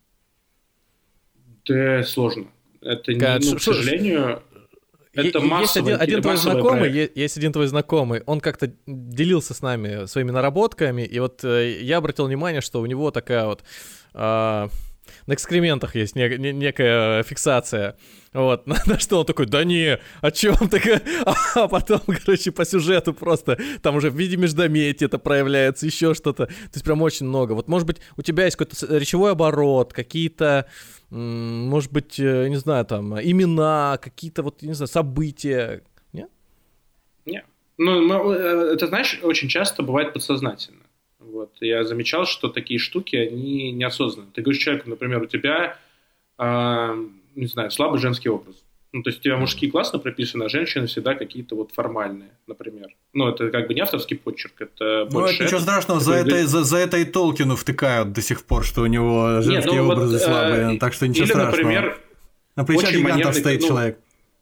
Да, сложно. Это, не, ну, к сожалению... Это есть один, один твой знакомый, есть, есть один твой знакомый, он как-то делился с нами своими наработками, и вот э, я обратил внимание, что у него такая вот э, на экскрементах есть не, не, некая фиксация, вот, на, на что он такой, да не, о чем такая, а потом, короче, по сюжету просто, там уже в виде междометия это проявляется, еще что-то, то есть прям очень много, вот, может быть, у тебя есть какой-то речевой оборот, какие-то... Может быть, не знаю, там, имена, какие-то вот, не знаю, события, нет? Нет. Ну, это, знаешь, очень часто бывает подсознательно. Вот. Я замечал, что такие штуки, они неосознанны. Ты говоришь человеку, например, у тебя, э, не знаю, слабый женский образ. Ну, то есть у тебя мужские классно прописаны, а женщины всегда какие-то вот формальные, например. Ну, это как бы не авторский почерк, это ну, больше... Ну, это ничего страшного, за это, за, за это и Толкину втыкают до сих пор, что у него женские Нет, ну, образы вот, слабые, э, так что ничего или, страшного. Например, на плечах гигантов стоит ну, человек.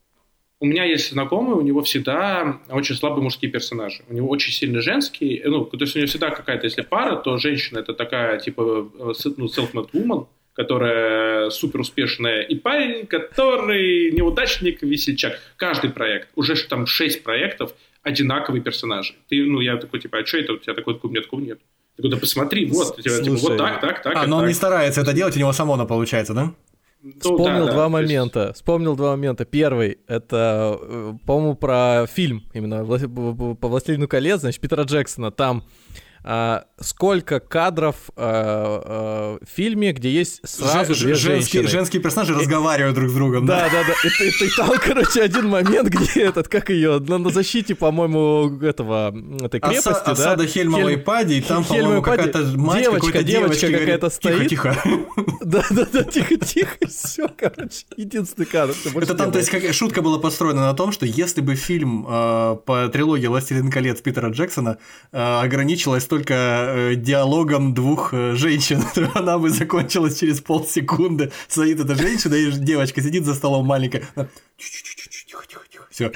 У меня есть знакомый, у него всегда очень слабые мужские персонажи. У него очень сильный женский, ну, то есть у него всегда какая-то, если пара, то женщина это такая, типа, ну, self-made woman, которая супер успешная, и парень, который неудачник, весельчак. Каждый проект, уже там шесть проектов, одинаковые персонажи. Ты, ну, я такой, типа, а что это у тебя такой, у меня такого нет. Я говорю, да посмотри, вот, у тебя, типа, вот так, так, так. А, но он так. не старается это делать, у него само оно получается, да? Вспомнил ну, да, два да, момента. есть... Вспомнил два момента. Первый, это, по-моему, про фильм именно по «Властелину колец», значит, Питера Джексона. Там а, сколько кадров а, а, в фильме, где есть сразу Ж- две женские, женщины. Женские персонажи и... разговаривают друг с другом. Да, да, да. да. И, и, и там, короче, один момент, где этот, как ее, на, на защите, по-моему, этого, этой крепости, Оса- да? Осада Хельмова Хель... и Пади, и там, Хельмова по-моему, какая-то мать девочка, какой-то девочка девочки какая-то говорит, стоит. Тихо-тихо. Да-да-да, тихо-тихо, все, короче, единственный кадр. Это там, то есть, как шутка была построена на том, что если бы фильм э, по трилогии «Властелин колец» Питера Джексона э, ограничилась только э, диалогом двух э, женщин, то она бы закончилась через полсекунды. Стоит эта женщина, и девочка сидит за столом маленькая. Тихо-тихо-тихо-тихо. Все.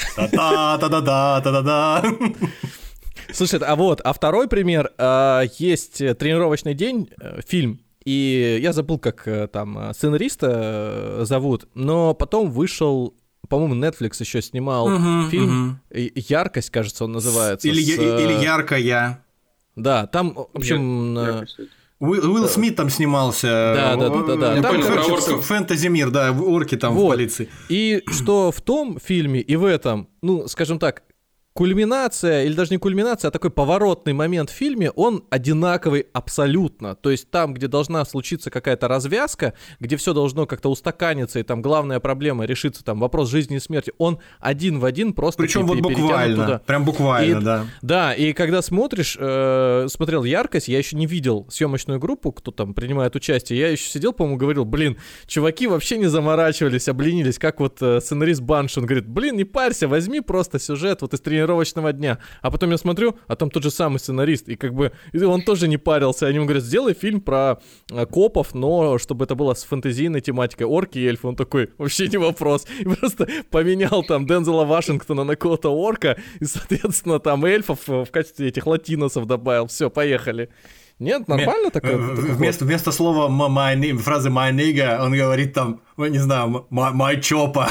Та-та-та-та-та-та-та. Слушай, а вот, а второй пример. Э, есть «Тренировочный день», э, фильм. И я забыл, как э, там сценариста э, зовут, но потом вышел, по-моему, Netflix еще снимал uh-huh, фильм uh-huh. «Яркость», кажется, он называется. Или, с, или «Яркая». Да, там, в общем... Я, Уилл, Уилл Смит там снимался. Да, да, да, да. да. Я там, понял, короче, орков. Фэнтези мир, да, орки там вот. В полиции. И что в том фильме и в этом, ну, скажем так, кульминация, или даже не кульминация, а такой поворотный момент в фильме, он одинаковый абсолютно. То есть там, где должна случиться какая-то развязка, где все должно как-то устаканиться, и там главная проблема решится, там вопрос жизни и смерти, он один в один просто причем вот буквально, туда. Прям буквально, и, да. Да, и когда смотришь, э, смотрел «Яркость», я еще не видел съемочную группу, кто там принимает участие, я еще сидел, по-моему, говорил, блин, чуваки вообще не заморачивались, обленились, как вот э, сценарист Банши, он говорит, блин, не парься, возьми просто сюжет вот из тренировочного дня. А потом я смотрю, а там тот же самый сценарист, и как бы и он тоже не парился. Они ему говорят, сделай фильм про а, копов, но чтобы это было с фэнтезийной тематикой, орки и эльфы. Он такой, вообще не вопрос. И просто поменял там Дензела Вашингтона на какого-то орка, и, соответственно, там эльфов в качестве этих латиносов добавил. Все, поехали. Нет, нормально такое? Вместо, вместо слова my name, фразы my nigga, он говорит там, не знаю, my, my chopper.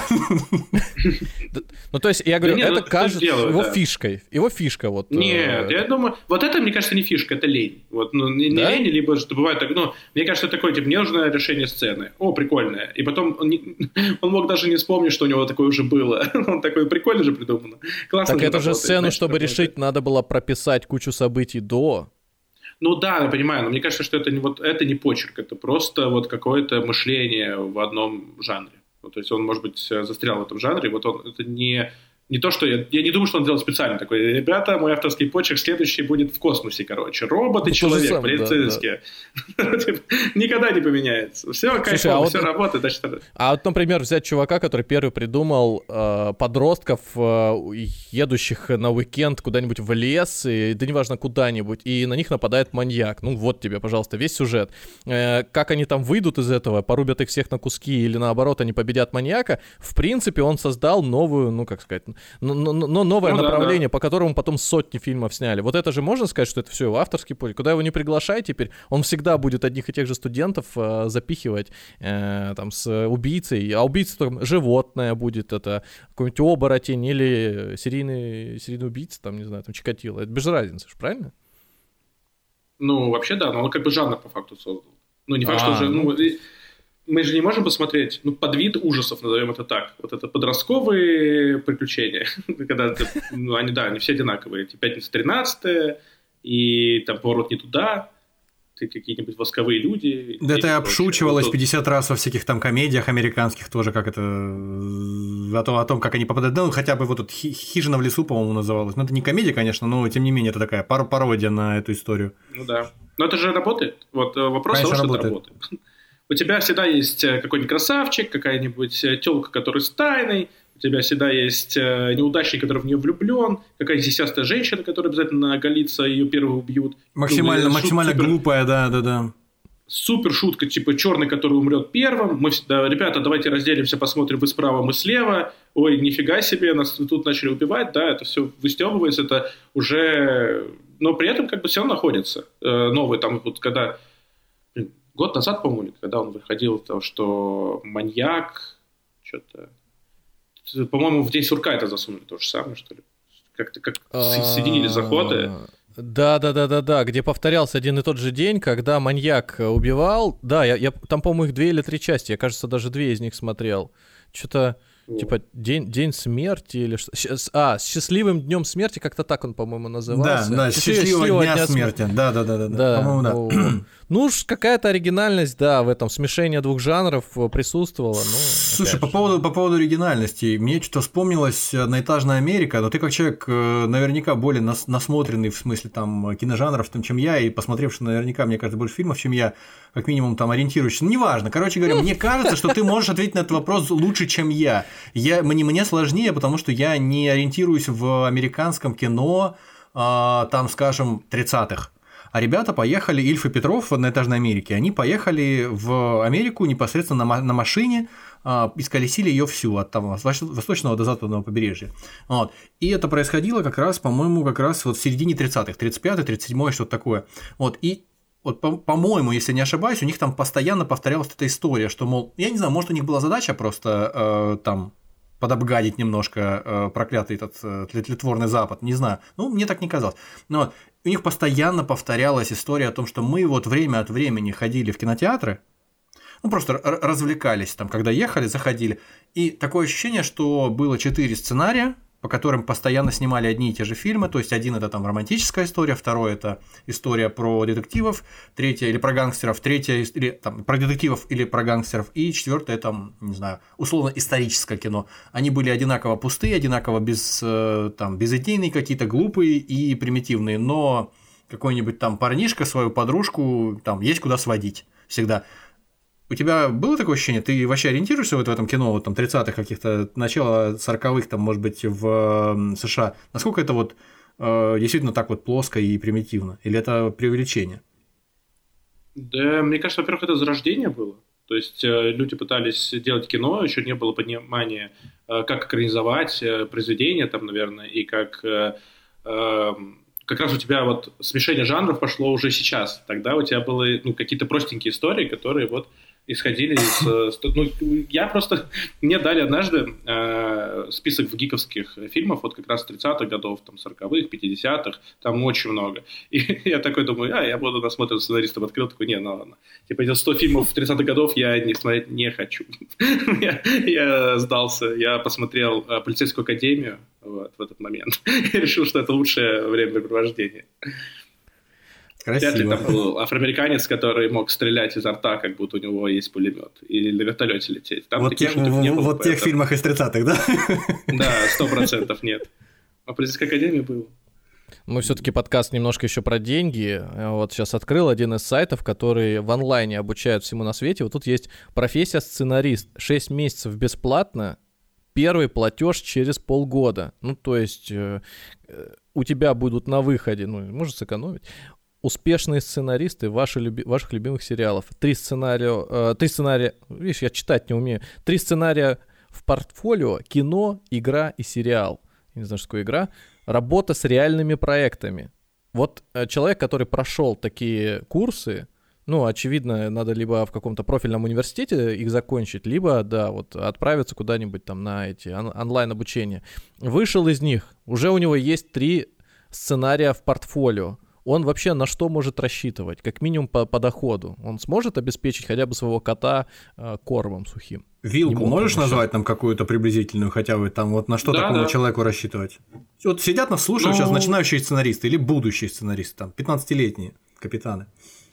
Ну, то есть, я говорю, да нет, это ну, кажется делает, его да. фишкой. Его фишка вот. Нет, э... я думаю, вот это, мне кажется, не фишка, это лень. Вот, ну, не, да? не лень, либо что бывает так, ну, мне кажется, такое, типа, мне нужно решение сцены. О, прикольное. И потом он, не, он мог даже не вспомнить, что у него такое уже было. Он такой, прикольно же придумано. Классно. Так эту же сцену, значит, чтобы работает. решить, надо было прописать кучу событий до. Ну да, я понимаю, но мне кажется, что это не, вот, это не почерк, это просто вот какое-то мышление в одном жанре. Ну, то есть он, может быть, застрял в этом жанре, вот он, это не, Не то, что я, я не думаю, что он делал специально такой. Ребята, мой авторский почерк следующий будет в космосе, короче. Робот и Ну, то же человек, самое, да, полицейские. Никогда не поменяется. Все Слушай, а кайфово, вот- все работает. значит, А вот, например, взять чувака, который первый придумал э, подростков, э, едущих на уикенд куда-нибудь в лес, и, да неважно куда-нибудь, и на них нападает маньяк. Ну вот тебе, пожалуйста, весь сюжет. Э, как они там выйдут из этого, порубят их всех на куски, или наоборот, они победят маньяка, в принципе, он создал новую, ну, как сказать, но, но- но новое Ну да, направление, по которому потом сотни фильмов сняли. Вот это же можно сказать, что это все его авторский путь. Куда его не приглашай теперь, он всегда будет одних и тех же студентов э, запихивать э, там с убийцей, а убийца там животное будет, это какой-нибудь оборотень или серийный, серийный убийца, там, не знаю, там Чикатило. Это без разницы, ж, правильно? Ну, вообще, да, но он как бы жанр по факту создал. Ну, не факт, А, что уже... ну. Ну, и мы же не можем посмотреть, ну, подвид ужасов, назовем это так. Вот это подростковые приключения. Когда ты, ну, они, да, они все одинаковые. Эти «Пятница тринадцатая» и там «Поворот не туда», ты какие-нибудь «Восковые люди». Да и это прочее. обшучивалось Вот тут- пятьдесят раз во всяких там комедиях американских тоже, как это... э, О том, о том, как они попадают... Ну, хотя бы вот тут «Хи- «Хижина в лесу», по-моему, называлась. Ну, это не комедия, конечно, но тем не менее это такая пар- пародия на эту историю. Ну да. Но это же работает. Вот э, вопрос Конечно, того, что это работает. работает. У тебя всегда есть э, какой-нибудь красавчик, какая-нибудь э, тёлка, которая с тайной, у тебя всегда есть э, неудачник, который в нее влюблен, какая-нибудь зисястая женщина, которая обязательно оголится, ее первого убьют. Максимально, Ну, максимально супер- глупая, да-да-да. Супер шутка, типа черный, который умрет первым. Мы всегда, ребята, давайте разделимся, посмотрим, вы справа, мы слева. Ой, нифига себе, нас тут начали убивать, да, это все выстебывается, это уже... Но при этом как бы все равно находится. Э, новый там, вот когда... блин, год назад, по-моему, когда он выходил, то, что маньяк, что-то... По-моему, в День сурка это засунули, то же самое, что ли. Как-то как с- соединили заходы. Да, да, да, да, да, где повторялся один и тот же день, когда маньяк э, убивал. Да, я, я там, по-моему, их две или три части. Я, кажется, даже две из них смотрел. Что-то типа день, день смерти или что. Щас- А, с счастливым днем смерти, как-то так он, по-моему, Да, назывался. да, Счастливый- счастливого дня см- смерти. Да, да, да, да, Да, по-моему, да. ну, ну уж какая-то оригинальность, да, в этом смешение двух жанров э, присутствовала. Ну, Слушай, опять по же. поводу, по поводу оригинальности, мне что-то вспомнилась «Одноэтажная Америка», но ты как человек э, наверняка более нас- насмотренный в смысле там киножанров, там, чем я, и посмотревший наверняка, мне кажется, больше фильмов, чем я, как минимум там ориентирующийся. Ну, неважно, короче говоря, мне кажется, что ты можешь ответить на этот вопрос лучше, чем я. я мне, мне сложнее, потому что я не ориентируюсь в американском кино, а, там, скажем, тридцатых. А ребята поехали, Ильф и Петров в «Одноэтажной Америке», они поехали в Америку непосредственно на, ма- на машине, а, исколесили ее всю, от там, с вос- восточного до западного побережья. Вот. И это происходило как раз, по-моему, как раз вот в середине тридцатых, тридцать пятый, тридцать седьмой, что-то такое. Вот. И вот, по- по-моему, если не ошибаюсь, у них там постоянно повторялась эта история, что, мол, я не знаю, может, у них была задача просто э, там подобгадить немножко э, проклятый этот э, тлетворный Запад, не знаю. Ну, мне так не казалось. Но у них постоянно повторялась история о том, что мы вот время от времени ходили в кинотеатры, ну, просто р- развлекались там, когда ехали, заходили. И такое ощущение, что было четыре сценария, по которым постоянно снимали одни и те же фильмы. То есть один это там романтическая история, второй это история про детективов, третья или про гангстеров, третья или там про детективов или про гангстеров, и четвертое там, не знаю, условно историческое кино. Они были одинаково пустые, одинаково без э, там безидейные какие-то, глупые и примитивные, но какой-нибудь там парнишка свою подружку там есть куда сводить всегда. У тебя было такое ощущение? Ты вообще ориентируешься вот в этом кино, вот там тридцатых каких-то, начала сороковых, там, может быть, в э, США? Насколько это вот э, действительно так вот плоско и примитивно? Или это преувеличение? Да, мне кажется, во-первых, это зарождение было. То есть э, люди пытались делать кино, еще не было понимания, э, как экранизовать э, произведение, там, наверное, и как... Э, э, как раз у тебя вот смешение жанров пошло уже сейчас. Тогда у тебя были ну, какие-то простенькие истории, которые вот исходили из... Ну, я просто... Мне дали однажды э, список в гиковских фильмов, вот как раз тридцатых годов, там, сороковых, пятидесятых, там очень много. И я такой думаю, а, я буду насмотрен сценаристом, открыл, такой, не, ну ладно. Типа, эти сто фильмов тридцатых годов я не смотреть не хочу. я, я сдался, я посмотрел э, «Полицейскую академию» вот, в этот момент. И решил, что это лучшее времяпрепровождение. Вряд ли Красиво. там был афроамериканец, который мог стрелять изо рта, как будто у него есть пулемет, или на вертолете лететь. Там Вот, таких те- шуток не в- было, вот в тех поэтому- фильмах из тридцатых, да? Да, сто процентов нет. А полицейская академия было. Мы все-таки подкаст немножко еще про деньги. Вот сейчас открыл один из сайтов, который в онлайне обучают всему на свете. Вот тут есть профессия сценарист. шесть месяцев бесплатно, первый платеж через полгода. Ну, то есть э, э, у тебя будут на выходе, ну, можешь сэкономить, успешные сценаристы ваши люби- ваших любимых сериалов. Три сценария, э, три сценария, видишь, я читать не умею. Три сценария в портфолио: кино, игра и сериал. Я не знаю, что такое игра. Работа с реальными проектами. Вот э, человек, который прошел такие курсы, ну, очевидно, надо либо в каком-то профильном университете их закончить, либо, да, вот отправиться куда-нибудь там на эти он- онлайн-обучения. Вышел из них, уже у него есть три сценария в портфолио. Он вообще на что может рассчитывать? Как минимум по, по доходу. Он сможет обеспечить хотя бы своего кота э, кормом сухим? Не Вилку мог можешь он еще. назвать нам какую-то приблизительную, хотя бы там, вот на что Да, такому да. человеку рассчитывать? Вот сидят нас слушают Ну- сейчас начинающие сценаристы или будущие сценаристы, там, пятнадцатилетние капитаны.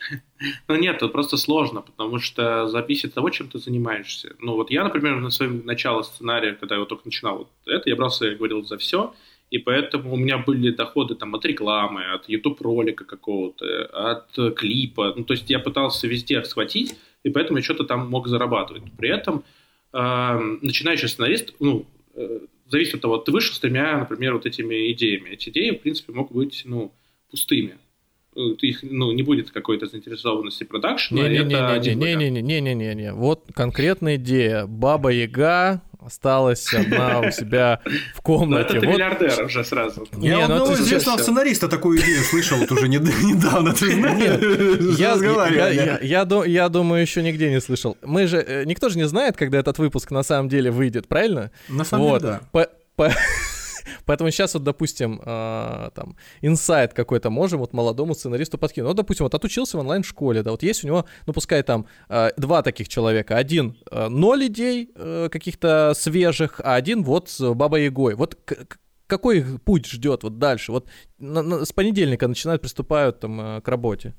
Ну нет, тут просто сложно, потому что зависит от того, чем ты занимаешься. Ну вот я, например, на своем начале сценария, когда я вот только начинал вот это, я брался, я говорил, за все, и поэтому у меня были доходы там от рекламы, от YouTube-ролика какого-то, от клипа. Ну то есть я пытался везде схватить, и поэтому я что-то там мог зарабатывать. При этом э, начинающий сценарист, ну, э, зависит от того, ты вышел с тремя, например, вот этими идеями. Эти идеи, в принципе, могут быть, ну, пустыми. Их, ну, не будет какой-то заинтересованности продакшена. это один вариант. Не-не-не-не-не-не-не-не. Вот конкретная идея. Баба Яга осталась одна у себя в Ну, это комнате. ты Вот. миллиардер уже сразу. Не, Я ну одного это известного всё. сценариста такую идею слышал вот уже нед- недавно, ты знаешь? Я, я, Разговаривали. я, я ду- я думаю, еще нигде не слышал. Мы же, э, никто же не знает, когда этот выпуск на самом деле выйдет, правильно? На самом Вот. деле, да. По- по- Поэтому сейчас вот, допустим, а, там, инсайт какой-то можем вот молодому сценаристу подкинуть. Вот, допустим, вот отучился в онлайн-школе, да, вот есть у него, ну, пускай там а, два таких человека. Один а, ноль идей а, каких-то свежих, а один вот с Бабой Ягой. Вот к- к- какой их путь ждет вот дальше? Вот на- на- с понедельника начинают, приступают там а, к работе.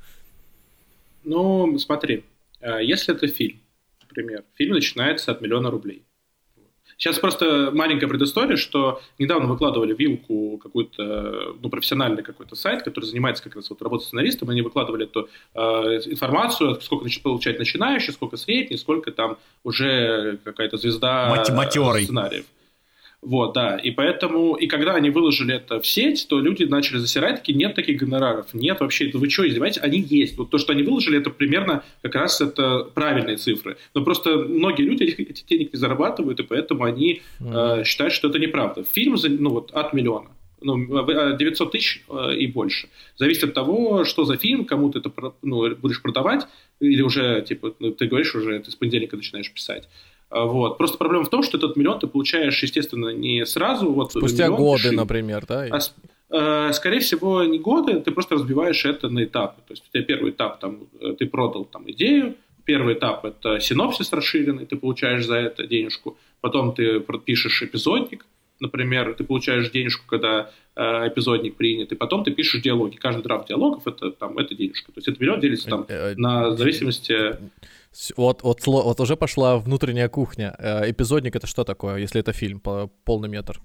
Ну, смотри, э, если это фильм, например, фильм начинается от миллиона рублей. Сейчас просто маленькая предыстория, что недавно выкладывали Вилку какой-то, ну, профессиональный какой-то сайт, который занимается как раз вот работой сценаристом, они выкладывали эту э, информацию, сколько нач- получает начинающий, сколько средний, сколько там уже какая-то звезда Мат- матерый. сценариев. Вот, да, и поэтому, и когда они выложили это в сеть, то люди начали засирать, такие, нет таких гонораров, нет вообще, это вы что, издеваетесь? Они есть, вот то, что они выложили, это примерно как раз это правильные цифры, но просто многие люди эти денег не зарабатывают, и поэтому они э, считают, что это неправда. Фильм, за- ну вот, от миллиона, ну, девятьсот тысяч э, и больше, зависит от того, что за фильм, кому ты это про- ну, будешь продавать, или уже, типа, ну, ты говоришь уже, ты с понедельника начинаешь писать. А, Вот. Просто проблема в том, что этот миллион ты получаешь, естественно, не сразу. Вот, Спустя миллион годы, пиши. например, да? А, с- э, скорее всего, не годы, ты просто разбиваешь это на этапы. То есть у тебя первый этап, там, э, ты продал там, идею, первый этап – это синопсис расширенный, ты получаешь за это денежку, потом ты пишешь эпизодник, например, ты получаешь денежку, когда э, эпизодник принят, и потом ты пишешь диалоги. Каждый драфт диалогов – это, там, это денежка. То есть это миллион делится там, Э, э, на зависимости… С- Вот, вот, сло- вот уже пошла внутренняя кухня. Э, Эпизодник — это что такое, если это фильм, по- полный метр?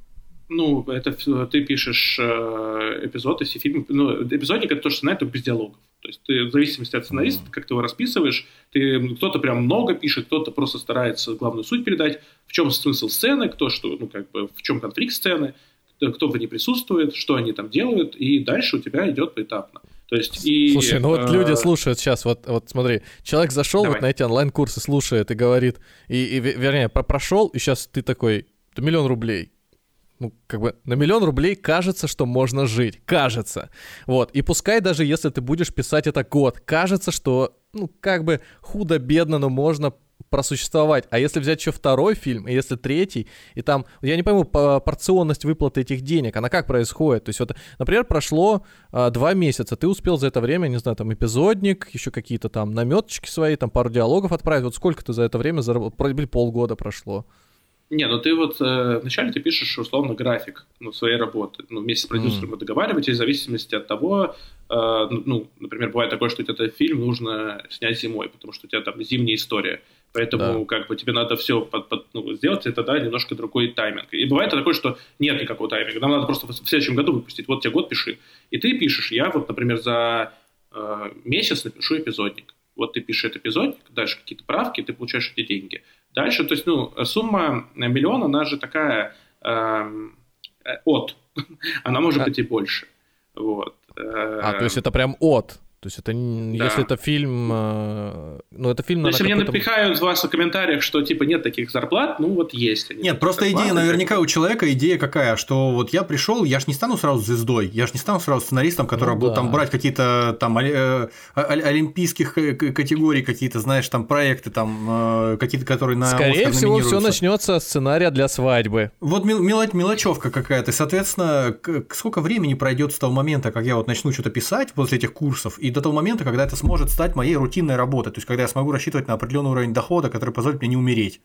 Ну, это ф- ты пишешь э, эпизод, если фильм... Ну, эпизодник — это то, что знает, только без диалогов. То есть ты в зависимости от сценариста, как ты его расписываешь, ты, ну, кто-то прям много пишет, кто-то просто старается главную суть передать, в чем смысл сцены, кто что, ну, как бы, в чем конфликт сцены, кто, кто в ней присутствует, что они там делают, и дальше у тебя идет поэтапно. То есть и... Слушай, ну вот э, люди слушают сейчас, вот, вот смотри, человек зашел Давай. вот на эти онлайн-курсы, слушает и говорит, и, и ве- вернее, про- прошел, и сейчас ты такой, это миллион рублей. Ну, как бы на миллион рублей кажется, что можно жить. Кажется. Вот. И пускай даже если ты будешь писать это год, кажется, что, ну, как бы худо-бедно, но можно просуществовать. А если взять еще второй фильм, и если третий, и там, я не пойму, по- порционность выплаты этих денег, она как происходит? То есть вот, например, прошло а, два месяца, ты успел за это время, не знаю, там, эпизодник, еще какие-то там наметочки свои, там, пару диалогов отправить. Вот сколько ты за это время заработал? Полгода прошло. Не, ну ты вот э, вначале ты пишешь условно график ну, своей работы. Ну, вместе с продюсером вы договариваетесь в зависимости от того, э, ну, ну, например, бывает такое, что тебе этот фильм нужно снять зимой, потому что у тебя там зимняя история. Поэтому да. как бы тебе надо все под, под, ну, сделать, и тогда немножко другой тайминг. И бывает такое, что нет никакого тайминга. Нам надо просто в следующем году выпустить. Вот тебе год, пиши. И ты пишешь. Я вот, например, за э, месяц напишу эпизодник. Вот ты пишешь этот эпизодник, дальше какие-то правки, ты получаешь эти деньги. Дальше, то есть, ну, сумма миллион, она же такая э, от. Она может а. быть и больше. Вот. А, то есть это прям от. То есть это, да. если это фильм, ну это фильм... Ну, если мне напихают вас в комментариях, что типа нет таких зарплат, ну вот есть. Нет, просто идея, наверняка у человека идея какая, что вот я пришел, я ж не стану сразу звездой, я ж не стану сразу сценаристом, который ну, будет да. там брать какие-то там олимпийских категорий, какие-то, знаешь, там проекты, там какие-то, которые на Скорее всего, все начнется с сценария для свадьбы. Вот мелочевка какая-то, соответственно, сколько времени пройдет с того момента, как я вот начну что-то писать после этих курсов, и до того момента, когда это сможет стать моей рутинной работой, то есть когда я смогу рассчитывать на определенный уровень дохода, который позволит мне не умереть.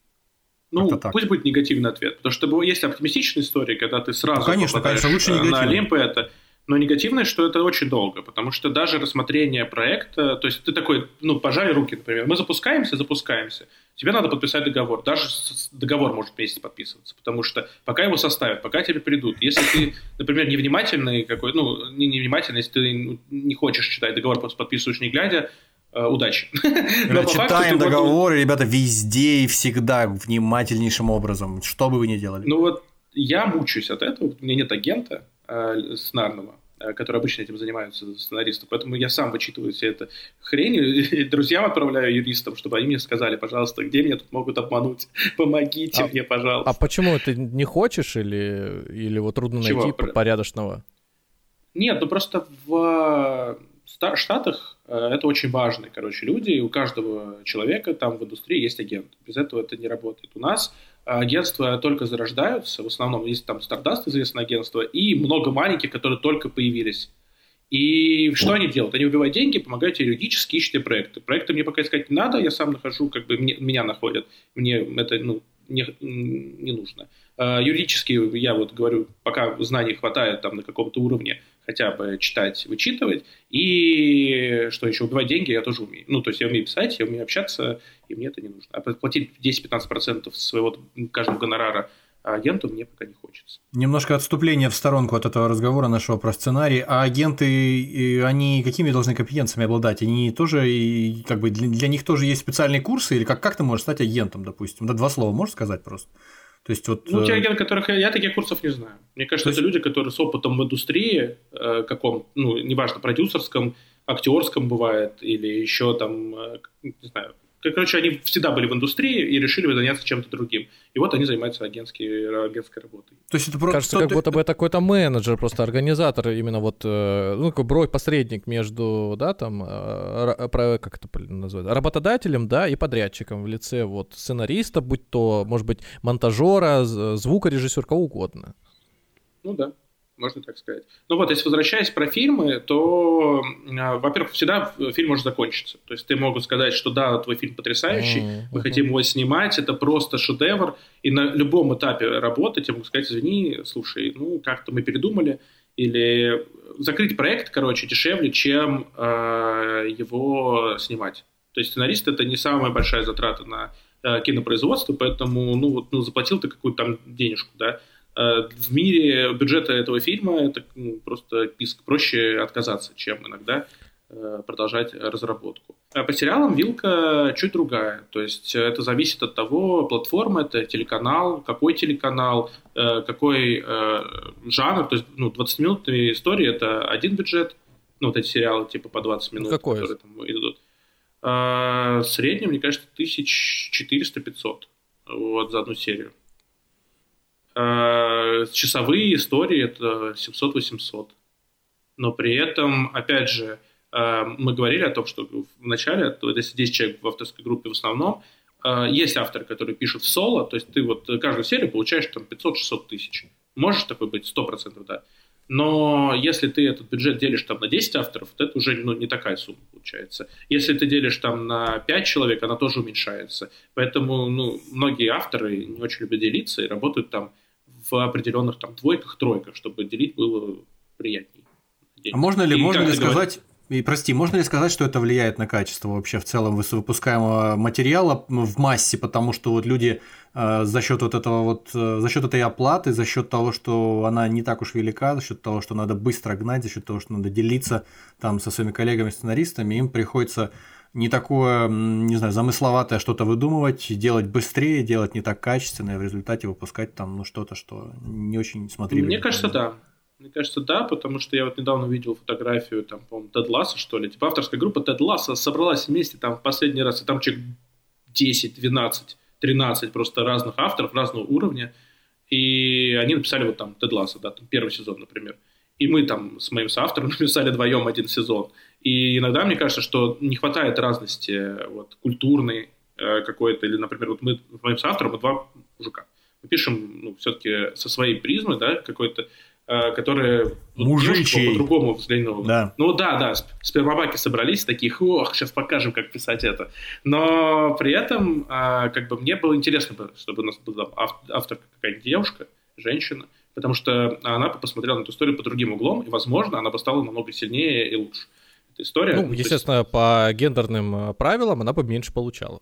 Ну, пусть будет негативный ответ, потому что есть оптимистичные истории, когда ты сразу ну, конечно, конечно, лучше на Олимп это, но негативное, что это очень долго, потому что даже рассмотрение проекта, то есть ты такой, ну, пожали руки, например, мы запускаемся, запускаемся, тебе надо подписать договор, даже договор может месяц подписываться, потому что пока его составят, пока тебе придут, если ты, например, невнимательный какой, ну, не невнимательный, если ты не хочешь читать договор, просто подписываешь не глядя, удачи. Читаем договоры, вот... ребята, везде и всегда внимательнейшим образом, что бы вы ни делали. Ну вот я мучаюсь от этого, у меня нет агента э, сценарного, э, который обычно этим занимаются сценаристы, поэтому я сам вычитываю все это хрень, и друзьям отправляю юристам, чтобы они мне сказали, пожалуйста, где меня тут могут обмануть, помогите а, мне, пожалуйста. А почему ты не хочешь или, или вот трудно Чего? найти порядочного? Нет, ну просто в Штатах это очень важные, короче, люди, и у каждого человека там в индустрии есть агент. Без этого это не работает. У нас агентства только зарождаются, в основном есть там Stardust, известное агентство, и много маленьких, которые только появились. И что они делают? Они убивают деньги, помогают юридически, ищут проекты. Проекты мне пока искать не надо, я сам нахожу, как бы мне, меня находят. Мне это ну, не, не нужно. Юридически, я вот говорю, пока знаний хватает там на каком-то уровне, хотя бы читать, вычитывать, и что еще, убивать деньги я тоже умею. Ну, то есть я умею писать, я умею общаться, и мне это не нужно. А платить десять-пятнадцать процентов своего каждого гонорара агенту мне пока не хочется. Немножко отступление в сторонку от этого разговора нашего про сценарий. А агенты, они какими должны компетенциями обладать? Они тоже, как бы, для, для них тоже есть специальные курсы? Или как, как ты можешь стать агентом, допустим? Да, два слова можешь сказать просто? То есть, вот, ну, те агенты, которых я, я таких курсов не знаю. Мне кажется, есть... это люди, которые с опытом в индустрии, э, каком, ну, неважно, продюсерском, актерском бывает, или еще там, э, не знаю. Короче, они всегда были в индустрии и решили заняться чем-то другим. И вот они занимаются агентской, агентской работой. То есть это просто кажется, как будто бы это какой-то менеджер, просто организатор, именно вот, ну, такой брой, посредник между, да, там, как это называется, работодателем, да, и подрядчиком в лице вот сценариста, будь то, может быть, монтажера, звукорежиссера, кого угодно. Ну да. Можно так сказать. Ну вот, если возвращаясь про фильмы, то, во-первых, всегда фильм может закончиться. То есть ты могут сказать, что да, твой фильм потрясающий, mm-hmm. мы хотим его снимать, это просто шедевр, и на любом этапе работы тебе могут сказать, извини, слушай, ну как-то мы передумали, или закрыть проект, короче, дешевле, чем э, его снимать. То есть сценарист – это не самая большая затрата на э, кинопроизводство, поэтому, ну, вот, ну, заплатил ты какую-то там денежку, да. В мире бюджета этого фильма это ну, просто писк. Проще отказаться, чем иногда э, продолжать разработку. А по сериалам вилка чуть другая. То есть это зависит от того, платформа это телеканал, какой телеканал, э, какой э, жанр. То есть ну, двадцатиминутные истории это один бюджет. Ну, вот эти сериалы типа по двадцать минут, какой? которые там идут. А в среднем, мне кажется, тысяча четыреста-пятьсот вот, за одну серию. Часовые истории это семьсот-восемьсот. Но при этом, опять же, мы говорили о том, что в начале, если десять человек в авторской группе в основном, есть авторы, которые пишут в соло, то есть ты вот каждую серию получаешь там пятьсот-шестьсот тысяч. Можешь такой быть? сто процентов, да. Но если ты этот бюджет делишь там на десять авторов, то это уже ну, не такая сумма получается. Если ты делишь там на пять человек, она тоже уменьшается. Поэтому ну, многие авторы не очень любят делиться и работают там в определенных там двойках, тройках, чтобы делить было приятнее. А можно ли, и можно ли сказать... говоришь, И, прости, можно ли сказать, что это влияет на качество вообще в целом выпускаемого материала в массе, потому что вот люди э, за счет вот этого вот, э, за счет этой оплаты, за счет того, что она не так уж велика, за счет того, что надо быстро гнать, за счет того, что надо делиться там со своими коллегами-сценаристами, им приходится не такое, не знаю, замысловатое что-то выдумывать, делать быстрее, делать не так качественно, и в результате выпускать там ну, что-то, что не очень смотрибельно. Мне кажется, да. Мне кажется, да, потому что я вот недавно видел фотографию, там, по-моему, Тед Ласса, что ли, типа авторская группа Тед Ласса собралась вместе там в последний раз, и там человек десять, двенадцать, тринадцать просто разных авторов, разного уровня, и они написали вот там Тед Ласса, да, там первый сезон, например, и мы там с моим соавтором написали вдвоем один сезон, и иногда мне кажется, что не хватает разности вот, культурной э, какой-то, или, например, вот мы с моим соавтором, мы два мужика, мы пишем, ну, все-таки со своей призмы, да, какой-то, которые мужичьи по-другому взглянули. Да. Ну да, да, спермобаки собрались, таких, ох, сейчас покажем, как писать это. Но при этом, как бы, мне было интересно, чтобы у нас была авторка какая-нибудь девушка, женщина, потому что она посмотрела на эту историю по другим углом, и, возможно, она бы стала намного сильнее и лучше. Эта история... Ну, естественно, есть... по гендерным правилам она бы меньше получала.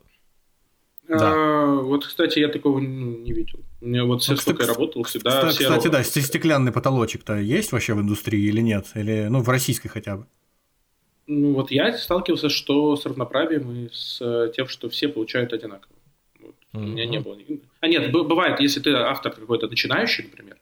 Да. А, вот, кстати, я такого не, не видел. У меня вот все, ну, сколько я работал, всегда кстати, все... Кстати, да, стеклянный потолочек-то есть вообще в индустрии или нет? Или, ну, в российской хотя бы? Ну, вот я сталкивался, что с равноправием и с тем, что все получают одинаково. Вот. Mm-hmm. У меня не было... А нет, бывает, если ты автор какой-то начинающий, например,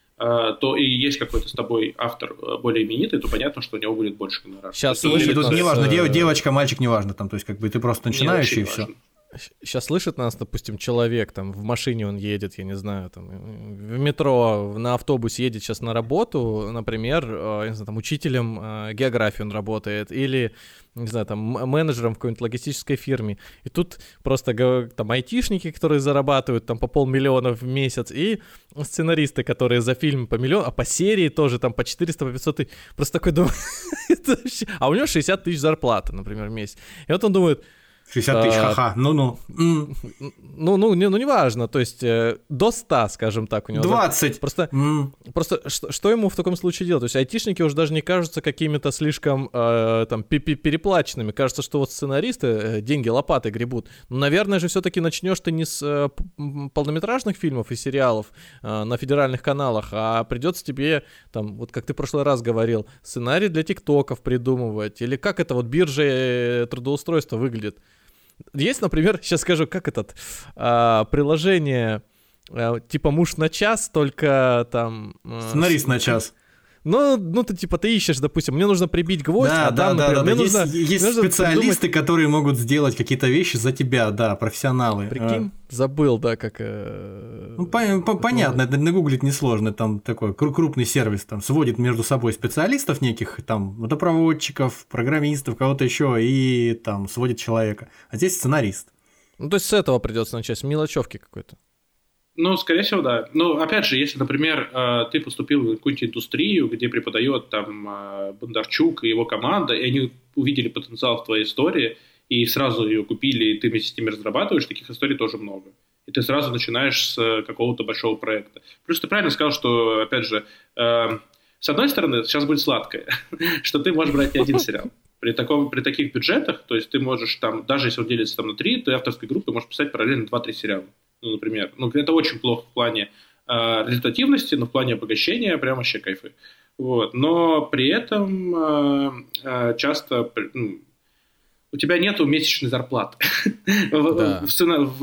то и есть какой-то с тобой автор более именитый, то понятно, что у него будет больше гонорара. Сейчас слышит, тут неважно, дев, девочка, мальчик, неважно, там, то есть как бы ты просто начинающий и все. Сейчас слышит нас, допустим, человек, там, в машине он едет, я не знаю, там, в метро, на автобусе едет сейчас на работу, например, не знаю, там, учителем географии он работает, или, не знаю, там, менеджером в какой-нибудь логистической фирме, и тут просто, там, айтишники, которые зарабатывают, там, по полмиллиона в месяц, и сценаристы, которые за фильм по миллиону, а по серии тоже, там, по четыреста, по пятьсот, просто такой думает, а у него шестьдесят тысяч зарплаты, например, в месяц, и вот он думает, шестьдесят тысяч, ха-ха, ну-ну. Mm. Ну, ну, не, ну, неважно, то есть э, до ста, скажем так, у него. двадцать. Просто, mm. просто что, что ему в таком случае делать? То есть айтишники уже даже не кажутся какими-то слишком э, там переплаченными. Кажется, что вот сценаристы э, деньги лопатой гребут. Ну, наверное же, все-таки начнешь ты не с э, полнометражных фильмов и сериалов э, на федеральных каналах, а придется тебе, там, вот как ты в прошлый раз говорил, сценарий для тиктоков придумывать. Или как это вот биржа трудоустройства выглядит? Есть, например, сейчас скажу, как этот а, приложение а, типа муж на час, только там... А, сценарист на час. Ну, ну, ты типа ты ищешь, допустим, мне нужно прибить гвоздь, да, а да, там, да, например, да, мне есть, нужно... есть нужно специалисты, придумать... которые могут сделать какие-то вещи за тебя, да, профессионалы. Прикинь, а... забыл, да, как... Э... Ну, по- по- понятно, это нагуглить несложно, там такой крупный сервис, там сводит между собой специалистов неких, там, водопроводчиков, программистов, кого-то еще, и там сводит человека. А здесь сценарист. Ну, то есть с этого придется начать, с мелочевки какой-то. Ну, скорее всего, да. Ну, опять же, если, например, ты поступил в какую-нибудь индустрию, где преподает там Бондарчук и его команда, и они увидели потенциал в твоей истории, и сразу ее купили, и ты вместе с ними разрабатываешь, таких историй тоже много. И ты сразу начинаешь с какого-то большого проекта. Плюс ты правильно сказал, что, опять же, э, с одной стороны, сейчас будет сладкое, что ты можешь брать не один сериал. При, таком, при таких бюджетах, то есть ты можешь там, даже если он делится там на три, ты авторской группы можешь писать параллельно два-три сериала. Ну, например. Ну, это очень плохо в плане э, результативности, но в плане обогащения прям вообще кайфы. Вот. Но при этом э, э, часто ну, у тебя нету месячной зарплаты. Да. в,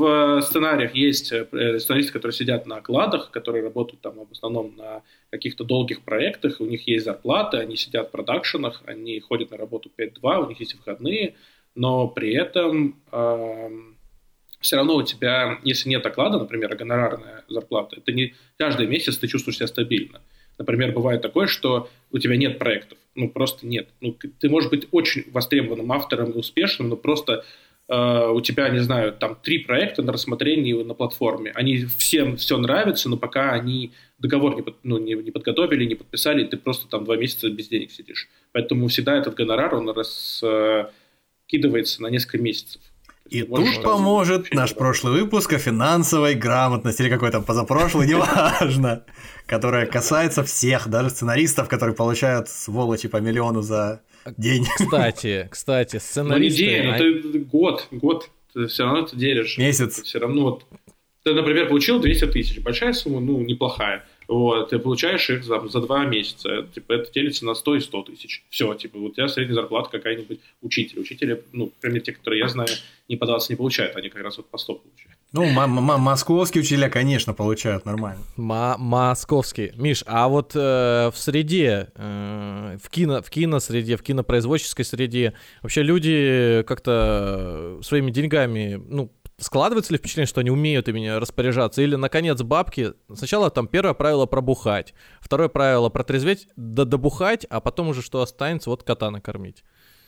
в сценариях есть сценаристы, которые сидят на окладах, которые работают там в основном на каких-то долгих проектах, у них есть зарплаты, они сидят в продакшенах, они ходят на работу пять-два, у них есть выходные, но при этом... Э, все равно у тебя, если нет оклада, например, гонорарная зарплата, это не каждый месяц ты чувствуешь себя стабильно. Например, бывает такое, что у тебя нет проектов, ну просто нет. Ну, ты можешь быть очень востребованным автором и успешным, но просто э, у тебя, не знаю, там три проекта на рассмотрении на платформе. Они всем все нравятся, но пока они договор не, под, ну, не, не подготовили, не подписали, ты просто там два месяца без денег сидишь. Поэтому всегда этот гонорар, он раскидывается на несколько месяцев. И тут поможет наш прошлый выпуск о финансовой грамотности, или какой там позапрошлый, неважно, которая касается всех, даже сценаристов, которые получают, сволочи, по миллиону за день. Кстати, кстати, сценаристы... Ну, не день, но ты год, год, ты все равно это делишь. Месяц. Все равно, вот, ты, например, получил двести тысяч, большая сумма, ну, неплохая. Вот, ты получаешь их за, за два месяца. Типа, это делится на сто и сто тысяч. Все, типа, вот у тебя средняя зарплата какая-нибудь учителя. Учителя, ну, например, те, которые я знаю, не по двадцать не получают, они как раз вот по сто получают. Ну, м- м- московские учителя, конечно, получают нормально. М- московские. Миш, а вот э, в среде, э, в, кино, в киносреде, в кинопроизводческой среде вообще люди как-то своими деньгами, ну, складывается ли впечатление, что они умеют ими распоряжаться? Или, наконец, бабки... Сначала там первое правило пробухать, второе правило протрезветь, да добухать, а потом уже что останется, вот кота накормить.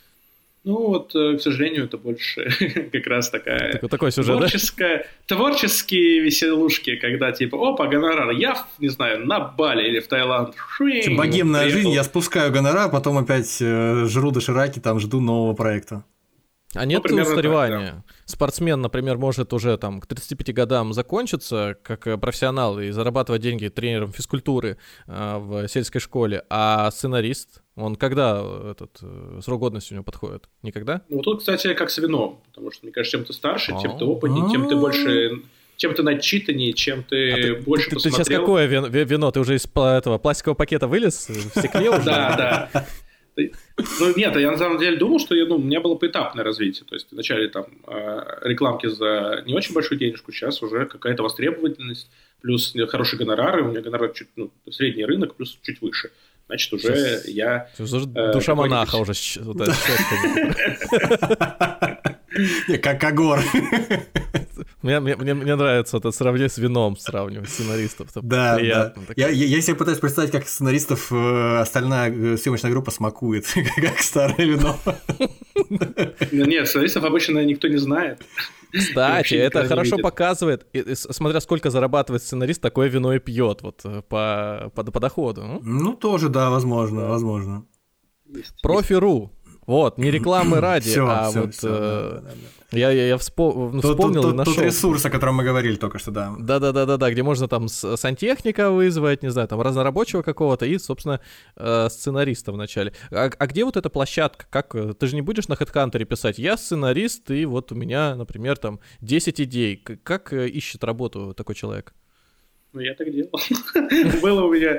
Ну, вот, к сожалению, это больше как раз такая... Так, такой сюжет, творческая, да? Творческие веселушки, когда типа, опа, гонорар, я, не знаю, на Бали или в Таиланд. Шуинг, богемная приехал. жизнь, я спускаю гонорар, потом опять э, жру дошираки, там жду нового проекта. А нет ну, устаревания? Так, да. Спортсмен, например, может уже там к тридцати пяти годам закончиться как профессионал и зарабатывать деньги тренером физкультуры э, в сельской школе, а сценарист, он когда этот э, срок годности у него подходит? Никогда? Ну, тут, кстати, как с вином, потому что, мне кажется, чем ты старше, тем ты опытнее, тем ты больше... Чем ты начитаннее, чем ты а ты, больше ты, посмотрел. Ты сейчас какое вино, вино? Ты уже из этого пластикового пакета вылез? В стекле уже? Да, да. Ну, нет, я на самом деле думал, что я, ну, у меня было поэтапное развитие. То есть, вначале там рекламки за не очень большую денежку, сейчас уже какая-то востребовательность, плюс хорошие гонорары, у меня гонорар чуть, ну, средний рынок, плюс чуть выше. Значит, уже сейчас я... Душа э, монаха уже. Как Агор. Мне, мне, мне нравится это сравнение с вином, сравнивать сценаристов. Да, да. Я, я, я себе пытаюсь представить, как сценаристов э, остальная съемочная группа смакует, как старое вино. Ну нет, сценаристов обычно никто не знает. Кстати, это хорошо показывает, смотря сколько зарабатывает сценарист, такое вино и пьет вот по, по, по доходу. Ну, тоже, да, возможно, возможно. Профи.ру. Вот, не рекламы ради, всё, а всё, вот всё, э, да, да, да. я, я, я вспо... ну, вспомнил тот, и нашел. Тот ресурс, о котором мы говорили только что, да. Да-да-да-да, где можно там сантехника вызвать, не знаю, там разнорабочего какого-то и, собственно, э, сценариста вначале. А, а где вот эта площадка? Как? Ты же не будешь на HeadHunter писать, я сценарист, и вот у меня, например, там десять идей. Как ищет работу такой человек? Ну, я так делал. Было у меня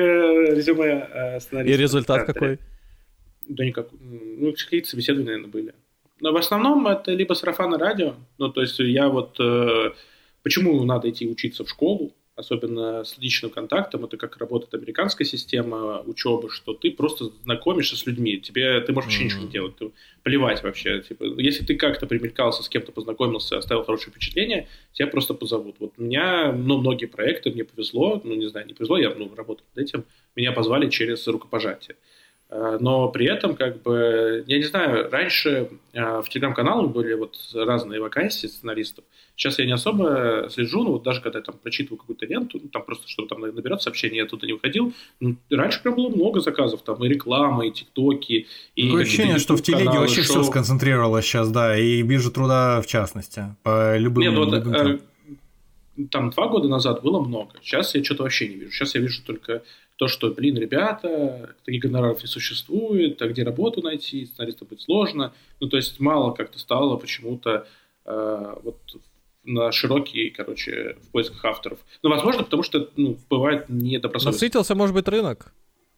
резюме сценариста. И результат какой? Да никак. Ну, какие-то собеседования, наверное, были. Но в основном это либо сарафанное радио. Ну, то есть я вот... Э, почему надо идти учиться в школу, особенно с личным контактом, это как работает американская система учебы, что ты просто знакомишься с людьми. Тебе, ты можешь вообще ничего не делать. Ты, плевать вообще. Типа, если ты как-то примелькался, с кем-то познакомился, оставил хорошее впечатление, тебя просто позовут. Вот у меня, ну, многие проекты, мне повезло, ну, не знаю, не повезло, я, ну, работал над этим, меня позвали через рукопожатие. Но при этом, как бы, я не знаю, раньше э, в телеграм-каналах были вот разные вакансии сценаристов. Сейчас я не особо слежу, но вот даже когда я там прочитываю какую-то ленту, ну, там просто чтобы там наберет сообщение, я оттуда не выходил. Ну, раньше прям было много заказов, там и реклама, и тиктоки. И такое ощущение, что в телеге вообще шоу. Все сконцентрировалось сейчас, да, и биржа труда в частности, по любым... Нет, вот, любым э, там два года назад было много, сейчас я что-то вообще не вижу. Сейчас я вижу только... То, что, блин, ребята, таких гонораров не существует, а где работу найти, сценариста быть сложно. Ну, то есть, мало как-то стало почему-то э, вот на широкие, короче, в поисках авторов. Ну, возможно, потому что, ну, бывает недобросовестно. Насытился, может быть, рынок?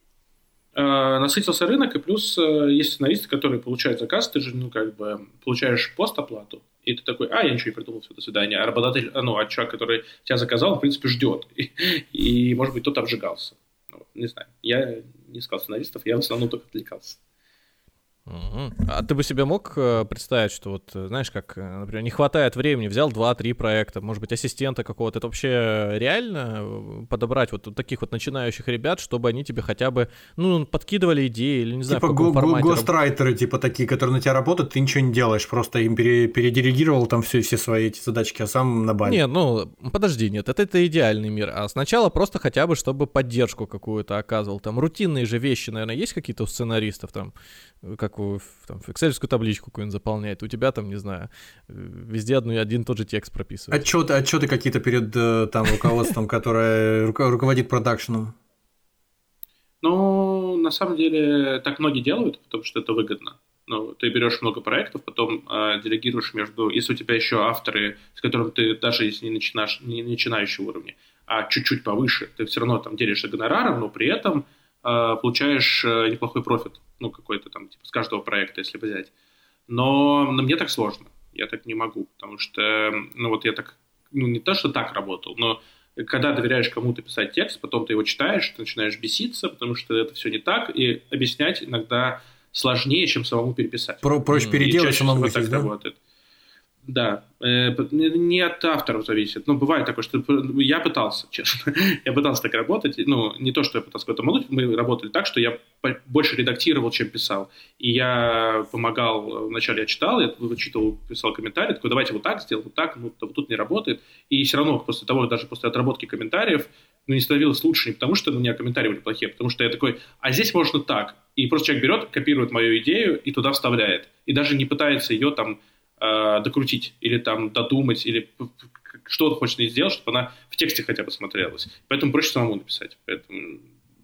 Э, насытился рынок, и плюс э, есть сценаристы, которые получают заказ, ты же, ну, как бы, получаешь постоплату, и ты такой, а, я ничего не придумал, все, до свидания. А работодатель, ну, а человек, который тебя заказал, он, в принципе, ждет. И, и может быть, кто-то обжигался. Не знаю, я не искал сценаристов, я в основном только отвлекался. А ты бы себе мог представить, что вот, знаешь, как, например, не хватает времени, взял два-три проекта, может быть, ассистента какого-то, это вообще реально подобрать вот таких вот начинающих ребят, чтобы они тебе хотя бы, ну, подкидывали идеи или, не знаю, типа в каком формате. Гострайтеры, типа такие, которые на тебя работают, ты ничего не делаешь, просто им пере- переделегировал там все, все свои эти задачки, а сам на базе. Нет, ну, подожди, нет, это, это идеальный мир, а сначала просто хотя бы, чтобы поддержку какую-то оказывал, там, рутинные же вещи, наверное, есть какие-то у сценаристов, там, как у, там, в экселевскую табличку какую-нибудь заполняет, у тебя там, не знаю, везде одну, один и тот же текст прописывает. Отчеты, отчеты какие-то перед там руководством, которое руководит продакшеном? Ну, на самом деле, так многие делают, потому что это выгодно. Ну, ты берешь много проектов, потом э, делегируешь между... Если у тебя еще авторы, с которыми ты, даже если не, начинаешь, не начинающего уровня, а чуть-чуть повыше, ты все равно там делишься гонораром, но при этом э, получаешь э, неплохой профит. Ну, какой-то там, типа, с каждого проекта, если взять. Но, но мне так сложно. Я так не могу, потому что, ну, вот я так... Ну, не то, что так работал, но когда доверяешь кому-то писать текст, потом ты его читаешь, ты начинаешь беситься, потому что это все не так, и объяснять иногда сложнее, чем самому переписать. Про, проще И переделать, самому так да? работает. Да, не от авторов зависит. Ну, бывает такое, что я пытался, честно. Я пытался так работать. Ну, не то, что я пытался кого-то молоть, мы работали так, что я больше редактировал, чем писал. И я помогал, вначале я читал, я вычитывал, писал комментарии, такой, давайте вот так сделаем, вот так, ну, вот тут не работает. И все равно после того, даже после отработки комментариев, ну, не становилось лучше не потому, что у меня комментарии были плохие, а потому что я такой, а здесь можно так. И просто человек берет, копирует мою идею и туда вставляет. И даже не пытается ее там докрутить, или там додумать, или что он хочет сделать, чтобы она в тексте хотя бы смотрелась. Поэтому проще самому написать. Поэтому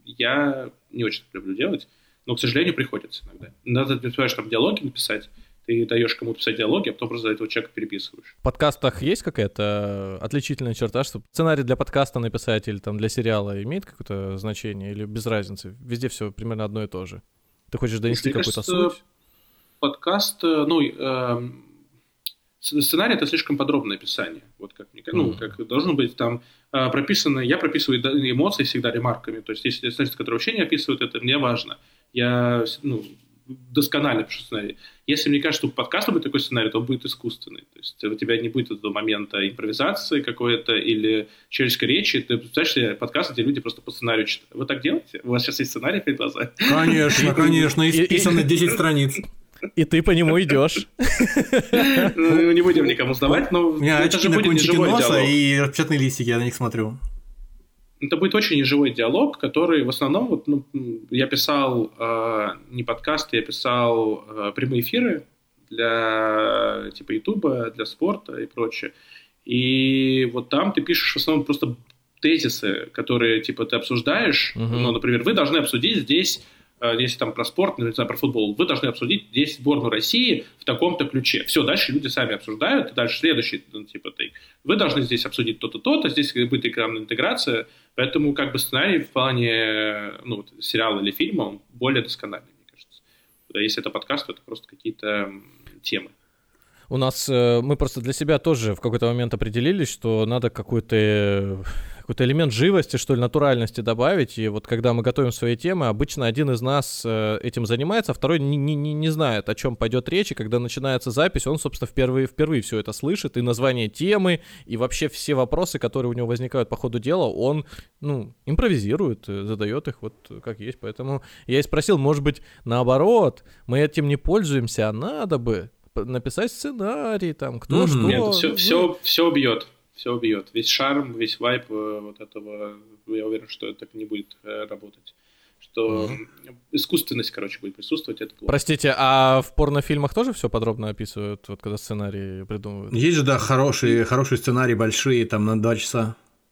я не очень люблю делать, но, к сожалению, приходится иногда. Надо, ты успеваешь там диалоги написать, ты даешь кому-то писать диалоги, а потом просто за этого человека переписываешь. В подкастах есть какая-то отличительная черта, что сценарий для подкаста написать или там для сериала имеет какое-то значение, или без разницы? Везде все примерно одно и то же. Ты хочешь донести Мне какую-то кажется, суть? Подкаст, ну... Э, сценарий — это слишком подробное описание. Вот как мне кажется. Mm-hmm. Ну, как должно быть там э, прописано... Я прописываю эмоции всегда ремарками. То есть, если сценарист, который вообще не описывает это, мне важно. Я, ну, досконально пишу сценарий. Если мне кажется, что у подкаста будет такой сценарий, то он будет искусственный. То есть, у тебя не будет этого момента импровизации какой-то или человеческой речи. Ты представляешь себе подкаст, где люди просто по сценарию читают. Вы так делаете? У вас сейчас есть сценарий перед глазами? Конечно, конечно. Исписано десять страниц. И ты по нему идешь. Ну, не будем никому сдавать, но у меня очки на кончике носа и распечатанные листики, я на них смотрю. Это будет очень неживой диалог, который в основном... Вот, ну, я писал э, не подкасты, я писал э, прямые эфиры для типа Ютуба, для спорта и прочее. И вот там ты пишешь в основном просто тезисы, которые типа ты обсуждаешь. Uh-huh. Ну, например, вы должны обсудить здесь... Если там про спорт, не знаю, про футбол, вы должны обсудить здесь сборную России в таком-то ключе. Все, дальше люди сами обсуждают, и дальше следующий, ну, типа, ты, вы должны здесь обсудить то-то, то-то, здесь будет экранная интеграция, поэтому как бы сценарий в плане, ну, сериала или фильма, он более доскональный, мне кажется. Если это подкаст, то это просто какие-то темы. У нас, мы просто для себя тоже в какой-то момент определились, что надо какой-то... какой-то элемент живости, что ли, натуральности добавить. И вот когда мы готовим свои темы, обычно один из нас этим занимается, а второй не, не, не знает, о чем пойдет речь. И когда начинается запись, он, собственно, впервые, впервые все это слышит. И название темы, и вообще все вопросы, которые у него возникают по ходу дела, он, ну, импровизирует, задает их вот как есть. Поэтому я и спросил, может быть, наоборот, мы этим не пользуемся, а надо бы написать сценарий, там, кто mm-hmm. что. Нет, все, все, все убьет. Все убьет. Весь шарм, весь вайп вот этого, я уверен, что это так не будет работать. Что mm-hmm. искусственность, короче, будет присутствовать, это плохо. Простите, а в порнофильмах тоже все подробно описывают, вот когда сценарии придумывают? Есть же, да, хорошие, хорошие сценарии, большие, там, на два часа.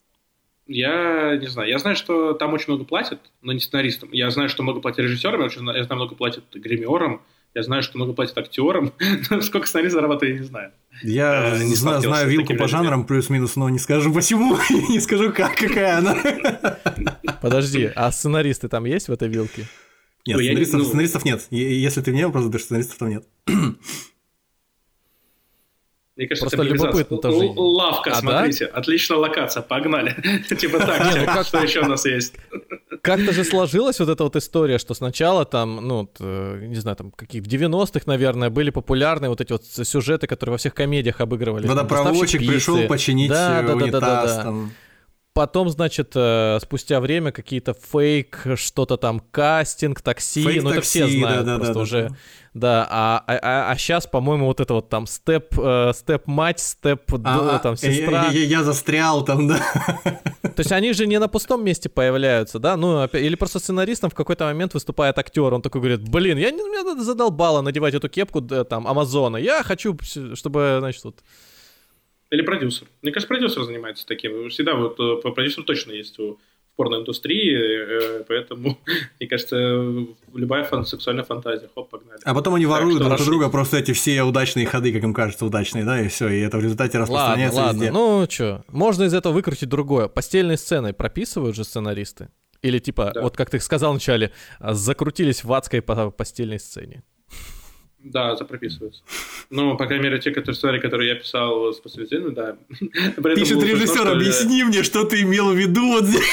Я не знаю. Я знаю, что там очень много платят, но не сценаристам. Я знаю, что много платят режиссерам, я знаю, много платят гримерам. Я знаю, что много платят актерам. Сколько сценаристов зарабатывает, я не знаю. Я не знаю, знаю вилку по жанрам плюс-минус, но не скажу почему, не скажу, как, какая она. Подожди, а сценаристы там есть в этой вилке? Нет, сценаристов, ну... сценаристов нет. Если ты мне вопрос задаешь, сценаристов там нет. Мне кажется, Просто это любопытно тоже. Л- лавка, А, смотрите, да? отличная локация, погнали. Типа так, что еще у нас есть? Как-то же сложилась вот эта вот история, что сначала там, ну, не знаю, там какие в девяностых, наверное, были популярны вот эти вот сюжеты, которые во всех комедиях обыгрывали. Водопроводчик пришел починить да, да, унитаз. да, да, да. Там. Потом, значит, спустя время какие-то фейк, что-то там, кастинг, такси, Фейк ну это такси, все знают да, да, просто да, уже. да. Да, а, а, а сейчас, по-моему, вот это вот там степ, степ мать, степ А, там сестра. Я, я, я застрял там, да. То есть они же не на пустом месте появляются, да? Ну, или просто сценаристом в какой-то момент выступает актер, он такой говорит, блин, я не, меня задолбало надевать эту кепку там Амазона, я хочу, чтобы, значит, вот... Или продюсер. Мне кажется, продюсер занимается таким. Всегда вот продюсер точно есть у в порноиндустрии, поэтому, мне кажется, любая фан- сексуальная фантазия, хоп, погнали. А потом они воруют так, друг у что друга просто эти все удачные ходы, как им кажется, удачные, да, и все, и это в результате распространяется ладно, везде. ладно, ну что, можно из этого выкрутить другое. Постельные сцены прописывают же сценаристы? Или типа, Да. вот как ты сказал вначале, закрутились в адской по- постельной сцене? Да, запрописывается. Ну, по крайней мере, те которые, сценарии, которые я писал с посвящением, да. При этом Пишет было смешно, режиссер, что- объясни мне, что ты имел в виду вот здесь.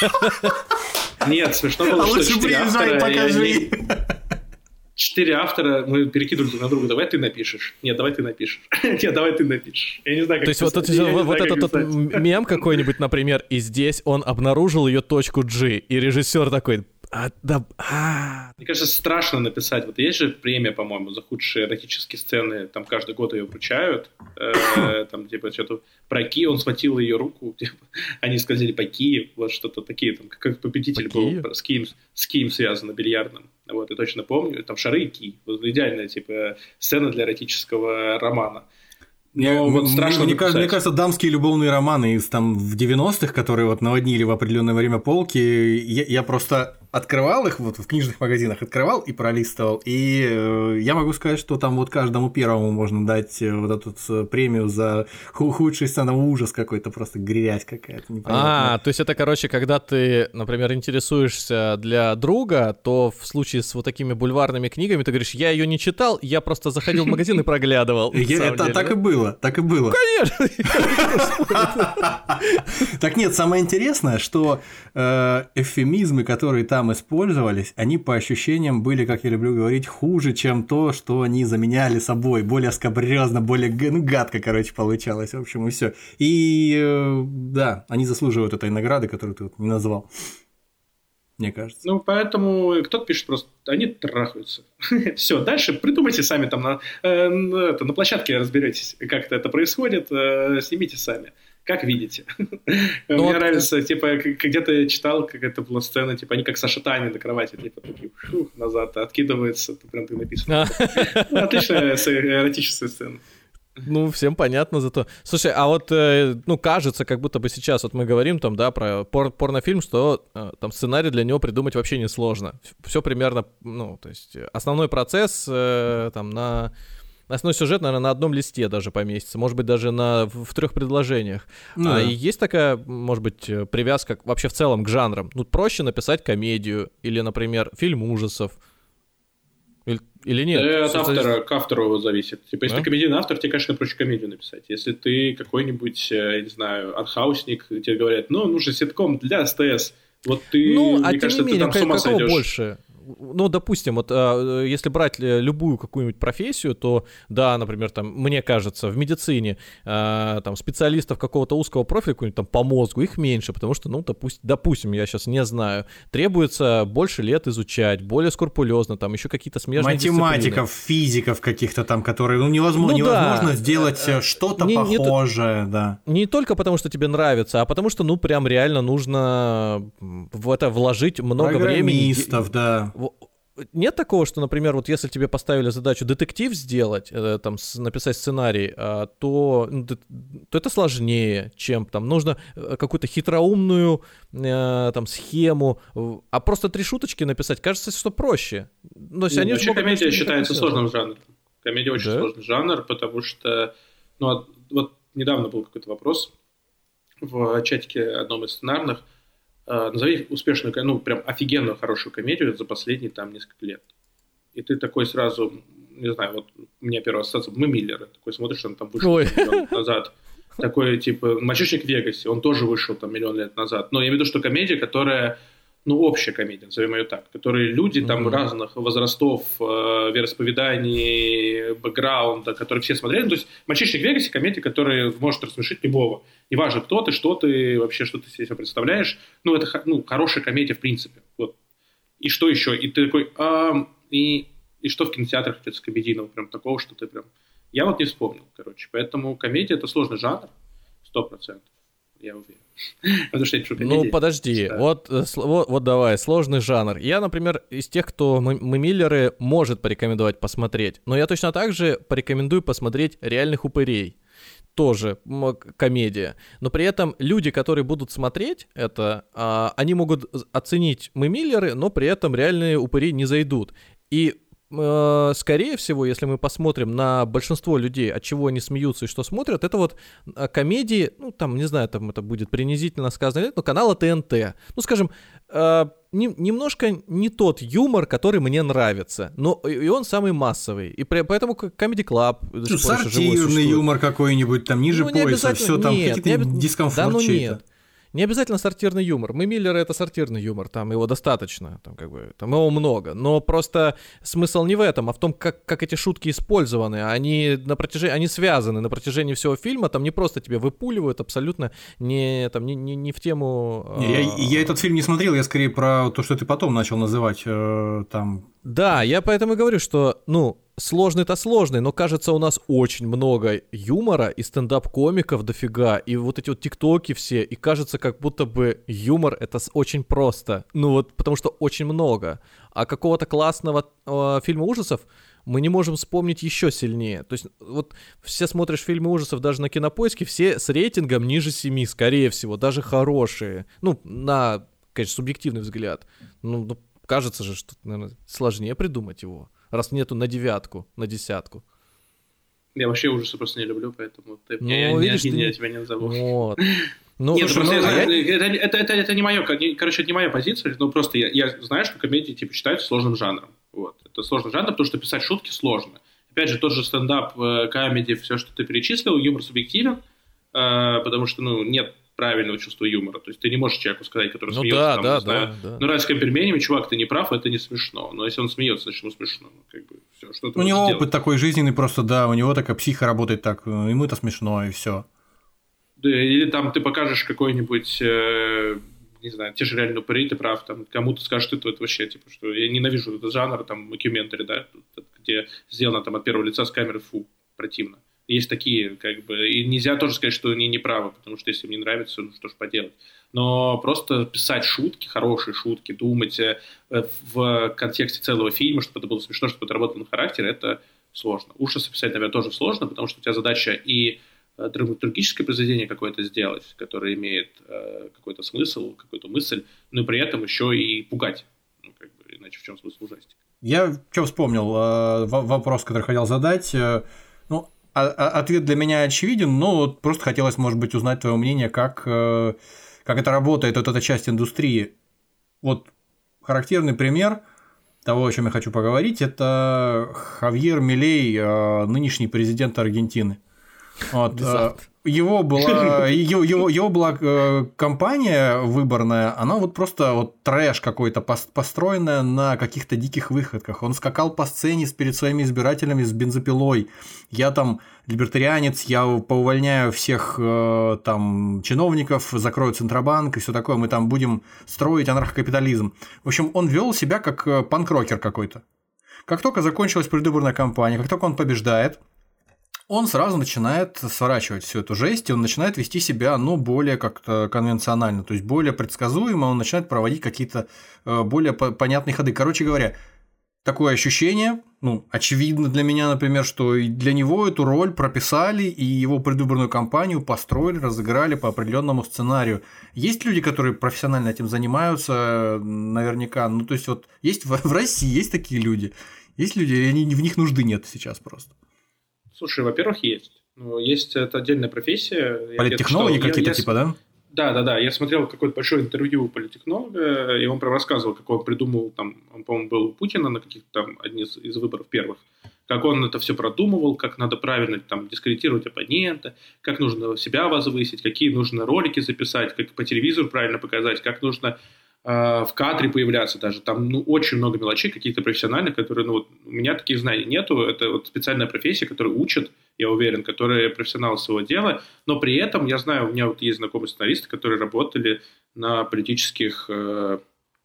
Нет, смешно было, А что лучше четыре приезжай, автора, и покажи. они- Четыре автора, мы перекидывали друг на друга, давай ты напишешь. Нет, давай ты напишешь. Нет, давай ты напишешь. Я не знаю, как То есть вот, писать. это, Я не вот знаю, как этот вот писать. мем какой-нибудь, например, и здесь он обнаружил ее точку G, и режиссер такой, а, да, а. Мне кажется, страшно написать. Вот есть же премия, по-моему, за худшие эротические сцены. Там каждый год ее вручают. Э, Там, типа, что-то про Ки, он схватил ее руку. Типа, они сказали по Ки, вот что-то такие. Там, как победитель По был Киеву? с Кием, с Кием связано, бильярдным. Вот, я точно помню. Там шары и Ки. Вот идеальная, типа, сцена для эротического романа. Я- Но вот м- страшно мне, написать. кажется, мне кажется, дамские любовные романы из там в девяностых, которые вот наводнили в определенное время полки, я, я просто открывал их вот в книжных магазинах, открывал и пролистывал, и э, я могу сказать, что там вот каждому первому можно дать э, вот эту э, премию за ху- худший сцена, ужас какой-то, просто грязь какая-то непонятная. А, то есть это, короче, когда ты, например, интересуешься для друга, то в случае с вот такими бульварными книгами ты говоришь, я ее не читал, я просто заходил в магазин и проглядывал. Я- На самом это деле, так да? и было, так и было. Конечно. Так нет, самое интересное, что э, эвфемизмы, которые там использовались, они по ощущениям были, как я люблю говорить, хуже, чем то, что они заменяли собой, более скабрёзно, более г- ну, гадко, короче, получалось, в общем, и все. И э, да, они заслуживают этой награды, которую ты вот не назвал, мне кажется. Ну, поэтому кто-то пишет просто, они трахаются. Все, дальше придумайте сами там на, э, на, это, на площадке разберетесь, как это происходит, э, снимите сами. Как видите. Мне вот- нравится, типа, к- где-то я читал, как это была сцена, типа, они как Саша Таня на кровати, типа, такие, шух, назад, откидывается, прям так написано. Ну, отличная с- эротическая сцена. Ну, всем понятно зато. Слушай, а вот, э, ну, кажется, как будто бы сейчас вот мы говорим там, да, про пор- порнофильм, что э, там сценарий для него придумать вообще несложно. Все примерно, ну, то есть основной процесс э, там на... Основной сюжет, наверное, на одном листе даже поместится, может быть, даже на, в, в трех предложениях. Ну а да. и есть такая, может быть, э, привязка к- вообще в целом к жанрам? Ну, проще написать комедию или, например, фильм ужасов. Или, или нет? Э, От Всё автора к автору зависит. Типа, если Да? ты комедийный автор, тебе, конечно, проще комедию написать. Если ты какой-нибудь, э, я не знаю, артхаусник, тебе говорят, ну, нужен ситком для СТС. Вот ты, Ну, мне а тем кажется, не ты менее, там с ума ка- какого сойдешь. больше? Ну, допустим, вот а, если брать э, любую какую-нибудь профессию, то, да, например, там, мне кажется, в медицине а, там специалистов какого-то узкого профиля, какой-нибудь там по мозгу, их меньше, потому что, ну, допустим, допустим, я сейчас не знаю, требуется больше лет изучать, более скрупулезно, там еще какие-то смежные Математиков, физиков каких-то там, которые, ну, невозможно, Ну да. невозможно сделать э, что-то Не- не то- похожее, да. Не только потому, что тебе нравится, а потому что, ну, прям реально нужно в это вложить много времени. Программистов, да. Во- Нет такого, что, например, вот если тебе поставили задачу детектив сделать, э, там, с- написать сценарий, а, то, ну, д- то это сложнее, чем там нужно э, какую-то хитроумную э, там схему, в- а просто три шуточки написать, кажется, что проще. Но есть Ну, они же вообще могут комедия быть считается некрасивыми. сложным жанром. Комедия очень Да? сложный жанр, потому что, ну, вот- вот недавно был какой-то вопрос в чатике одном из сценарных. Э, Назови успешную, ко- ну, прям офигенную хорошую комедию за последние там несколько лет. И ты такой сразу не знаю, вот у меня первая ассоциация, мы Миллеры, такой смотришь, он там вышел Ой. миллион лет назад. Такой, типа, «Мальчишник в Вегасе», он тоже вышел там миллион лет назад. Но я имею в виду, что комедия, которая, ну, общая комедия, назовем ее так, которые люди там Мгм. разных возрастов, э, вероисповеданий, бэкграунда, которые все смотрели. То есть «Мальчишник в Вегасе» комедия, которая может рассмешить любого. Неважно, кто ты, что ты, вообще, что ты себе представляешь. Ну, это хо- ну, хорошая комедия в принципе. Вот. И что еще? И ты такой, а, и, и что в кинотеатрах из комедийного, прям такого, что ты прям... Я вот не вспомнил, короче. Поэтому комедия — это сложный жанр, сто процентов, я уверен. Потому что я пишу комедии. Ну, подожди, Да. вот, э, сл- вот, вот давай, сложный жанр. Я, например, из тех, кто мы, мы Миллеры может порекомендовать посмотреть, но я точно так же порекомендую посмотреть «Реальных упырей». Тоже м, к- комедия. Но при этом люди, которые будут смотреть это, а, они могут з- оценить «Мы Миллеры», но при этом «Реальные упыри» не зайдут. И э, скорее всего, если мы посмотрим на большинство людей, от чего они смеются и что смотрят, это вот э, комедии, ну, там, не знаю, там это будет принизительно сказано, или нет, но канала Т Н Т. Ну, скажем, э, не- немножко не тот юмор, который мне нравится, но и и он самый массовый. И при- поэтому к- Comedy Club до Ну, сих пор еще живой сортирный существует. юмор какой-нибудь, там, ниже Ну, не пояса, обязательно- все там, нет, какие-то не обя- дискомфорт Да ну чей-то. нет. Не обязательно сортирный юмор. Мы Миллеры — это сортирный юмор, там его достаточно, там как бы, там его много. Но просто смысл не в этом, а в том, как, как эти шутки использованы. Они на протяжении, они связаны на протяжении всего фильма, там не просто тебя выпуливают абсолютно не, там, не, не, не в тему... Не, я, а, я этот фильм не смотрел, я скорее про то, что ты потом начал называть, э, там... Да, я поэтому и говорю, что, ну, сложный-то сложный, но кажется, у нас очень много юмора и стендап-комиков дофига, и вот эти вот тиктоки все, и кажется, как будто бы юмор — это с- очень просто. Ну вот, потому что очень много. А какого-то классного э, фильма ужасов мы не можем вспомнить еще сильнее. То есть вот все смотришь фильмы ужасов даже на Кинопоиске, все с рейтингом ниже семи, скорее всего, даже хорошие. Ну, на, конечно, субъективный взгляд. Ну, ну, кажется же, что, наверное, сложнее придумать его, раз нету на девятку, на десятку. Я вообще ужасы просто не люблю, поэтому ты, Ну, я, видишь, я, ты я не- тебя не назову. Вот. Ну, Нет, слушай, просто ну, я а знаю, я- это, это, это, это не мое, короче, это не моя позиция, но просто я, я знаю, что комедии типа считаются сложным жанром. Вот. Это сложный жанр, потому что писать шутки сложно. Опять же, тот же стендап, э, комедий, все, что ты перечислил, юмор субъективен, э, потому что, ну, нет правильного чувства юмора. То есть ты не можешь человеку сказать, который Ну смеется, да, там, да, не знаю, да, да. ну, райскими пельменями, чувак, ты не прав, это не смешно. Но если он смеется, значит, ему смешно. Ну, как бы, все, что ты У него можешь опыт сделать? такой жизненный просто, да, у него такая психа работает так, э, ему это смешно, и все. Да, или там ты покажешь какой-нибудь, э, не знаю, те же реально упыри, ты прав, там кому-то скажешь, что это, это вообще, типа, что я ненавижу этот жанр, там, мокюментари, да, где сделано там от первого лица с камеры, фу, противно. Есть такие, как бы, и нельзя тоже сказать, что они не правы, потому что если им не нравится, ну что ж поделать. Но просто писать шутки, хорошие шутки, думать э, в контексте целого фильма, чтобы это было смешно, чтобы это работало на характере, это сложно. Ужасы писать, наверное, тоже сложно, потому что у тебя задача и э, драматургическое произведение какое-то сделать, которое имеет э, какой-то смысл, какую-то мысль, но при этом еще и пугать. Ну, как бы, иначе в чем смысл ужастика? Я что вспомнил, э, в- вопрос, который хотел задать, э, ну, а- а- ответ для меня очевиден, но вот просто хотелось, может быть, узнать твое мнение, как, э, как это работает, вот эта часть индустрии. Вот характерный пример того, о чем я хочу поговорить, это Хавьер Милей, э, нынешний президент Аргентины. Вот, э, его была, его, его, его была э, кампания выборная, она вот просто вот трэш какой-то, пос- построенная на каких-то диких выходках. Он скакал по сцене с- перед своими избирателями с бензопилой. Я там либертарианец, я поувольняю всех э, там чиновников, закрою Центробанк и все такое, мы там будем строить анархокапитализм. В общем, он вел себя как э, панк-рокер какой-то. Как только закончилась предвыборная кампания, как только он побеждает, он сразу начинает сворачивать всю эту жесть, и он начинает вести себя, ну, более как-то конвенционально, то есть более предсказуемо, он начинает проводить какие-то э, более по- понятные ходы. Короче говоря, такое ощущение, ну, очевидно для меня, например, что и для него эту роль прописали, и его предвыборную кампанию построили, разыграли по определенному сценарию. Есть люди, которые профессионально этим занимаются, наверняка, ну, то есть вот есть в, в России есть такие люди, есть люди, и они, в них нужды нет сейчас просто. Слушай, во-первых, есть. Ну, есть это отдельная профессия. Я Политтехнологи где-то читал. какие-то Я- я типа, да? Да, да, да. Я смотрел какое-то большое интервью политтехнолога, и он прям рассказывал, как он придумал, там, он, по-моему, был у Путина на каких-то там одни из, из выборов первых, как он это все продумывал, как надо правильно там дискредитировать оппонента, как нужно себя возвысить, какие нужно ролики записать, как по телевизору правильно показать, как нужно э, в кадре появляться даже. Там ну, очень много мелочей каких-то профессиональных, которые, ну, вот, у меня таких знаний нету. Это вот специальная профессия, которую учат, я уверен, которые профессионалы своего дела. Но при этом, я знаю, у меня вот есть знакомые сценаристы, которые работали на политических э,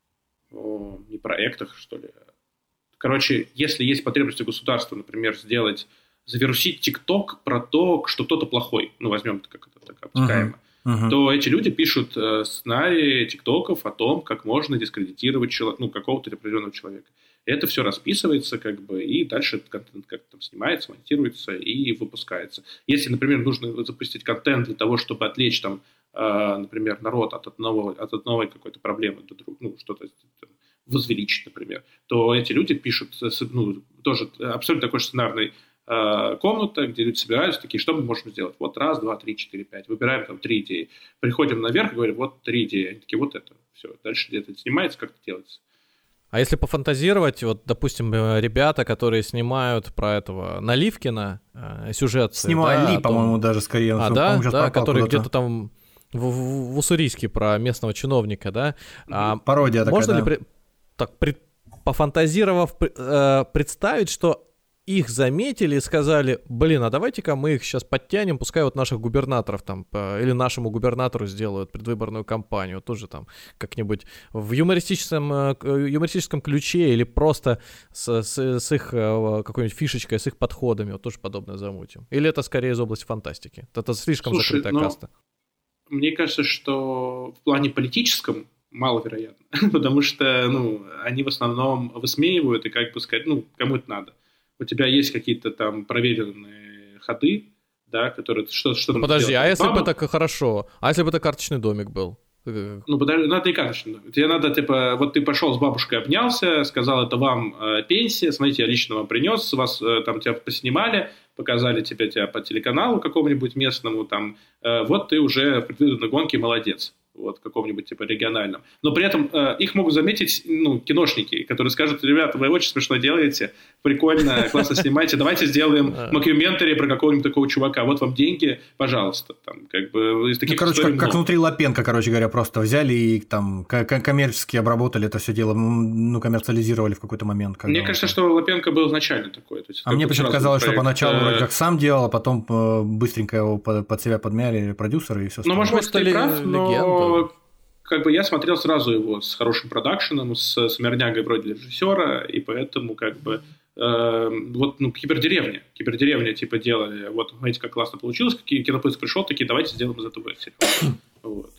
о, не проектах, что ли. Короче, если есть потребность у государства, например, сделать, завирусить ТикТок про то, что кто-то плохой, ну, возьмем это как это так обтекаемо, uh-huh. Uh-huh. то эти люди пишут э, сценарии ТикТоков о том, как можно дискредитировать чело- ну, какого-то определенного человека. И это все расписывается, как бы, и дальше этот контент как-то там снимается, монтируется и выпускается. Если, например, нужно запустить контент для того, чтобы отвлечь, там, э, например, народ от одного, от одной какой-то проблемы до другой, ну, что-то там, возвеличить, например, то эти люди пишут, ну, тоже абсолютно такой же сценарный э, комната, где люди собираются, такие, что мы можем сделать? Вот раз, два, три, четыре, пять. Выбираем там три идеи. Приходим наверх и говорим, вот три идеи. Они такие, вот это. Все. Дальше где-то снимается, как-то делается. А если пофантазировать, вот, допустим, ребята, которые снимают про этого Наливкина э, сюжет. Снимали, да, том... по-моему, даже скорее. А, он, да, да, который куда-то. где-то там в, в, в Уссурийске про местного чиновника, да? А пародия такая, можно да. ли при... так при... пофантазировав э, представить, что их заметили и сказали, блин, а давайте-ка мы их сейчас подтянем, пускай вот наших губернаторов там, по, или нашему губернатору сделают предвыборную кампанию, тоже там как-нибудь в юмористическом, юмористическом ключе или просто с, с, с их какой-нибудь фишечкой, с их подходами, вот тоже подобное замутим. Или это скорее из области фантастики? Это слишком Слушай, закрытая но каста. Мне кажется, что в плане политическом маловероятно, потому что, ну, они в основном высмеивают и как бы сказать, ну, кому это надо. У тебя есть какие-то там проверенные ходы, да, которые что-то что ну, подожди, а если бы так хорошо? А если бы это карточный домик был? Ну, подожди, ну, это не карточный домик. Тебе надо, типа, вот ты пошел с бабушкой, обнялся, сказал, это вам э, пенсия, смотрите, я лично вам принес, вас э, там тебя поснимали, показали тебя, тебя по телеканалу какому-нибудь местному, там, э, вот ты уже в предвыборной гонке молодец. Вот, каком-нибудь типа региональном. Но при этом э, их могут заметить, ну, киношники, которые скажут, ребята, вы очень смешно делаете, прикольно, классно снимаете, давайте сделаем мокюментари про какого-нибудь такого чувака, вот вам деньги, пожалуйста. Там, как бы, из таких ну, короче, как, как внутри Лапенко, короче говоря, просто взяли и там коммерчески обработали это все дело, ну, коммерциализировали в какой-то момент. Мне кажется, он... что Лапенко был изначально такой. То есть, а мне почему-то казалось, что поначалу вроде как сам делал, а потом быстренько его под себя подмяли продюсеры и все остальное. Ну, может быть, ты прав, но... Как бы я смотрел сразу его с хорошим продакшеном, с Смирнягой вроде режиссера, и поэтому как бы э, вот, ну, Кибердеревня, Кибердеревня типа делали, вот, знаете, как классно получилось, какие Кинопоиск пришел, такие, давайте сделаем из этого сериал. Вот.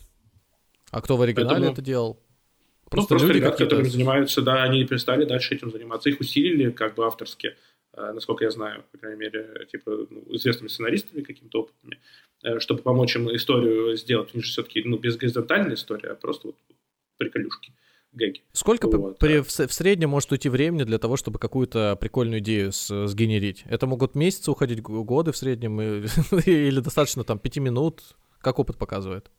А кто в оригинале Поэтому... это делал? Просто, ну, просто люди ребят, которые занимаются, да, они перестали дальше этим заниматься, их усилили как бы авторски, э, насколько я знаю, по крайней мере, типа, ну, известными сценаристами какими-то опытными, чтобы помочь им историю сделать. У них же все-таки, ну, без горизонтальная история, а просто вот приколюшки, гэги. Сколько вот, при, да. в, в среднем может уйти времени для того, чтобы какую-то прикольную идею с, сгенерить? Это могут месяцы уходить, годы в среднем, или достаточно там пяти минут? Как опыт показывает?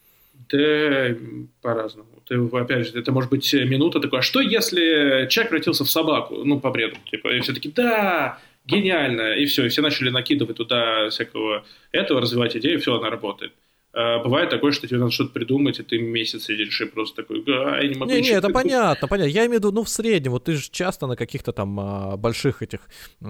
Да, по-разному. Ты, опять же, это может быть минута такой, а что если человек превратился в собаку? Ну, по бреду. Типа, и все таки да, гениально, и все, и все начали накидывать туда всякого этого, развивать идею, и все, она работает. А бывает такое, что тебе надо что-то придумать, и ты месяц сидишь и просто такой, а, я не могу Не, не, это придумать. понятно, понятно. Я имею в виду, ну, в среднем, вот ты же часто на каких-то там больших этих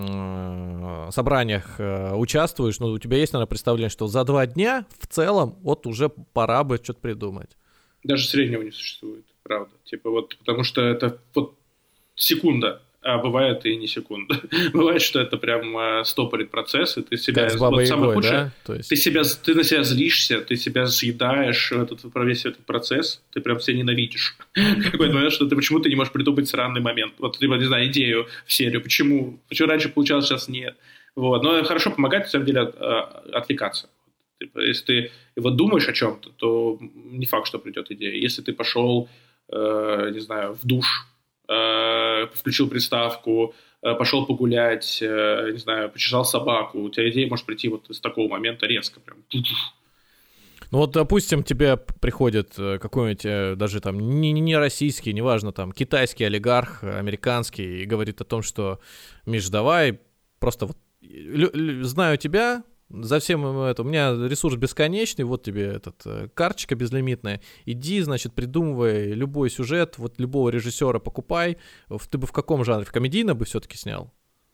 э, собраниях э, участвуешь, но у тебя есть, наверное, представление, что за два дня в целом вот уже пора бы что-то придумать. Даже среднего не существует, правда. Типа вот, потому что это вот секунда. А бывает и не секунда. Бывает, что это прям стопорит процесс, и ты себя... Как с Бабой вот, Ягой, худшее, да? То есть... ты, себя, ты на себя злишься, ты себя съедаешь этот, весь этот процесс, ты прям себя ненавидишь. Какой-то момент, что ты почему ты не можешь придумать сраный момент. Вот, либо, не знаю, идею в серию. Почему? Почему раньше получалось, сейчас нет? Вот. Но хорошо помогает, на самом деле, отвлекаться. Типа, если ты вот думаешь о чем-то, то не факт, что придет идея. Если ты пошел, э, не знаю, в душ, включил приставку, пошел погулять, не знаю, почесал собаку, у тебя идея может прийти вот с такого момента резко прям. Ну вот, допустим, тебе приходит какой-нибудь, даже там, не, не российский, неважно, там, китайский олигарх, американский, и говорит о том, что, Миш, давай просто вот лю- лю- знаю тебя, за всем это, у меня ресурс бесконечный, вот тебе этот э, карточка безлимитная, иди, значит, придумывай любой сюжет, вот любого режиссера покупай. В- Ты бы в каком жанре? В комедийном бы все-таки снял?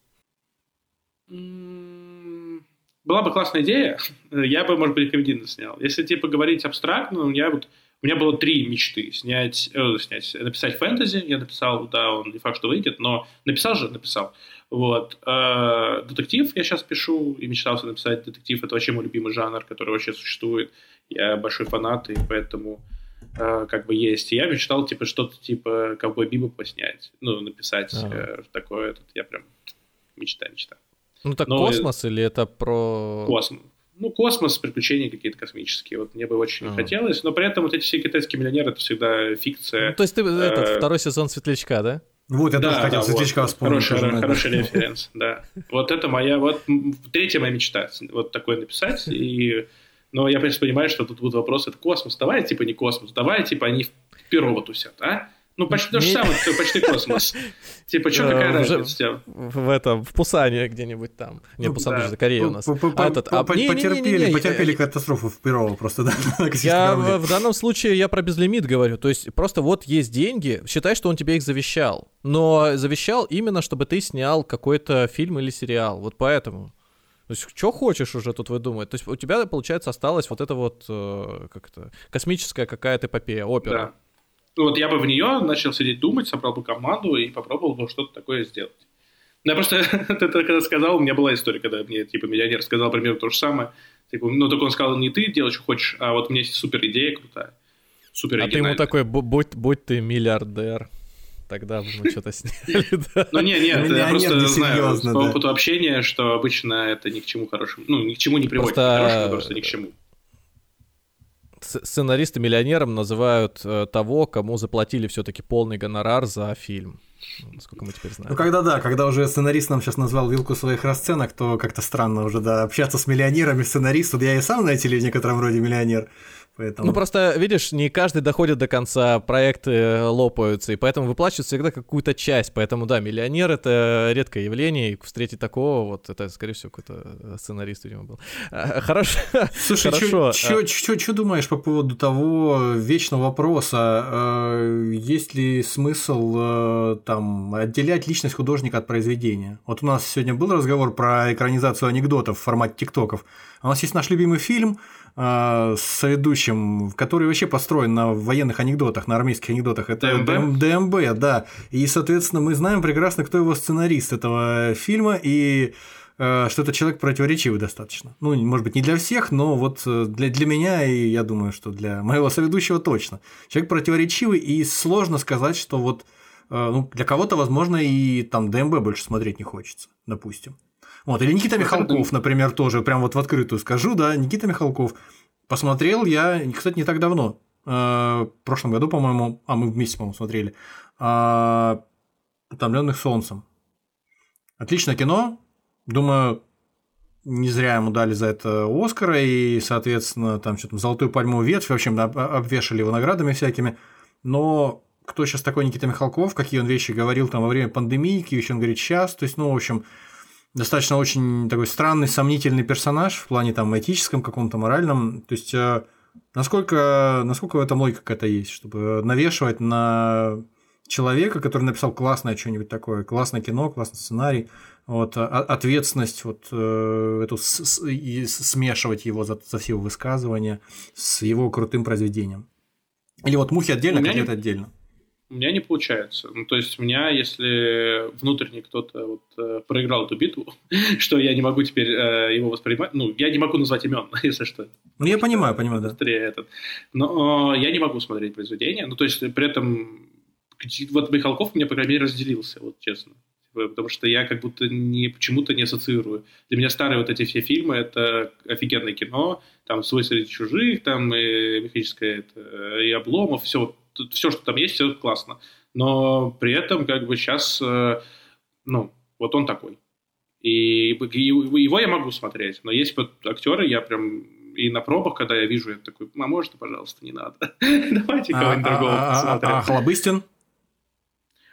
М, Была бы классная идея, я бы, может быть, комедийно снял. Если, типа, говорить абстрактно, я вот, у меня было три мечты. Снять, э, снять, написать фэнтези, я написал, да, он не факт, что выйдет, но написал же, написал. Вот. Э, детектив я сейчас пишу, и мечтался написать детектив. Это вообще мой любимый жанр, который вообще существует. Я большой фанат, и поэтому э, как бы есть. И я мечтал, типа, что-то типа «Ковбой Бибоп» поснять. Ну, написать э, такое. Этот, я прям мечта, мечта. Ну так Но, космос или это про... Космос. Ну, космос, приключения какие-то космические. Вот мне бы очень Ага. хотелось, но при этом вот эти все китайские миллионеры — это всегда фикция. Ну, то есть ты этот, Э, второй сезон «Светлячка», да? Вот, я тоже хотел вот. Светлячка вспомнить. Хороший, тоже, да. хороший референс, да. Вот это моя, вот м, третья моя мечта, вот такое написать. И, но я, конечно, понимаю, что тут будут вопросы, это космос, давай, типа, не космос, давай, типа, они в перо тусят, а? Ну, почти то же Не- самое, всё, почти космос. Типа, что, какая Э, уже разница? В в этом, в Пусане где-нибудь там. Нет, Ну, Пусан да. же Корея у нас. П- п- А этот, а, п- не- не- не- не- Потерпели, не, потерпели я- катастрофу в Перово просто, да. на космическом Я корабле. в, в данном случае я про безлимит говорю. То есть просто вот есть деньги, считай, что он тебе их завещал. Но завещал именно, чтобы ты снял какой-то фильм или сериал. Вот поэтому. То есть, что хочешь уже тут выдумать. То есть у тебя, получается, осталась вот эта вот э, как это, космическая какая-то эпопея, опера. Да. Ну, вот я бы в нее начал сидеть думать, собрал бы команду и попробовал бы что-то такое сделать. Ну, я просто, ты когда сказал, у меня была история, когда мне, типа, миллионер сказал примерно то же самое. Типа, ну, только он сказал, не ты делай, что хочешь, а вот у меня есть супер идея крутая. Супер А ты ему такой, «Бу- будь, будь ты миллиардер. Тогда бы мы что-то сняли, да. Ну, не, нет, я Миллионер просто не знаю серьезно, по да. опыту общения, что обычно это ни к чему хорошему, ну, ни к чему не приводит. Просто- Не хорошему, просто ни к чему. С- Сценаристы миллионером называют э, того, кому заплатили все-таки полный гонорар за фильм. Насколько мы теперь знаем. Ну, когда да, когда уже сценарист нам сейчас назвал вилку своих расценок, то как-то странно уже, да, общаться с миллионерами, сценаристом. Я и сам, знаете ли, в некотором роде миллионер. Поэтому... Ну, просто, видишь, не каждый доходит до конца, проекты лопаются, и поэтому выплачивают всегда какую-то часть. Поэтому, да, миллионер — это редкое явление, и встретить такого, вот, это, скорее всего, какой-то сценарист, видимо, был. А, Хорошо. Слушай, Хорошо. что думаешь по поводу того вечного вопроса, э, есть ли смысл э, там отделять личность художника от произведения? Вот у нас сегодня был разговор про экранизацию анекдотов в формате тиктоков. У нас есть наш любимый фильм э, с ведущим, который вообще построен на военных анекдотах, на армейских анекдотах. Это ДМБ? ДМБ, да. И, соответственно, мы знаем прекрасно, кто его сценарист этого фильма, и э, что это человек противоречивый достаточно. Ну, может быть, не для всех, но вот для, для меня, и я думаю, что для моего соведущего точно. Человек противоречивый, и сложно сказать, что вот э, ну, для кого-то, возможно, и там ДМБ больше смотреть не хочется, допустим. Вот, или Никита Михалков, например, тоже, прям вот в открытую скажу, да, Никита Михалков. Посмотрел я, кстати, не так давно, э, в прошлом году, по-моему, а мы вместе, по-моему, смотрели, э, «Утомленных солнцем». Отличное кино, думаю, не зря ему дали за это Оскара, и, соответственно, там что-то «Золотую пальмовую ветвь», в общем, об- обвешали его наградами всякими, но кто сейчас такой Никита Михалков, какие он вещи говорил там во время пандемии, какие вещи он говорит сейчас, то есть, ну, в общем, достаточно очень такой странный, сомнительный персонаж в плане там этическом, каком-то моральном. То есть, э, насколько, насколько в этом логика какая-то есть, чтобы навешивать на человека, который написал классное что-нибудь такое, классное кино, классный сценарий, вот, а- ответственность, вот э, эту с- с- и смешивать его за, за все его высказывания с его крутым произведением. Или вот мухи отдельно, У меня котлеты не- отдельно. У меня не получается. Ну, то есть, у меня, если внутренне кто-то вот, э, проиграл эту битву, что я не могу теперь э, его воспринимать, ну, я не могу назвать имен, если что. Ну, я понимаю, понимаю, да. Быстрее этот. Но э, я не могу смотреть произведение. Ну, то есть, при этом, где- вот Михалков мне, по крайней мере, разделился, вот честно. Типа, потому что я как будто не, почему-то не ассоциирую. Для меня старые вот эти все фильмы – это офигенное кино, там «Свой среди чужих», там и «Механическое», это, и «Обломов», все, все, что там есть, все классно. Но при этом как бы сейчас, э, ну, вот он такой. И, и его я могу смотреть, но есть вот актеры, я прям и на пробах, когда я вижу, я такой, а можно, пожалуйста, не надо. Давайте кого-нибудь другого А посмотрим. Хлобыстин?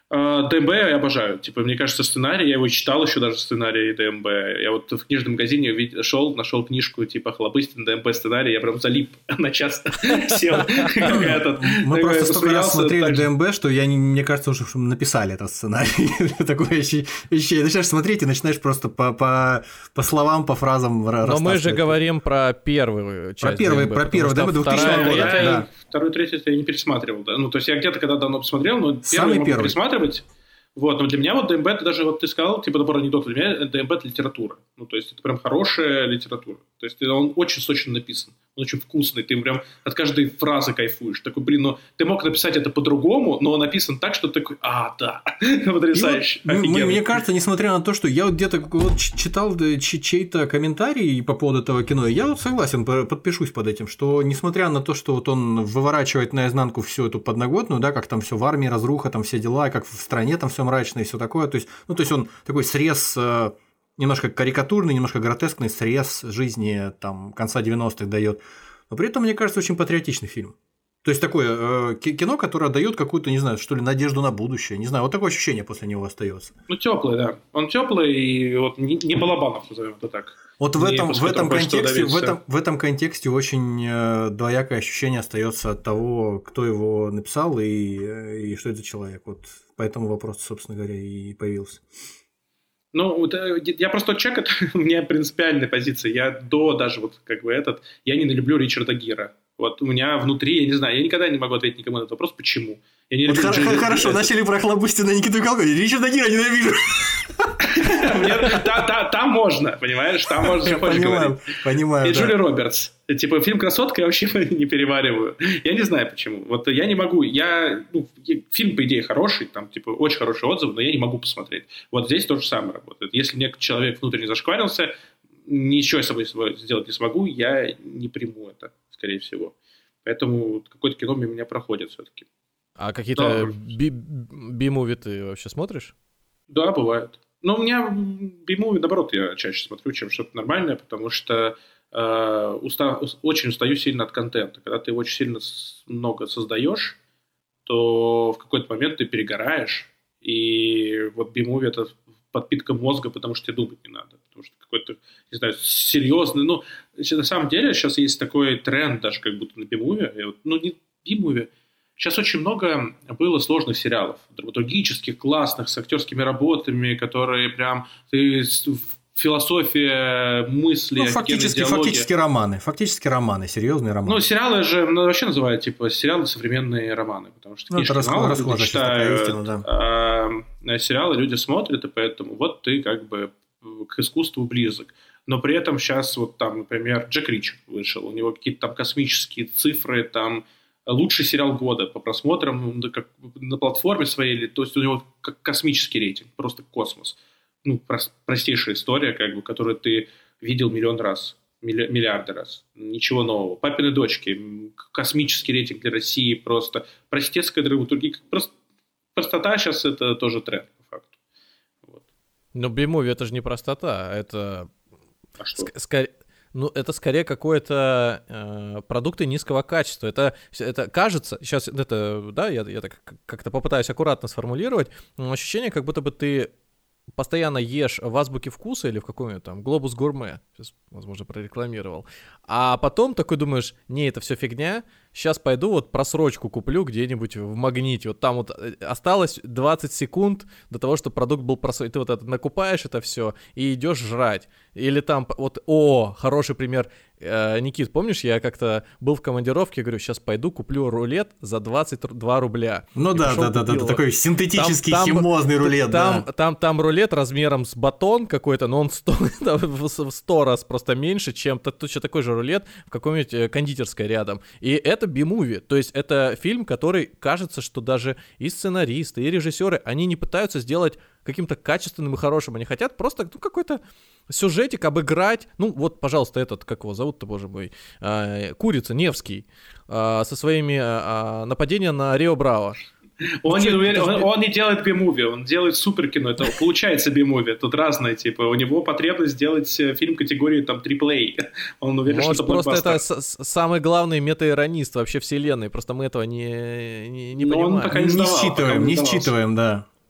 ДМБ я обожаю. Типа, мне кажется, сценарий, я его читал еще даже сценарий ДМБ. Я вот в книжном магазине вид- шел, нашел книжку типа Хлобыстин, ДМБ сценарий, я прям залип на час сел. Мы просто столько раз смотрели ДМБ, что я, мне кажется, уже написали этот сценарий. Такое ощущение. Начинаешь смотреть и начинаешь просто по словам, по фразам Но мы же говорим про первую часть. Про первый, про первый ДМБ двухтысячного года. Вторую, третью я не пересматривал. Ну, то есть я где-то когда давно посмотрел, но первый могу пересматривать. Вот, но для меня вот ДМБ, это даже вот ты сказал, типа, набор анекдотов, для меня ДМБ это литература. Ну, то есть это прям хорошая литература. То есть он очень сочно написан, он очень вкусный, ты прям от каждой фразы кайфуешь. Такой, блин, ну ты мог написать это по-другому, но он написан так, что ты такой, а, да, потрясающе, вот, мне кажется, несмотря на то, что я вот где-то вот читал чей-то комментарий по поводу этого кино, и я вот согласен, подпишусь под этим, что несмотря на то, что вот он выворачивает наизнанку всю эту подноготную, да, как там все в армии, разруха, там все дела, как в стране там все мрачно и все такое, то есть, ну, то есть он такой срез немножко карикатурный, немножко гротескный срез жизни там конца девяностых дает, но при этом, мне кажется, очень патриотичный фильм. То есть такое э, кино, которое дает какую-то, не знаю, что ли, надежду на будущее. Не знаю, вот такое ощущение после него остается. Ну, теплый, да. Он теплый и вот не, не Балабанов, назовем это так. Вот в этом, в этом контексте, в этом, в этом контексте очень э, двоякое ощущение остается от того, кто его написал и, и что это за человек. Вот по этому вопросу, собственно говоря, и появился. Ну, я просто человек, это у меня принципиальная позиция. Я до даже вот как бы этот, я не люблю Ричарда Гира. Вот у меня внутри, я не знаю, я никогда не могу ответить никому на этот вопрос, почему. Я не вот люблю хор- хорошо, это. Начали про Хлобыстина, Никиту Михалкова, Ричарда Гира ненавижу. Там можно, понимаешь, там можно что хочешь говорить. Понимаю, и Джулия Робертс. Типа фильм «Красотка» я вообще не перевариваю. Я не знаю почему. Вот я не могу. Я, ну, фильм, по идее, хороший, там, типа, очень хороший отзыв, но я не могу посмотреть. Вот здесь то же самое работает. Если мне человек внутренне зашкварился, ничего я с собой сделать не смогу, я не приму это, скорее всего. Поэтому какое-то кино мимо меня проходит все-таки. А какие-то би-муви ты вообще смотришь? Да, бывает. Но у меня би-муви, наоборот, я чаще смотрю, чем что-то нормальное, потому что э, уста, очень устаю сильно от контента. Когда ты очень сильно много создаешь, то в какой-то момент ты перегораешь, и вот би-муви – это подпитка мозга, потому что тебе думать не надо. Потому что какой-то, не знаю, серьезный... Ну, на самом деле сейчас есть такой тренд даже как будто на би-муви. Ну, не би-муви. Сейчас очень много было сложных сериалов, драматургических, классных, с актерскими работами, которые прям... Ты, философия, мысли, ну, фактически, фактически романы. Фактически романы, серьезные романы. Ну, сериалы же ну, вообще называют, типа, сериалы современные романы. Потому что книжки ну, мало люди читают, истина, да. а сериалы люди смотрят, и поэтому вот ты как бы к искусству близок. Но при этом сейчас вот там, например, Джек Ричер вышел, у него какие-то там космические цифры, там лучший сериал года по просмотрам как на платформе своей, то есть у него как космический рейтинг, просто космос. Ну, простейшая история, как бы, которую ты видел миллион раз, миллиарды раз. Ничего нового. «Папины дочки», космический рейтинг для России, просто простецкая драматургия. Просто, простота сейчас это тоже тренд, по факту. Вот. Но би-муви это же не простота, это... А что? Скорее... Ну, это скорее какое-то э, продукты низкого качества. Это, это кажется, сейчас это, да, я, я так как-то попытаюсь аккуратно сформулировать, но ощущение, как будто бы ты постоянно ешь в азбуке вкуса или в каком-нибудь там Глобус Гурме, сейчас, возможно, прорекламировал, а потом такой думаешь, не, это все фигня, сейчас пойду вот просрочку куплю где-нибудь в Магните, вот там вот осталось двадцать секунд до того, чтобы продукт был просрочен, ты вот это накупаешь это все и идешь жрать, или там вот, о, хороший пример, Никит, помнишь, я как-то был в командировке, говорю, сейчас пойду куплю рулет за двадцать два рубля. Ну да, да, да, да, да, такой синтетический там, химозный там, рулет, там, да. Там, там рулет размером с батон какой-то, но он стоит в сто раз просто меньше, чем точно такой же рулет в какой-нибудь кондитерской рядом. И это би-муви, то есть это фильм, который кажется, что даже и сценаристы, и режиссеры, они не пытаются сделать каким-то качественным и хорошим, они хотят просто ну, какой-то сюжетик обыграть, ну вот, пожалуйста, этот, как его зовут-то, боже мой, э, Курица, Невский, э, со своими э, нападениями на Рио Браво. Он, ну, не, он, он не делает би-муви, он делает суперкино, это получается би-муви, тут разное, типа, у него потребность сделать фильм категории там три-эй, он уверен, может, что это просто это с- самый главный метаиронист вообще вселенной, просто мы этого не, не, не Но понимаем. Он пока не, не сдавал, считываем, пока не не считываем, да.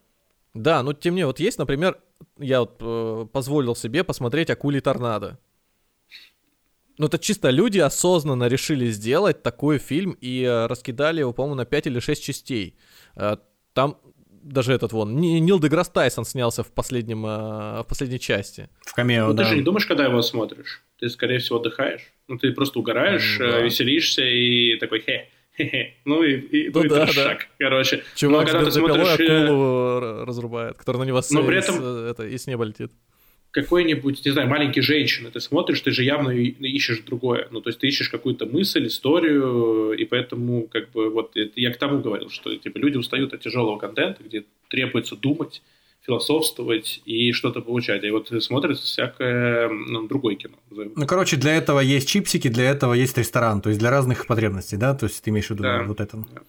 Да, но тем не менее, вот есть, например, я вот э, позволил себе посмотреть «Акулий торнадо». Ну, это чисто люди осознанно решили сделать такой фильм и э, раскидали его, по-моему, на пять или шесть частей. Э, там даже этот вон, Нил Деграсс Тайсон снялся в, последнем, э, в последней части. В камео, ну, да. Ты же не думаешь, когда его смотришь? Ты, скорее всего, отдыхаешь. Ну, ты просто угораешь, ну, да. веселишься и такой хе. Хе-хе. Ну и, и, ну, ну, да, и да. шаг, короче. Чувак Но когда с ты бензопилой смотришь, акулу разрубает, который на него с, но при этом... с, это, и с неба летит. Какой-нибудь, не знаю, маленький женщины, ты смотришь, ты же явно ищешь другое. Ну, то есть ты ищешь какую-то мысль, историю, и поэтому, как бы, вот, я к тому говорил, что, типа, люди устают от тяжелого контента, где требуется думать, философствовать и что-то получать. И вот смотрят всякое, ну, другое кино. Ну, короче, для этого есть чипсики, для этого есть ресторан, то есть для разных потребностей, да? То есть ты имеешь в виду да. вот это? Да.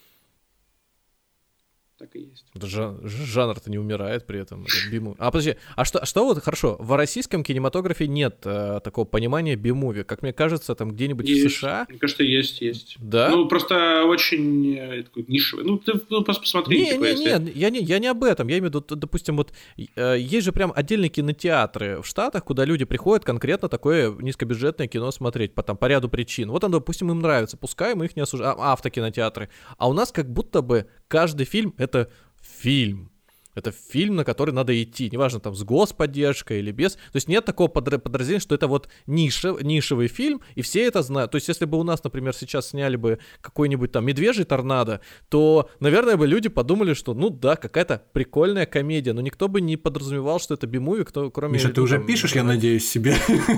Так и есть. Жан- жанр-то не умирает при этом. Би-муви. А подожди, а что, что вот, хорошо, в российском кинематографе нет э, такого понимания би-муви. Как мне кажется, там где-нибудь есть. в США... Мне кажется, есть, есть. Да? Ну, просто очень э, такой нишевый. Ну, ты ну, просто посмотри. Не, типа, не, если... не, я не, я не об этом. Я имею в виду, допустим, вот э, есть же прям отдельные кинотеатры в Штатах, куда люди приходят конкретно такое низкобюджетное кино смотреть по, там, по ряду причин. Вот оно, допустим, им нравится, пускай мы их не осуждаем. А, автокинотеатры. А у нас как будто бы каждый фильм — это фильм. Это фильм, на который надо идти. Неважно, там, с господдержкой или без. То есть нет такого подра- подразделения, что это вот ниша, нишевый фильм, и все это знают. То есть если бы у нас, например, сейчас сняли бы какой-нибудь там «Медвежий торнадо», то, наверное, бы люди подумали, что, ну да, какая-то прикольная комедия, но никто бы не подразумевал, что это би-муви, кто, кроме... Миша, ты ну, уже там, пишешь, я надеюсь, себе?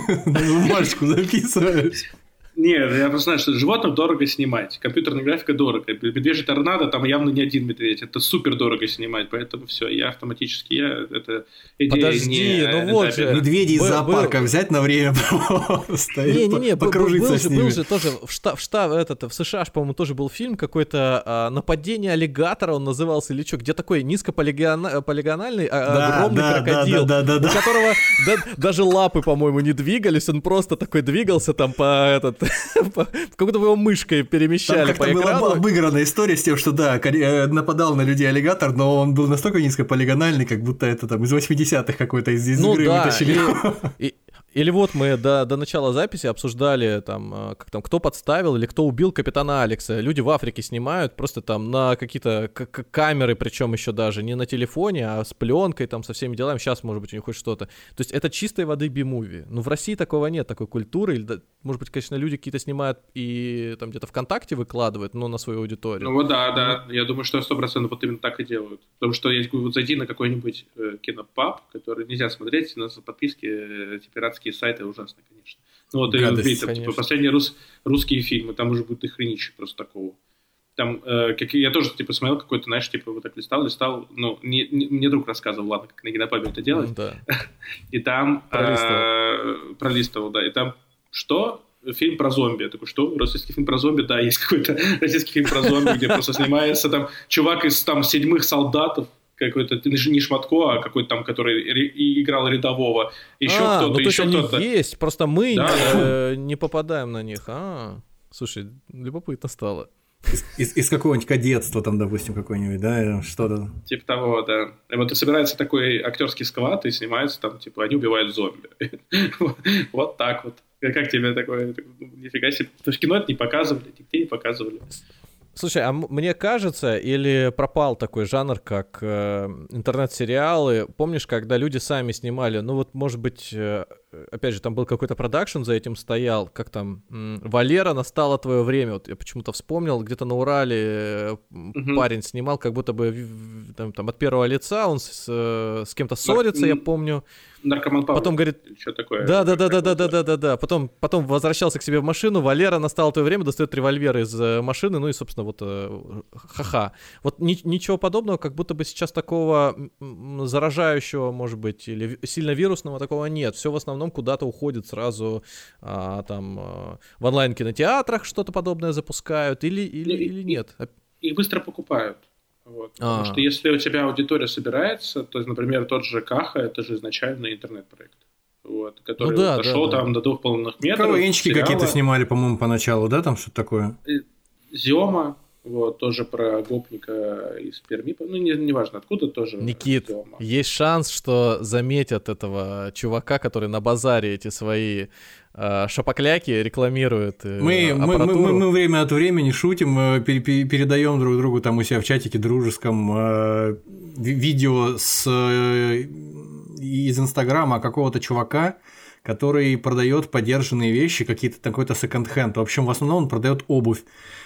Бумажку записываешь. Нет, я просто знаю, что животных дорого снимать. Компьютерная графика дорого. «Медвежий торнадо» там явно не один медведь. Это супер дорого снимать. Поэтому все, я автоматически, я, это идея Подожди, не ну вот же. Медведей из Был- зоопарка был- взять на время просто. Не-не-не, был, был- покружиться был с же, ними. был же тоже в, шта, в, шта, этот, в США, по-моему, тоже был фильм какой-то а, «Нападение аллигатора», он назывался, или что, где такой низкополигональный а, Да, огромный да, крокодил, да, да, да, да. у которого да- даже лапы, по-моему, не двигались, он просто такой двигался там по этот, по- как будто бы его мышкой Там перемещали по как-то была экрану. обыграна история с тем, что да, кори- э, нападал на людей аллигатор, но он был настолько низкополигональный, как будто это там из восьмидесятых какой-то из, из Ну игры да, вытащили. и- и- или вот мы до, до начала записи обсуждали, там, э, как там, кто подставил или кто убил капитана Алекса. Люди в Африке снимают просто там на какие-то к- к- камеры, причем еще даже не на телефоне, а с пленкой, там, со всеми делами. Сейчас, может быть, у них хоть что-то. То есть это чистой воды би-муви. Ну, в России такого нет, такой культуры. Или, да, может быть, конечно, люди какие-то снимают и там где-то ВКонтакте выкладывают, но на свою аудиторию. Ну вот да, да. Я думаю, что сто процентов вот именно так и делают. Потому что я говорю, вот зайди на какой-нибудь э, кинопаб, который нельзя смотреть, на подписке э, эти пиратские сайты ужасно, конечно. Ну вот, и Гадость, видите, там, типа, конечно. последние рус, русские фильмы, там уже будет дохренище просто такого. Там, э, как, я тоже, типа, смотрел какой-то, знаешь, типа, вот так листал, листал, ну, не, не, мне друг рассказывал, ладно, как на кинопабе это делать. Ну, да. И там... Пролистывал. э, Пролистывал, да. И там что? Фильм про зомби. Я такой, что? Российский фильм про зомби? Да, есть какой-то российский фильм про зомби, где просто снимается там чувак из там седьмых солдатов, какой-то, не Шматко, а какой-то там, который ре- и играл рядового. Еще а, кто-то, ну, то есть еще они кто-то. есть, просто мы Да, э, не попадаем на них. А, слушай, любопытно стало. Из, из- из какого-нибудь кадетства, там, допустим, какой-нибудь, да, что-то. Типа того, да. И вот и собирается такой актерский сквад, и снимается там, типа, они убивают зомби. Вот так вот. Как тебе такое? Нифига себе. Потому что кино это не показывали, нигде не показывали. Слушай, а м- мне кажется, или пропал такой жанр, как э, интернет-сериалы? Помнишь, когда люди сами снимали, ну вот, может быть, э, опять же, там был какой-то продакшн за этим стоял, как там, м, «Валера, настало твое время», вот я почему-то вспомнил, где-то на Урале э, Мгм. парень снимал, как будто бы в- в- там, там от первого лица, он с, э, с кем-то ссорится, я м, помню. Наркоман Павлов. Потом говорит, Или что такое? Да, да, да, да, да, да, да, да, да. Потом, потом возвращался к себе в машину. Валера, настало твое время, достает револьвер из э, машины. Ну и, собственно, вот э, ха-ха. Вот ни- ничего подобного, как будто бы сейчас такого м, заражающего, может быть, или ви- сильно вирусного такого нет. Все в основном куда-то уходит сразу а, там а, в онлайн-кинотеатрах что-то подобное запускают или, или, Ну, и- или нет. Их быстро покупают. Вот. Потому А. что если у тебя аудитория собирается, то, например, тот же Каха, это же изначально интернет-проект. Вот, который Ну да, дошел да, да. там до двух полных метров. КВНчики сериала. какие-то снимали, по-моему, поначалу, да, там что-то такое? Зиома, Вот, тоже про гопника из Перми. Ну, не, не важно откуда, тоже. Никит, есть шанс, что заметят этого чувака, который на базаре эти свои э, шапокляки рекламирует. Э, мы, мы, мы, мы, мы время от времени шутим, э, пере, передаем друг другу там у себя в чатике дружеском э, видео с, э, из Инстаграма какого-то чувака, который продает подержанные вещи, какие-то какой-то секонд-хенд. В общем, в основном он продает обувь.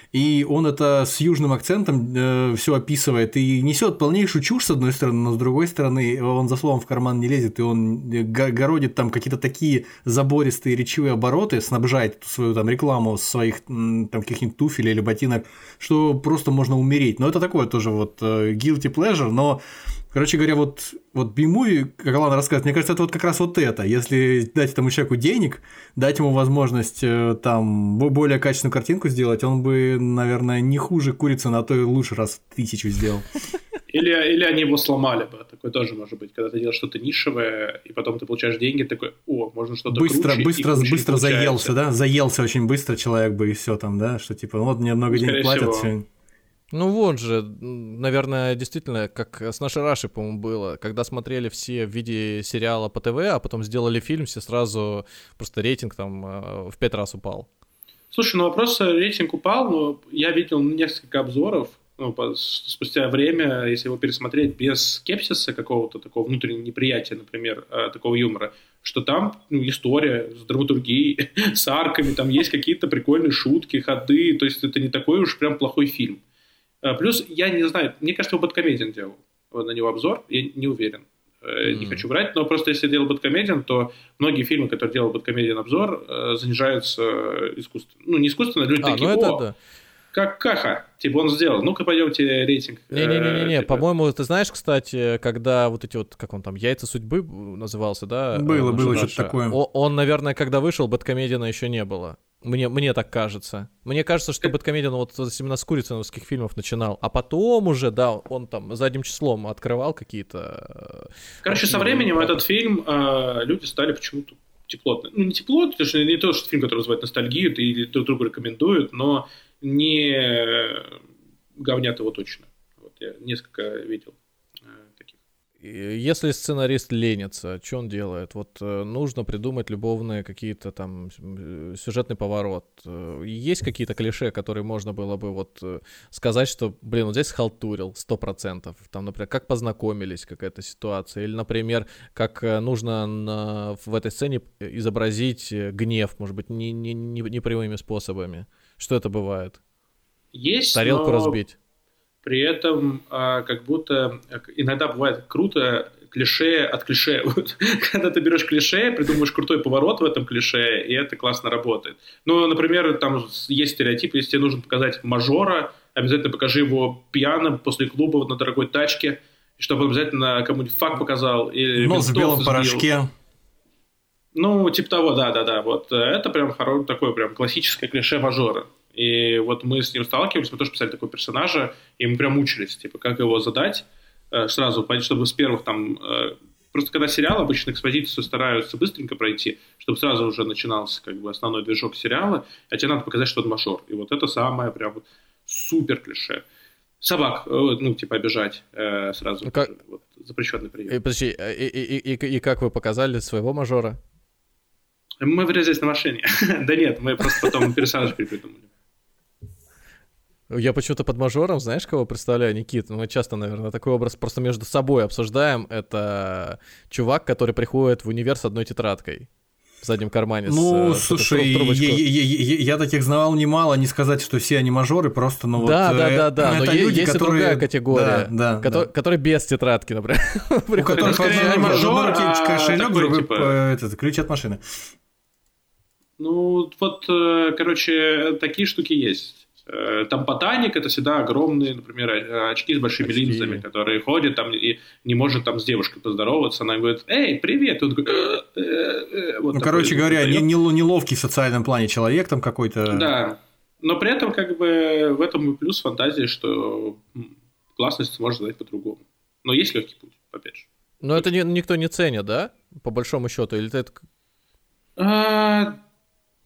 И он это с южным акцентом э, все описывает и несет полнейшую чушь с одной стороны, но с другой стороны он за словом в карман не лезет, и он городит там какие-то такие забористые речевые обороты, снабжает свою там рекламу своих там каких-нибудь туфелей или ботинок, что просто можно умереть. Но это такое тоже вот guilty pleasure, но короче говоря, вот, вот B-Movie, как Алан рассказывает, мне кажется, это вот как раз вот это. Если дать этому человеку денег, дать ему возможность там более качественную картинку сделать, он бы, наверное, не хуже курицы, а то и лучше раз в тысячу сделал. Или, или они его сломали бы. Такое тоже может быть, когда ты делаешь что-то нишевое, и потом ты получаешь деньги, такой, о, можно что-то быстро, круче. Быстро, круче быстро заелся, да? Заелся очень быстро человек бы, и все там, да? Что типа, вот мне много ну, денег платят, все. Ну вот же, наверное, действительно, как с нашей Рашей, по-моему, было, когда смотрели все в виде сериала по ТВ, а потом сделали фильм, все сразу просто рейтинг там в пять раз упал. Слушай, ну вопрос, рейтинг упал, но я видел несколько обзоров, ну, по, спустя время, если его пересмотреть без скепсиса какого-то такого внутреннего неприятия, например, такого юмора, что там ну, история с драматургией, с арками, там есть какие-то прикольные шутки, ходы, то есть это не такой уж прям плохой фильм. Плюс, я не знаю, мне кажется, его Бэдкомедиан делал на него обзор, я не уверен, mm-hmm. не хочу врать, но просто если делал Бэдкомедиан, то многие фильмы, которые делал Бэдкомедиан обзор, занижаются искусственно. Ну, не искусственно, люди а, такие, ну это, о, да. как Каха, типа он сделал, ну-ка пойдемте рейтинг. Не-не-не, типа. По-моему, ты знаешь, кстати, когда вот эти вот, как он там, «Яйца судьбы» назывался, да? Было, было что-то такое. Он, он, наверное, когда вышел, Бэдкомедиана еще не было. Мне, мне так кажется. Мне кажется, что Бэдкомедиан вот именно с курицыновских фильмов начинал. А потом уже, да, он там задним числом открывал какие-то... Короче, со временем да. этот фильм э, люди стали почему-то тепло... Ну, не тепло, потому что не то, что фильм, который вызывает ностальгию, и друг другу рекомендуют, но не говнят его точно. Вот я несколько видел э, таких. Если сценарист ленится, что он делает? Вот э, нужно придумать любовные какие-то там сюжетный поворот. Есть какие-то клише, которые можно было бы вот э, сказать, что, блин, вот здесь схалтурил сто процентов. Там, например, как познакомились, какая-то ситуация. Или, например, как нужно на, в этой сцене изобразить гнев, может быть, не, не, не, не прямыми способами. Что это бывает? Есть, Тарелку но... разбить. При этом а, как будто иногда бывает круто клише от клише. Вот, когда ты берешь клише, придумываешь крутой поворот в этом клише, и это классно работает. Ну, например, там есть стереотип, если тебе нужно показать мажора, обязательно покажи его пьяным после клуба вот на дорогой тачке, чтобы он обязательно кому-нибудь факт показал. Или нос в белом порошке. Ну, типа того, да-да-да. Вот это прям хоро... такое прям классическое клише мажора. И вот мы с ним сталкивались, мы тоже писали такого персонажа, и мы прям мучились, типа, как его задать, сразу, чтобы с первых там... Просто когда сериал, обычно экспозицию стараются быстренько пройти, чтобы сразу уже начинался как бы основной движок сериала, а тебе надо показать, что он мажор. И вот это самое прям вот супер клише. Собак, ну, типа, обижать э, сразу. Ну, как... вот, запрещенный прием. И, подожди, и, и, и, и как вы показали своего мажора? Мы вырезались на машине. Да нет, мы просто потом персонажа перепридумали. Я почему-то под мажором, знаешь, кого представляю, Никит? Мы часто, наверное, такой образ просто между собой обсуждаем. Это чувак, который приходит в универ с одной тетрадкой в заднем кармане. Ну, с, слушай, я, я, я, я таких знавал немало, не сказать, что все они мажоры, просто, ну да, вот... Да, да, да, но люди, есть которые... и другая категория, да, да, который, да. которые без тетрадки, например. У которых в одной руке кошелек, другой ключ от машины. Ну, вот, короче, такие штуки есть. Там ботаник — это всегда огромные, например, очки с большими очки. линзами, которые ходят там и не может там с девушкой поздороваться. Она говорит: «Эй, привет!» И он такой... Э, э, э. Вот ну, короче говоря, не, не, неловкий в социальном плане человек там какой-то. Да, но при этом как бы в этом и плюс фантазии, что классность можно задать по-другому. Но есть легкий путь, опять же. Но это не, никто не ценит, да? По большому счету? Или это... А...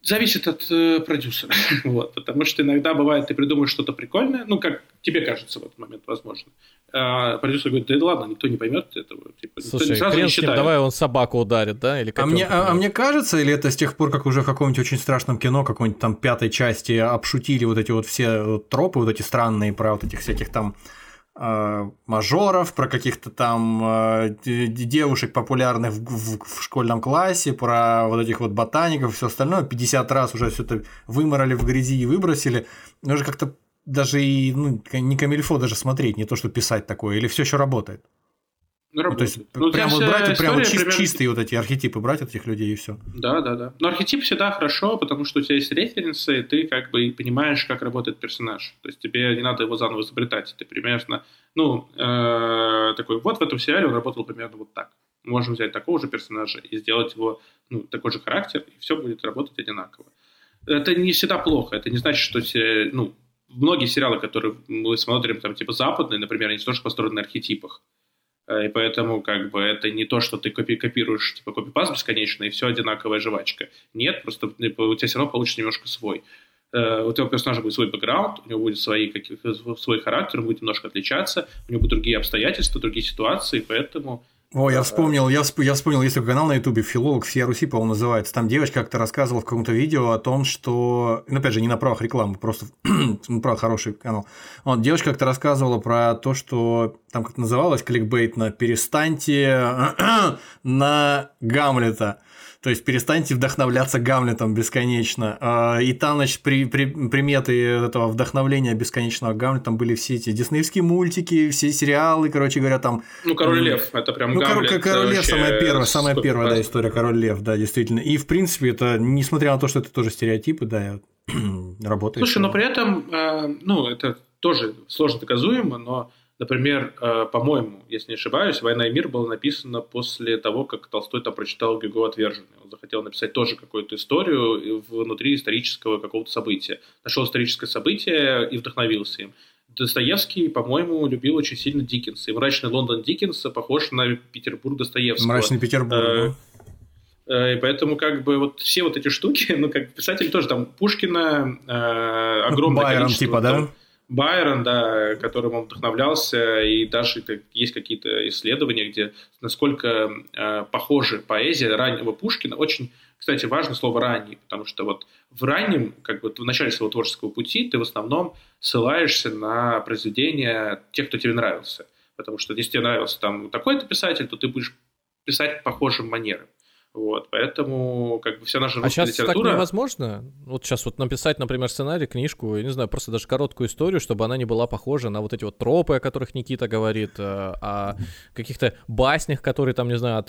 Зависит от э, продюсера, вот, потому что иногда бывает, ты придумаешь что-то прикольное, ну, как тебе кажется в этот момент, возможно. А продюсер говорит, да ладно, никто не поймет этого. Типа, Слушай, хрен с ним, давай он собаку ударит, да? Или а, мне, а, а мне кажется, или это с тех пор, как уже в каком-нибудь очень страшном кино, какой-нибудь там пятой части обшутили вот эти вот все тропы, вот эти странные про вот этих всяких там мажоров, про каких-то там э, девушек популярных в, в, в школьном классе, про вот этих вот ботаников и все остальное, пятьдесят раз уже все это выморали в грязи и выбросили, но уже как-то даже и ну, не камильфо даже смотреть, не то что писать такое, или все еще работает. Ну, ну, то есть ну, прям вот брать прям вот чист, примерно... чистые вот эти архетипы брать от этих людей и все. Да, да, да. Но архетип всегда хорошо, потому что у тебя есть референсы, и ты как бы понимаешь, как работает персонаж. То есть тебе не надо его заново изобретать. Ты примерно, ну, э, такой, вот в этом сериале он работал примерно вот так. Можем взять такого же персонажа и сделать его, ну, такой же характер, и все будет работать одинаково. Это не всегда плохо. Это не значит, что все, ну, многие сериалы, которые мы смотрим, там, типа западные, например, они тоже построены на архетипах. И поэтому как бы это не то, что ты копи- копируешь типа копипаст бесконечно, и все одинаковая жвачка. Нет, просто типа, у тебя все равно получится немножко свой. Э, у твоего персонажа будет свой бэкграунд, у него будет свои, какие- свой характер, он будет немножко отличаться, у него будут другие обстоятельства, другие ситуации, поэтому... О, я вспомнил, я, всп- я вспомнил, есть такой канал на Ютубе «Филолог всея Руси», по-моему, называется. Там девочка как-то рассказывала в каком-то видео о том, что... Ну, опять же, не на правах рекламы, просто, ну, правда, хороший канал. Вот, девочка как-то рассказывала про то, что там как называлось кликбейтно «Перестаньте на Гамлета». То есть перестаньте вдохновляться Гамлетом бесконечно. И там, значит, при, при, приметы этого вдохновления бесконечного Гамлетом были все эти диснеевские мультики, все сериалы, короче говоря, там... Ну, «Король лев», это прям ну, Гамлет. Ну, «Король лев» самая первая, самая первая, да, раз. история «Король лев», да, действительно. И, в принципе, это, несмотря на то, что это тоже стереотипы, да, работает. Слушай, но при этом, э, ну, это тоже сложно доказуемо, но... Например, э, по-моему, если не ошибаюсь, «Война и мир» была написана после того, как Толстой там прочитал Гюго «Отверженный». Он захотел написать тоже какую-то историю внутри исторического какого-то события. Нашел историческое событие и вдохновился им. Достоевский, по-моему, любил очень сильно Диккенса. И «Мрачный Лондон» Диккенса похож на Петербург Достоевского. «Мрачный Петербург», э, да. И поэтому как бы вот все вот эти штуки, ну как писатель тоже там Пушкина э, огромное Байрон, количество... типа, да? Байрон, да, которым он вдохновлялся, и даже это, есть какие-то исследования, где насколько э, похожа поэзия раннего Пушкина. Очень, кстати, важно слово «ранний», потому что вот в раннем, как бы в начале своего творческого пути ты в основном ссылаешься на произведения тех, кто тебе нравился. Потому что если тебе нравился там такой-то писатель, то ты будешь писать похожим манером. Вот, поэтому как бы вся наша русская а сейчас литература... так невозможно? Вот сейчас вот написать, например, сценарий, книжку, я не знаю, просто даже короткую историю, чтобы она не была похожа на вот эти вот тропы, о которых Никита говорит, о каких-то баснях, которые там, не знаю, от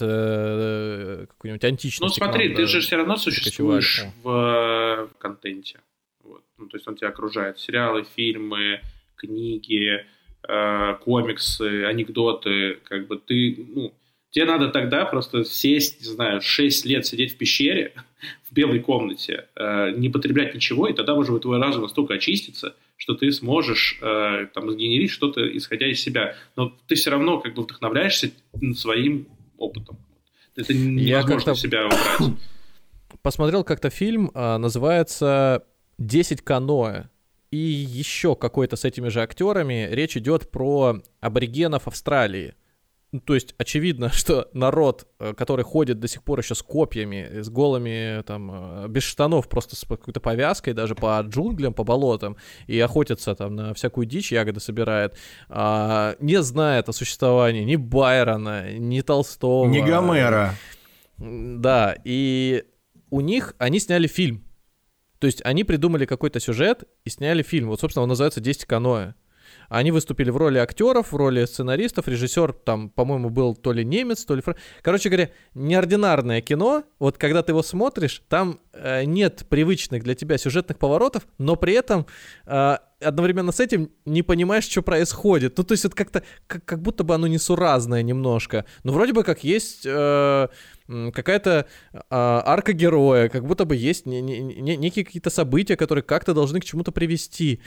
э, какой-нибудь античности. Ну смотри, нам, ты да, же все равно существуешь да. в контенте. Вот. Ну, то есть он тебя окружает. Сериалы, фильмы, книги, э, комиксы, анекдоты. Как бы ты, ну... Тебе надо тогда просто сесть, не знаю, шесть лет сидеть в пещере, в белой комнате, э, не потреблять ничего, и тогда, может быть, твой разум настолько очистится, что ты сможешь э, там, сгенерить что-то, исходя из себя. Но ты все равно как бы вдохновляешься своим опытом. Это невозможно себя убрать. Посмотрел как-то фильм, называется «Десять каноэ». И еще какой-то с этими же актерами. Речь идет про аборигенов Австралии. То есть очевидно, что народ, который ходит до сих пор еще с копьями, с голыми, там, без штанов, просто с какой-то повязкой, даже по джунглям, по болотам, и охотится там на всякую дичь, ягоды собирает, не знает о существовании ни Байрона, ни Толстого. Ни Гомера. Да, и у них, они сняли фильм. То есть они придумали какой-то сюжет и сняли фильм. Вот, собственно, он называется «Десять каноэ». Они выступили в роли актеров, в роли сценаристов. Режиссер там, по-моему, был то ли немец, то ли... Фр... Короче говоря, неординарное кино. Вот когда ты его смотришь, там э, нет привычных для тебя сюжетных поворотов, но при этом э, одновременно с этим не понимаешь, что происходит. Ну, то есть это как-то, как, как будто бы оно несуразное немножко. Но вроде бы как есть... Э, какая-то а, арка героя, как будто бы есть не, не, не, некие какие-то события, которые как-то должны к чему-то привести.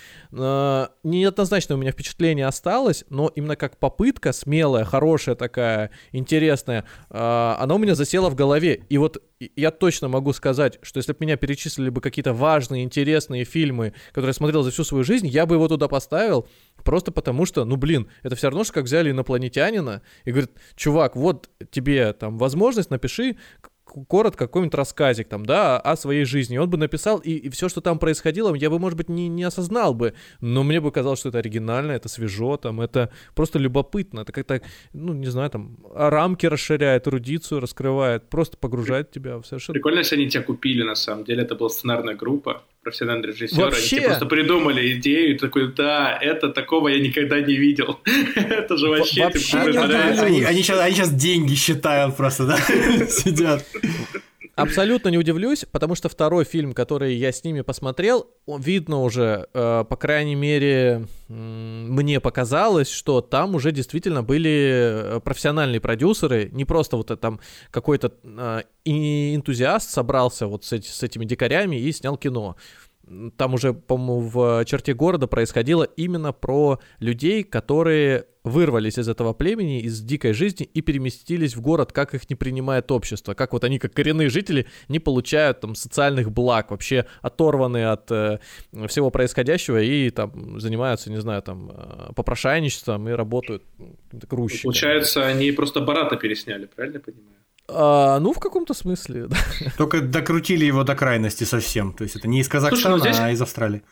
А, неоднозначно у меня впечатление осталось, но именно как попытка смелая, хорошая такая, интересная, а, она у меня засела в голове. И вот я точно могу сказать, что если бы меня перечислили бы какие-то важные, интересные фильмы, которые я смотрел за всю свою жизнь, я бы его туда поставил, просто потому что, ну блин, это все равно, что как взяли инопланетянина и говорят: чувак, вот тебе там возможность, напиши коротко какой-нибудь рассказик там, да, о своей жизни. Он бы написал, и, и все, что там происходило, я бы, может быть, не, не осознал бы, но мне бы казалось, что это оригинально, это свежо, там, это просто любопытно, это как-то, ну, не знаю, там, рамки расширяет, эрудицию раскрывает, просто погружает тебя в совершенно... Прикольно, если они тебя купили, на самом деле, это была сценарная группа, профессиональный режиссер, Вообще? они тебе просто придумали идею, и такой: да, это такого я никогда не видел. Это же вообще... Вообще ты не представляешь? удивлюсь. Они, они, сейчас, они сейчас деньги считают просто, да? Сидят. Абсолютно не удивлюсь, потому что второй фильм, который я с ними посмотрел, он, видно уже, э, по крайней мере, э, мне показалось, что там уже действительно были профессиональные продюсеры, не просто вот это, там какой-то э, энтузиаст собрался вот с, эти, с этими дикарями и снял кино. Там уже, по-моему, в «Черте города» происходило именно про людей, которые вырвались из этого племени, из дикой жизни и переместились в город, как их не принимает общество, как вот они, как коренные жители, не получают там социальных благ, вообще оторваны от э, всего происходящего и там занимаются, не знаю, там э, попрошайничеством и работают грузчиками. Получается, они просто Барата пересняли, правильно я понимаю? А, ну, в каком-то смысле, да. Только докрутили его до крайности совсем. То есть это не из Казахстана, Слушай, ну здесь... а из Австралии.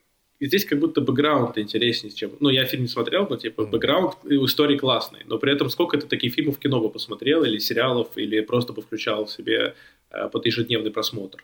И здесь как будто бэкграунд интереснее, чем... Ну, я фильм не смотрел, но типа бэкграунд у истории классный. Но при этом сколько ты таких фильмов в кино бы посмотрел, или сериалов, или просто бы включал в себе э, под ежедневный просмотр?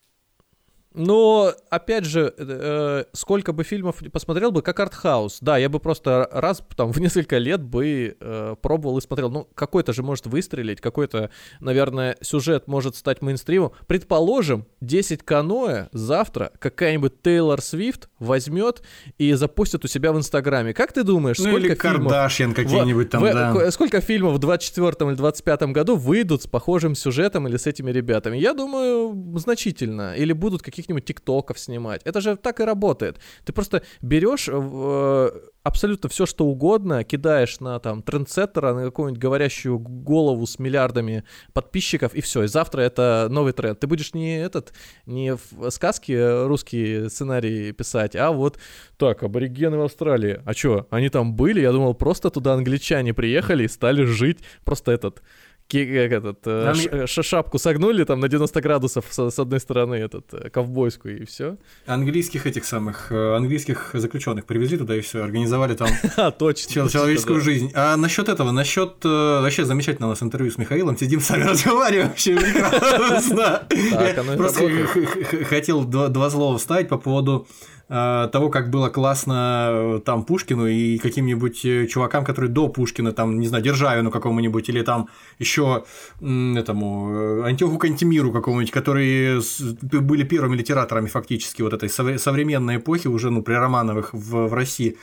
Но, опять же, э, сколько бы фильмов посмотрел бы, как артхаус. Да, я бы просто раз там в несколько лет бы э, пробовал и смотрел. Ну, какой-то же может выстрелить, какой-то, наверное, сюжет может стать мейнстримом. Предположим, десять каноэ завтра какая-нибудь Тейлор Свифт возьмет и запустит у себя в Инстаграме. Как ты думаешь, Ну сколько или фильмов... Кардашьян какие-нибудь там, в, да. Сколько фильмов в двадцать четвёртом или двадцать пятом году выйдут с похожим сюжетом или с этими ребятами? Я думаю, значительно. Или будут какие каких-нибудь тиктоков снимать. Это же так и работает. Ты просто берешь э, абсолютно все, что угодно, кидаешь на там трендсеттера, на какую-нибудь говорящую голову с миллиардами подписчиков, и все. И завтра это новый тренд. Ты будешь не этот, не в сказки русские сценарии писать, а вот так, аборигены в Австралии. А что, они там были? Я думал, просто туда англичане приехали и стали жить. Просто этот... Как этот, Англи... ш- шапку согнули там на девяносто градусов с, с одной стороны, этот, ковбойскую, и все. Английских этих самых, английских заключенных привезли туда и все, организовали там а, точно, человеческую точно, жизнь. А насчет этого, насчет вообще замечательно у нас интервью с Михаилом, сидим сами разговариваем, вообще прекрасно. Я просто хотел два слова вставить по поводу того, как было классно там Пушкину и каким-нибудь чувакам, которые до Пушкина, там, не знаю, Державину какому-нибудь, или там еще этому Антиоху Кантемиру какому-нибудь, которые были первыми литераторами фактически вот этой современной эпохи, уже, ну, при Романовых в, в России.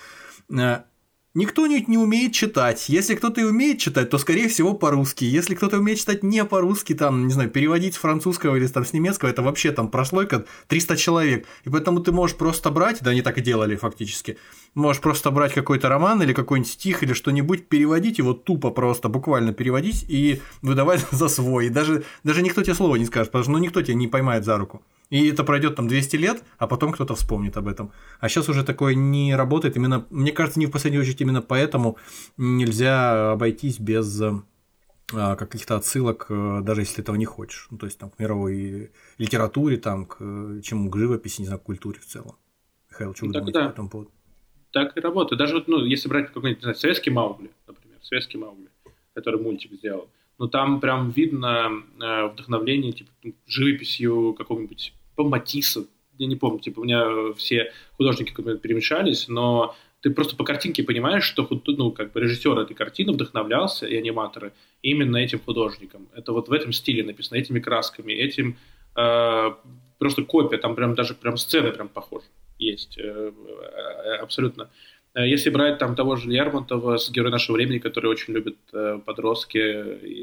Никто не, не умеет читать. Если кто-то и умеет читать, то, скорее всего, по-русски. Если кто-то умеет читать не по-русски, там, не знаю, переводить с французского или там, с немецкого, это вообще там прослойка триста человек. И поэтому ты можешь просто брать, да, они так и делали фактически, можешь просто брать какой-то роман или какой-нибудь стих или что-нибудь, переводить его тупо просто, буквально переводить и выдавать за свой. И даже, даже никто тебе слова не скажет, потому что ну, никто тебя не поймает за руку. И это пройдет там двести лет, а потом кто-то вспомнит об этом. А сейчас уже такое не работает. Именно, мне кажется, не в последнюю очередь именно поэтому нельзя обойтись без а, каких-то отсылок, даже если ты этого не хочешь. Ну, то есть там к мировой литературе, там, к чему, к живописи, не знаю, к культуре в целом. Михаил, что вы так, думаете да. по этому поводу? Так и работает. Даже ну, если брать какой-нибудь, не знаю, советский Маугли, например, советский Маугли, который мультик сделал, но там прям видно э, вдохновление типа живописью какого-нибудь Матисса, я не помню, типа у меня все художники как-то перемешались, но ты просто по картинке понимаешь, что ну, как бы режиссер этой картины вдохновлялся, и аниматоры, именно этим художником. Это вот в этом стиле написано, этими красками, этим э, просто копия, там прям даже прям сцены прям похожи есть, э, э, абсолютно. Если брать там того же Лермонтова с «Герой нашего времени», который очень любят э, подростки и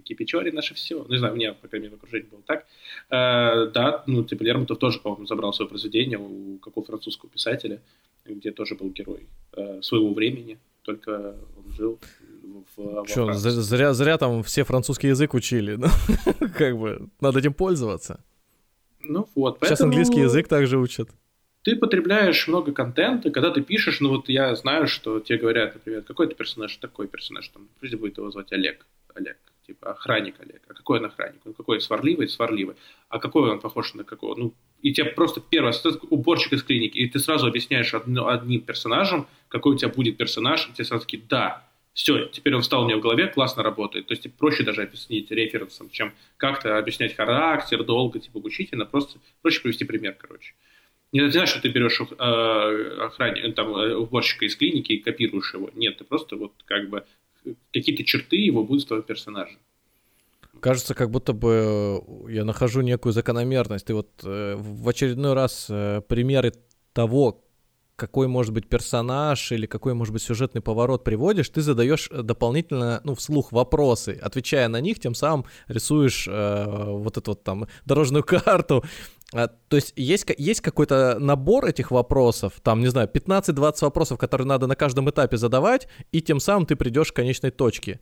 такие, Печорин наше все. Ну, не знаю, у меня, по крайней мере, в окружении было так. Э, да, ну, типа, Лермонтов тоже, по-моему, забрал свое произведение у какого французского писателя, где тоже был герой э, своего времени, только он жил в, в Что, зря, зря там все французский язык учили, ну, как бы, надо этим пользоваться. Ну, вот, поэтому... Сейчас английский язык также учат. Ты потребляешь много контента, когда ты пишешь, ну вот я знаю, что тебе говорят, например, какой-то персонаж, такой персонаж, там, прежде будет его звать Олег, Олег, типа охранник Олег. А какой он охранник? Он какой сварливый, сварливый. А какой он похож на какого? Ну, и тебе просто первый уборщик из клиники, и ты сразу объясняешь одним персонажем, какой у тебя будет персонаж, и тебе сразу такие, да, все, теперь он встал у меня в голове, классно работает. То есть тебе проще даже объяснить референсом, чем как-то объяснять характер, долго, типа, мучительно, просто проще привести пример, короче. Не значит, что ты берешь э, охранника, там, уборщика из клиники и копируешь его. Нет, ты просто вот как бы какие-то черты его будут в твоем персонаже. Кажется, как будто бы я нахожу некую закономерность. Ты вот э, в очередной раз э, примеры того, какой может быть персонаж или какой может быть сюжетный поворот приводишь, ты задаешь дополнительно, ну, вслух вопросы, отвечая на них, тем самым рисуешь э, вот эту вот там дорожную карту. А, то есть есть, есть какой-то набор этих вопросов, там, не знаю, пятнадцать-двадцать вопросов, которые надо на каждом этапе задавать, и тем самым ты придешь к конечной точке.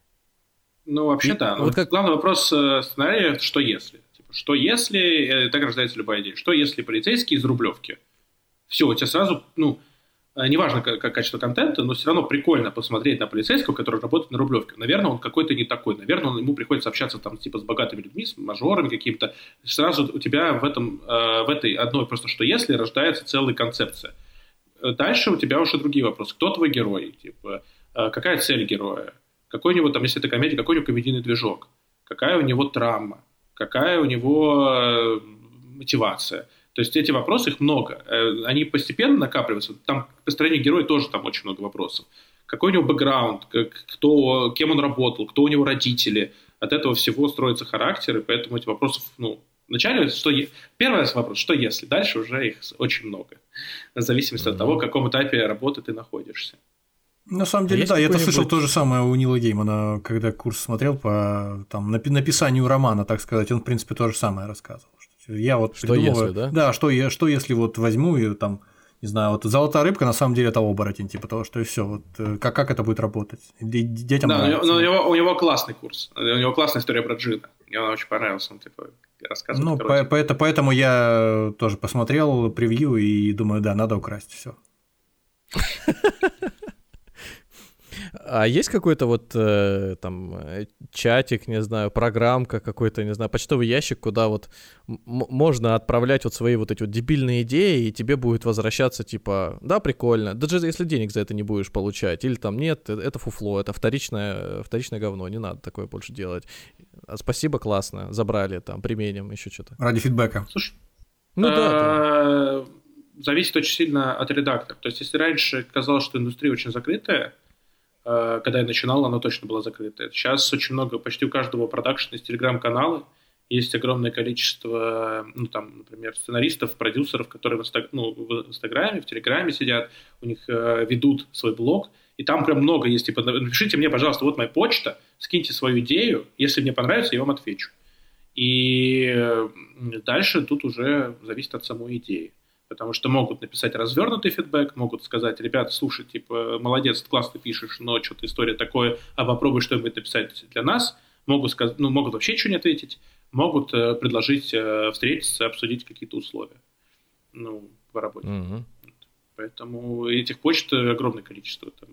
Ну, вообще, и, да. Вот как... Главный вопрос сценария — что если? Типа, что если, так рождается любая идея, что если полицейский из Рублевки? Все, у тебя сразу, ну, неважно, как, как качество контента, но все равно прикольно посмотреть на полицейского, который работает на Рублевке. Наверное, он какой-то не такой. Наверное, он, ему приходится общаться там типа с богатыми людьми, с мажорами какими-то. Сразу у тебя в, этом, э, в этой одной просто «что если» рождается целая концепция. Дальше у тебя уже другие вопросы. Кто твой герой? Типа, э, какая цель героя? Какой у него, там, если это комедия, какой у него комедийный движок? Какая у него травма? Какая у него э, мотивация? То есть эти вопросы, их много. Они постепенно накапливаются. Там к построению героя тоже там очень много вопросов. Какой у него бэкграунд, кто, кем он работал, кто у него родители. От этого всего строится характер, и поэтому эти вопросы, ну, вначале, что е... первый вопрос, что если? Дальше уже их очень много. В зависимости mm-hmm. от того, в каком этапе работы ты находишься. На самом деле, да, я-то слышал то же самое у Нила Геймана, когда курс смотрел по там, написанию романа, так сказать, он, в принципе, то же самое рассказывал. Я вот что придумываю, если, да? Да, что, я, что если вот возьму и там, не знаю, вот золотая рыбка, на самом деле это оборотень, типа того, что и все, вот как, как это будет работать? Детям да, нравится. Но у него, у него классный курс, у него классная история про джина, мне он очень понравился, он типа рассказывает. Ну, по, по, поэтому я тоже посмотрел превью и думаю, да, надо украсть все. А есть какой-то вот э, там чатик, не знаю, программка какой-то, не знаю, почтовый ящик, куда вот м- можно отправлять вот свои вот эти вот дебильные идеи, и тебе будет возвращаться типа, да, прикольно, даже если денег за это не будешь получать, или там нет, это фуфло, это вторичное, вторичное говно, не надо такое больше делать. А спасибо, классно, забрали, там, применим, еще что-то. Ради фидбэка. Слушай, ну да. Зависит очень сильно от редактора. То есть, если раньше казалось, что индустрия очень закрытая, когда я начинал, она точно была закрыта. Сейчас очень много, почти у каждого продакшена есть телеграм-каналы, есть огромное количество, ну, там, например, сценаристов, продюсеров, которые в, инстаг... ну, в Инстаграме, в Телеграме сидят, у них э, ведут свой блог, и там прям много есть, типа, напишите мне, пожалуйста, вот моя почта, скиньте свою идею, если мне понравится, я вам отвечу. И дальше тут уже зависит от самой идеи. Потому что могут написать развернутый фидбэк, могут сказать, ребята, слушай, типа, молодец, классно пишешь, но что-то история такое, а попробуй что-нибудь написать для нас. Могут, сказать, ну, могут вообще ничего не ответить, могут э, предложить э, встретиться, обсудить какие-то условия, ну, по работе. Mm-hmm. Поэтому этих почт огромное количество. Там.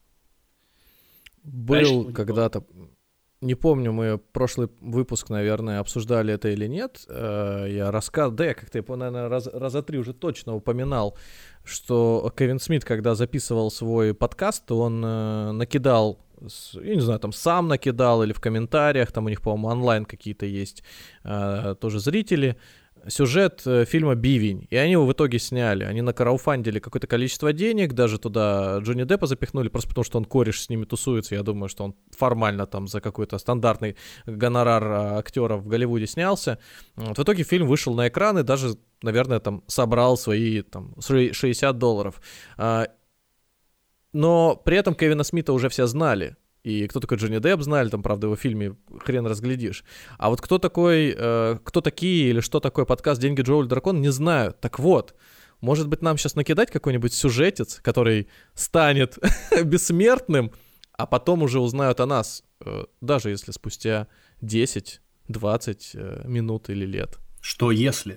Был Дальше, когда-то... Не помню, мы прошлый выпуск, наверное, обсуждали это или нет. Я рассказывал, да, я как-то, наверное, раз, раза три уже точно упоминал, что Кевин Смит, когда записывал свой подкаст, он накидал, я не знаю, там сам накидал или в комментариях, там у них, по-моему, онлайн какие-то есть тоже зрители, сюжет фильма «Бивень», и они его в итоге сняли. Они накраудфандили какое-то количество денег, даже туда Джонни Деппа запихнули, просто потому что он кореш с ними тусуется. Я думаю, что он формально там за какой-то стандартный гонорар актера в Голливуде снялся. Вот, в итоге фильм вышел на экраны, даже, наверное, там собрал свои там, шестьдесят долларов. Но при этом Кевина Смита уже все знали. И кто такой Джонни Депп знали, там, правда, его в фильме хрен разглядишь. А вот кто такой, э, кто такие или что такое подкаст «Деньги, Джоуль, Дракон» не знаю. Так вот, может быть, нам сейчас накидать какой-нибудь сюжетец, который станет бессмертным, а потом уже узнают о нас, э, даже если спустя десять-двадцать э, минут или лет. Что если?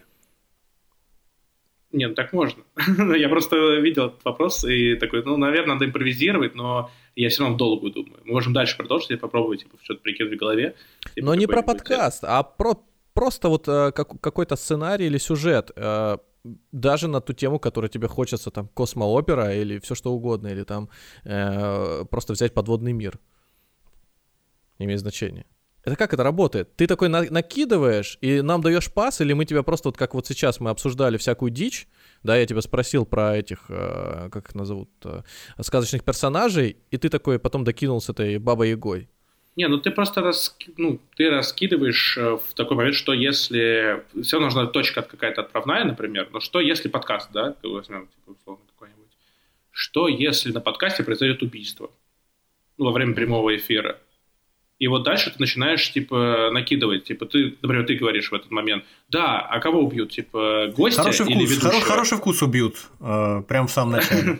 Нет, ну так можно. Я просто видел этот вопрос и такой, ну, наверное, надо импровизировать, но я все равно в долгую думаю. Мы можем дальше продолжить и попробовать типа, что-то прикинуть в голове. Типа, но не про подкаст, а про просто вот э, как, какой-то сценарий или сюжет. Э, даже на ту тему, которую тебе хочется, там, космоопера или все что угодно, или там э, просто взять подводный мир. Не имеет значения. Это как это работает? Ты такой на- накидываешь, и нам даешь пас, или мы тебя просто, вот как вот сейчас мы обсуждали всякую дичь, да, я тебя спросил про этих, э, как их назовут, э, сказочных персонажей, и ты такой потом докинул с этой Бабой-Ягой. Не, ну ты просто рас... ну, ты раскидываешь в такой момент, что если... Все равно нужна точка какая-то отправная, например, но что если подкаст, да, возьмем, типа, условно, какой-нибудь. Что если на подкасте произойдет убийство? Ну, во время прямого эфира. И вот дальше ты начинаешь, типа, накидывать. Типа, ты, например, ты говоришь в этот момент, да, а кого убьют? Типа, гостя хороший или вкус, ведущего? хоро- хороший вкус убьют, э, прям в самом начале.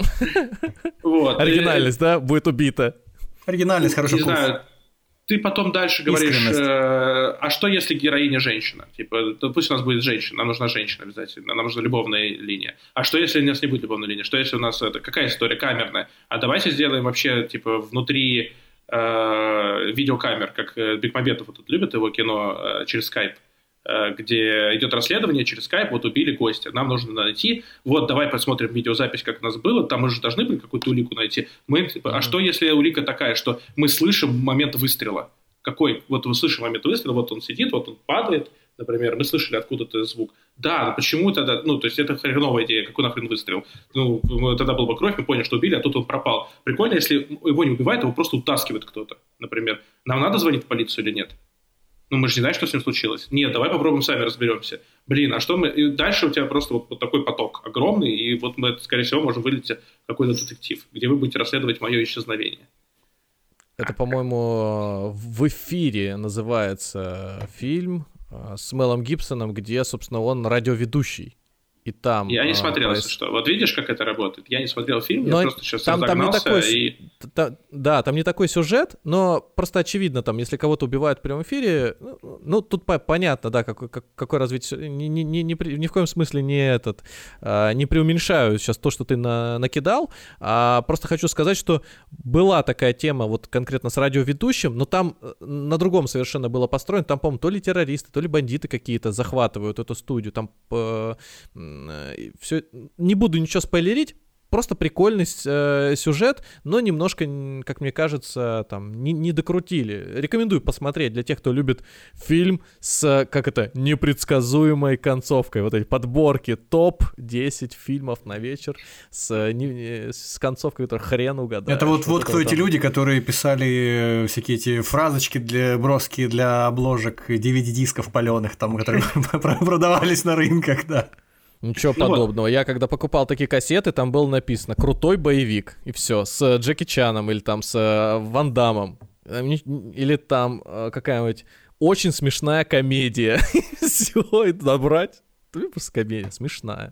Оригинальность, да, будет убита. Оригинальность, хороший Не вкус. знаю, ты потом дальше говоришь, Искренность. э, а что если героиня женщина? Типа, то пусть у нас будет женщина, нам нужна женщина обязательно, нам нужна любовная линия. А что если у нас не будет любовной линии? Что если у нас это какая история камерная? А давайте сделаем вообще типа внутри э, видеокамер, как Бекмамбетов вот тут любит его кино э, через скайп, э, где идет расследование через скайп, вот убили гостя, нам нужно найти, вот давай посмотрим видеозапись, как у нас было, там мы же должны были какую-то улику найти. Мы, типа, а что если улика такая, что мы слышим момент выстрела? Какой? Вот мы слышим момент выстрела, вот он сидит, вот он падает, например, мы слышали откуда-то звук. Да, но почему тогда, ну, то есть это хреновая идея, какой нахрен выстрел? Ну, тогда была бы кровь, мы поняли, что убили, а тут он пропал. Прикольно, если его не убивает, его просто утаскивает кто-то, например. Нам надо звонить в полицию или нет? Ну, мы же не знаем, что с ним случилось. Нет, давай попробуем сами разберемся. Блин, а что мы... И дальше у тебя просто вот, вот такой поток огромный, и вот мы, скорее всего, можем вылететь в какой-то детектив, где вы будете расследовать мое исчезновение. Это, по-моему, в эфире называется фильм с Мелом Гибсоном, где, собственно, он радиоведущий. И там... Я не а, смотрел, проис... если что. Вот видишь, как это работает? Я не смотрел фильм, но я просто сейчас там, там не такой, и... та, да, там не такой сюжет, но просто очевидно, там, если кого-то убивают в прямом эфире, ну, ну тут по- понятно, да, какой, как, какое развитие, ни, ни, ни, ни, ни в коем смысле не этот, а, не преуменьшаю сейчас то, что ты на, накидал, а просто хочу сказать, что была такая тема вот конкретно с радиоведущим, но там на другом совершенно было построено, там, по-моему, то ли террористы, то ли бандиты какие-то захватывают эту студию, там э, все, не буду ничего спойлерить, просто прикольный э, сюжет, но немножко, как мне кажется, там не, не докрутили. Рекомендую посмотреть для тех, кто любит фильм с, как это, непредсказуемой концовкой. Вот эти подборки топ десять фильмов на вечер с, не, с концовкой, которую хрен угадаешь. Это вот, вот, вот кто там... эти люди, которые писали всякие эти фразочки для броски для обложек ди ви ди-дисков паленых, там, которые продавались на рынках, да. Ничего ну подобного. Вот. Я когда покупал такие кассеты, там было написано «Крутой боевик», и все, с Джеки Чаном или там с Ван Даммом. Или там какая-нибудь очень смешная комедия. Все, и туда брать. Просто комедия смешная.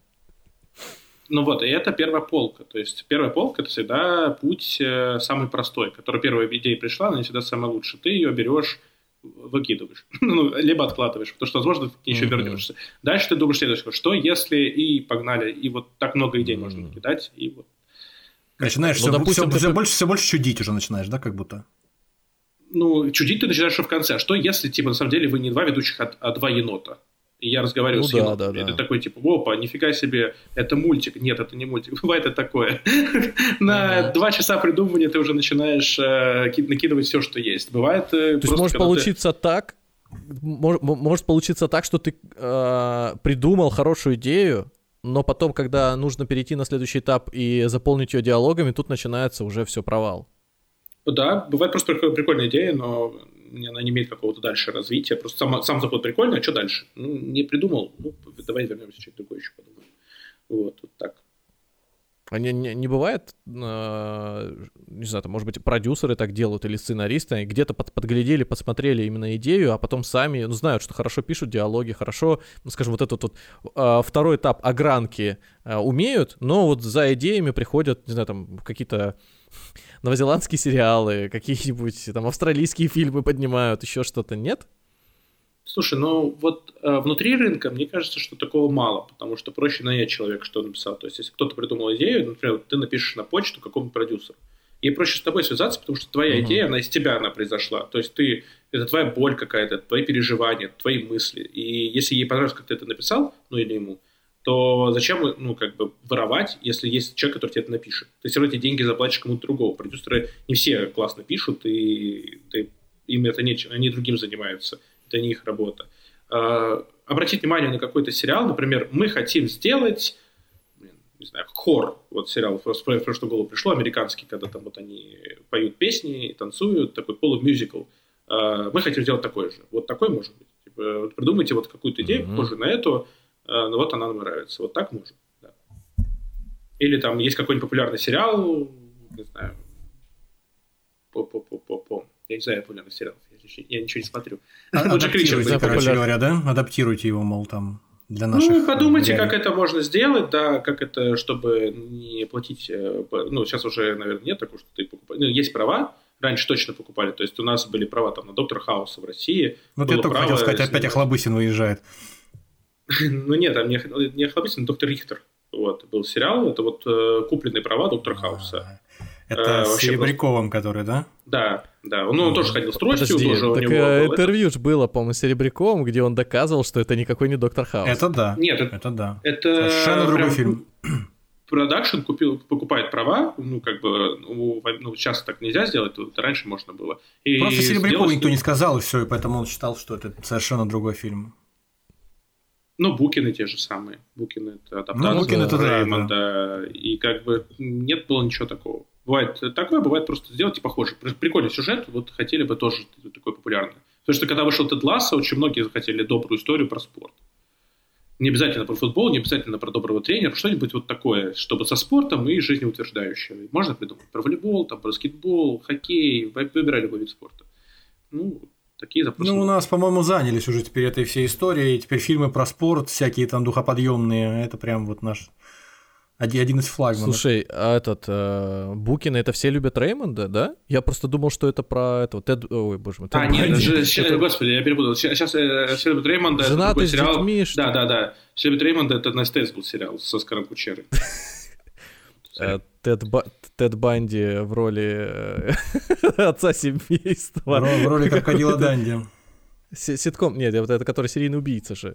Ну вот, и это первая полка. То есть первая полка — это всегда путь самый простой, который первая идея пришла, она не всегда самая лучшая. Ты ее берешь, выкидываешь, ну, либо откладываешь, потому что, возможно, ты еще mm-hmm. вернешься. Дальше ты думаешь следующее, что если и погнали, и вот так много идей mm-hmm. можно накидать, и вот. Начинаешь ну, все, допустим, все, все, ты... больше, все больше чудить уже начинаешь, да, как будто? Ну, чудить ты начинаешь в конце. А что если, типа, на самом деле вы не два ведущих, а, а два енота? И я разговариваю ну, с да, енотом. Да, да. Это такой, типа, опа, нифига себе, это мультик. Нет, это не мультик. Бывает и такое. На два часа придумывания ты уже начинаешь накидывать все, что есть. Бывает... То есть может получиться так, может получиться так, что ты придумал хорошую идею, но потом, когда нужно перейти на следующий этап и заполнить ее диалогами, тут начинается уже все провал. Да, бывает просто прикольная идея, но она не имеет какого-то дальше развития. Просто сам, сам заход прикольный, а что дальше? Ну, не придумал, ну, давай вернемся, что-то другое еще подумаем. Вот, вот так. А не, не, не бывает, э, не знаю, там, может быть, продюсеры так делают или сценаристы, они где-то под, подглядели, посмотрели именно идею, а потом сами, ну, знают, что хорошо пишут диалоги, хорошо, ну, скажем, вот этот вот э, второй этап огранки э, умеют, но вот за идеями приходят, не знаю, там, какие-то новозеландские сериалы, какие-нибудь там австралийские фильмы поднимают, еще что-то, нет? Слушай, ну вот э, внутри рынка, мне кажется, что такого мало, потому что проще нанять человека, что он написал. То есть, если кто-то придумал идею, например, ты напишешь на почту какому-то продюсеру, ей проще с тобой связаться, потому что твоя uh-huh. идея, она из тебя она произошла. То есть, ты, это твоя боль какая-то, твои переживания, твои мысли. И если ей понравилось, как ты это написал, ну или ему, то зачем, ну, как бы воровать, если есть человек, который тебе это напишет? Ты все равно эти деньги заплатишь кому-то другому. Продюсеры не все классно пишут, и ты, им это нечего, они другим занимаются. Это не их работа. Uh, обратить внимание на какой-то сериал, например, мы хотим сделать, не знаю, хор, вот сериал, в прошлую голову пришло, американский, когда там вот они поют песни, танцуют, такой полумюзикл. Uh, мы хотим сделать такой же. Вот такой может быть. Типа, вот придумайте вот какую-то идею, mm-hmm. похожую на эту, uh, но вот она нам нравится. Вот так можно. Да. Или там есть какой-нибудь популярный сериал, не знаю, по-по-по-по-по. Я не знаю популярных сериалов. Я ничего не смотрю. А, адаптируйте, короче говоря, да? Адаптируйте его, мол, там, для наших... Ну, подумайте, реалий. Как это можно сделать, да, как это, чтобы не платить... Ну, сейчас уже, наверное, нет такого, что ты покупаешь... Ну, есть права, раньше точно покупали, то есть у нас были права там на Доктора Хауса в России. Вот я только право... хотел сказать, опять Охлобыстин выезжает. Ну, нет, там не Охлобыстин, а Доктор Рихтер. Вот, был сериал, это вот купленные права Доктора Хауса. Это с Серебряковым, который, да? Да, да. Ну, он тоже ходил с тростью. Подожди, тоже так у него интервью же было, по-моему, с Серебряковым, где он доказывал, что это никакой не Доктор Хаус. Это да. Нет, это да. Это совершенно другой фильм. Продакшн купил, покупает права, ну, как бы, ну, сейчас так нельзя сделать, тут раньше можно было. И просто Серебрякову сделать... никто не сказал, и все, и поэтому он считал, что это совершенно другой фильм. Ну, Букины те же самые. Букины — это адаптация ну, Букин это Реймонда. Да, да. И как бы нет было ничего такого. Бывает такое, бывает просто сделать и похоже. Прикольный сюжет, вот хотели бы тоже такой популярный. Потому что когда вышел Тед Лассо, очень многие захотели добрую историю про спорт. Не обязательно про футбол, не обязательно про доброго тренера, что-нибудь вот такое, чтобы со спортом и жизнеутверждающее. Можно придумать про волейбол, там, про баскетбол, хоккей, выбирай любой вид спорта. Ну, такие запросы. Ну, у нас, по-моему, занялись уже теперь этой всей историей, теперь фильмы про спорт, всякие там духоподъемные, это прям вот наш... Один из флагманов. Слушай, а этот э, Букины, это все любят Реймонда, да? Я просто думал, что это про этого Тед... Ой, боже мой. Тед а, нет, же, это... господи, я перепутал. Сейчас э, все любят Реймонда. Женатый это сериал. С детьми, что... Да, да, да. Все любят Реймонда, это на СТС был сериал с Оскаром Кучерой. Тед Банди в роли отца семейства. В роли крокодила Данди. Ситком, нет, это который серийный убийца же.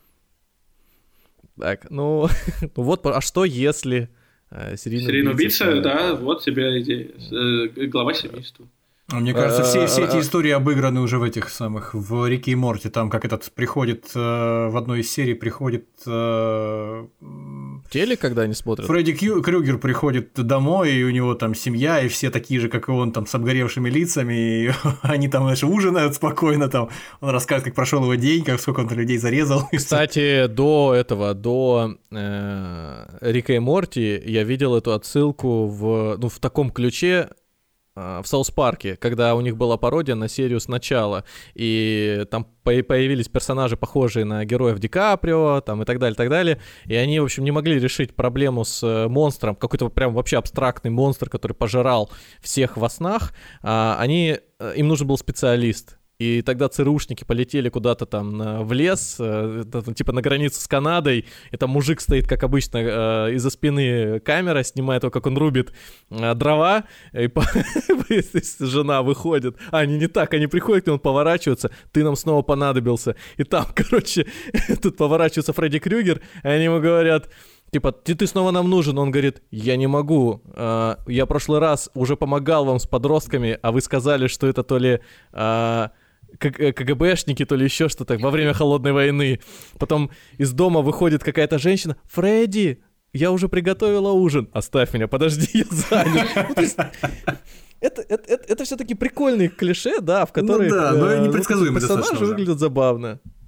Так, ну, ну вот, а что если э, серийный, серийный убийца... убийца, да, вот тебе идея, э, глава семейства. Мне кажется, все, все эти истории обыграны уже в этих самых, в Рике и Морти, там как этот приходит, э, в одной из серий приходит... Э, Телек, когда они смотрят? Фредди Кью, Крюгер приходит домой, и у него там семья, и все такие же, как и он, там, с обгоревшими лицами, и они там, знаешь, ужинают спокойно, там, он рассказывает, как прошел его день, как сколько он людей зарезал. Кстати, до этого, до э, Рика и Морти я видел эту отсылку в, ну, в таком ключе, в Саус-Парке, когда у них была пародия на серию «Сначала», и там появились персонажи, похожие на героев Ди Каприо, там, и так далее, так далее, и они, в общем, не могли решить проблему с монстром, какой-то прям вообще абстрактный монстр, который пожирал всех во снах, а они, им нужен был специалист. И тогда ЦРУшники полетели куда-то там в лес, типа на границу с Канадой, и там мужик стоит, как обычно, из-за спины камера, снимает его, как он рубит дрова, и жена выходит. А, они не так, они приходят, и он поворачивается, ты нам снова понадобился. И там, короче, тут поворачивается Фредди Крюгер, и они ему говорят... Типа, ты, ты снова нам нужен. Он говорит, я не могу. Я в прошлый раз уже помогал вам с подростками, а вы сказали, что это то ли КГБшники, то ли еще что-то во время Холодной войны. Потом из дома выходит какая-то женщина. Фредди, я уже приготовила ужин. Оставь меня, подожди, я занят. Ну, то есть... Это, это, это, это все-таки прикольные клише, да, в которых ну, да, но э, непредсказуемо персонажи выглядят забавно.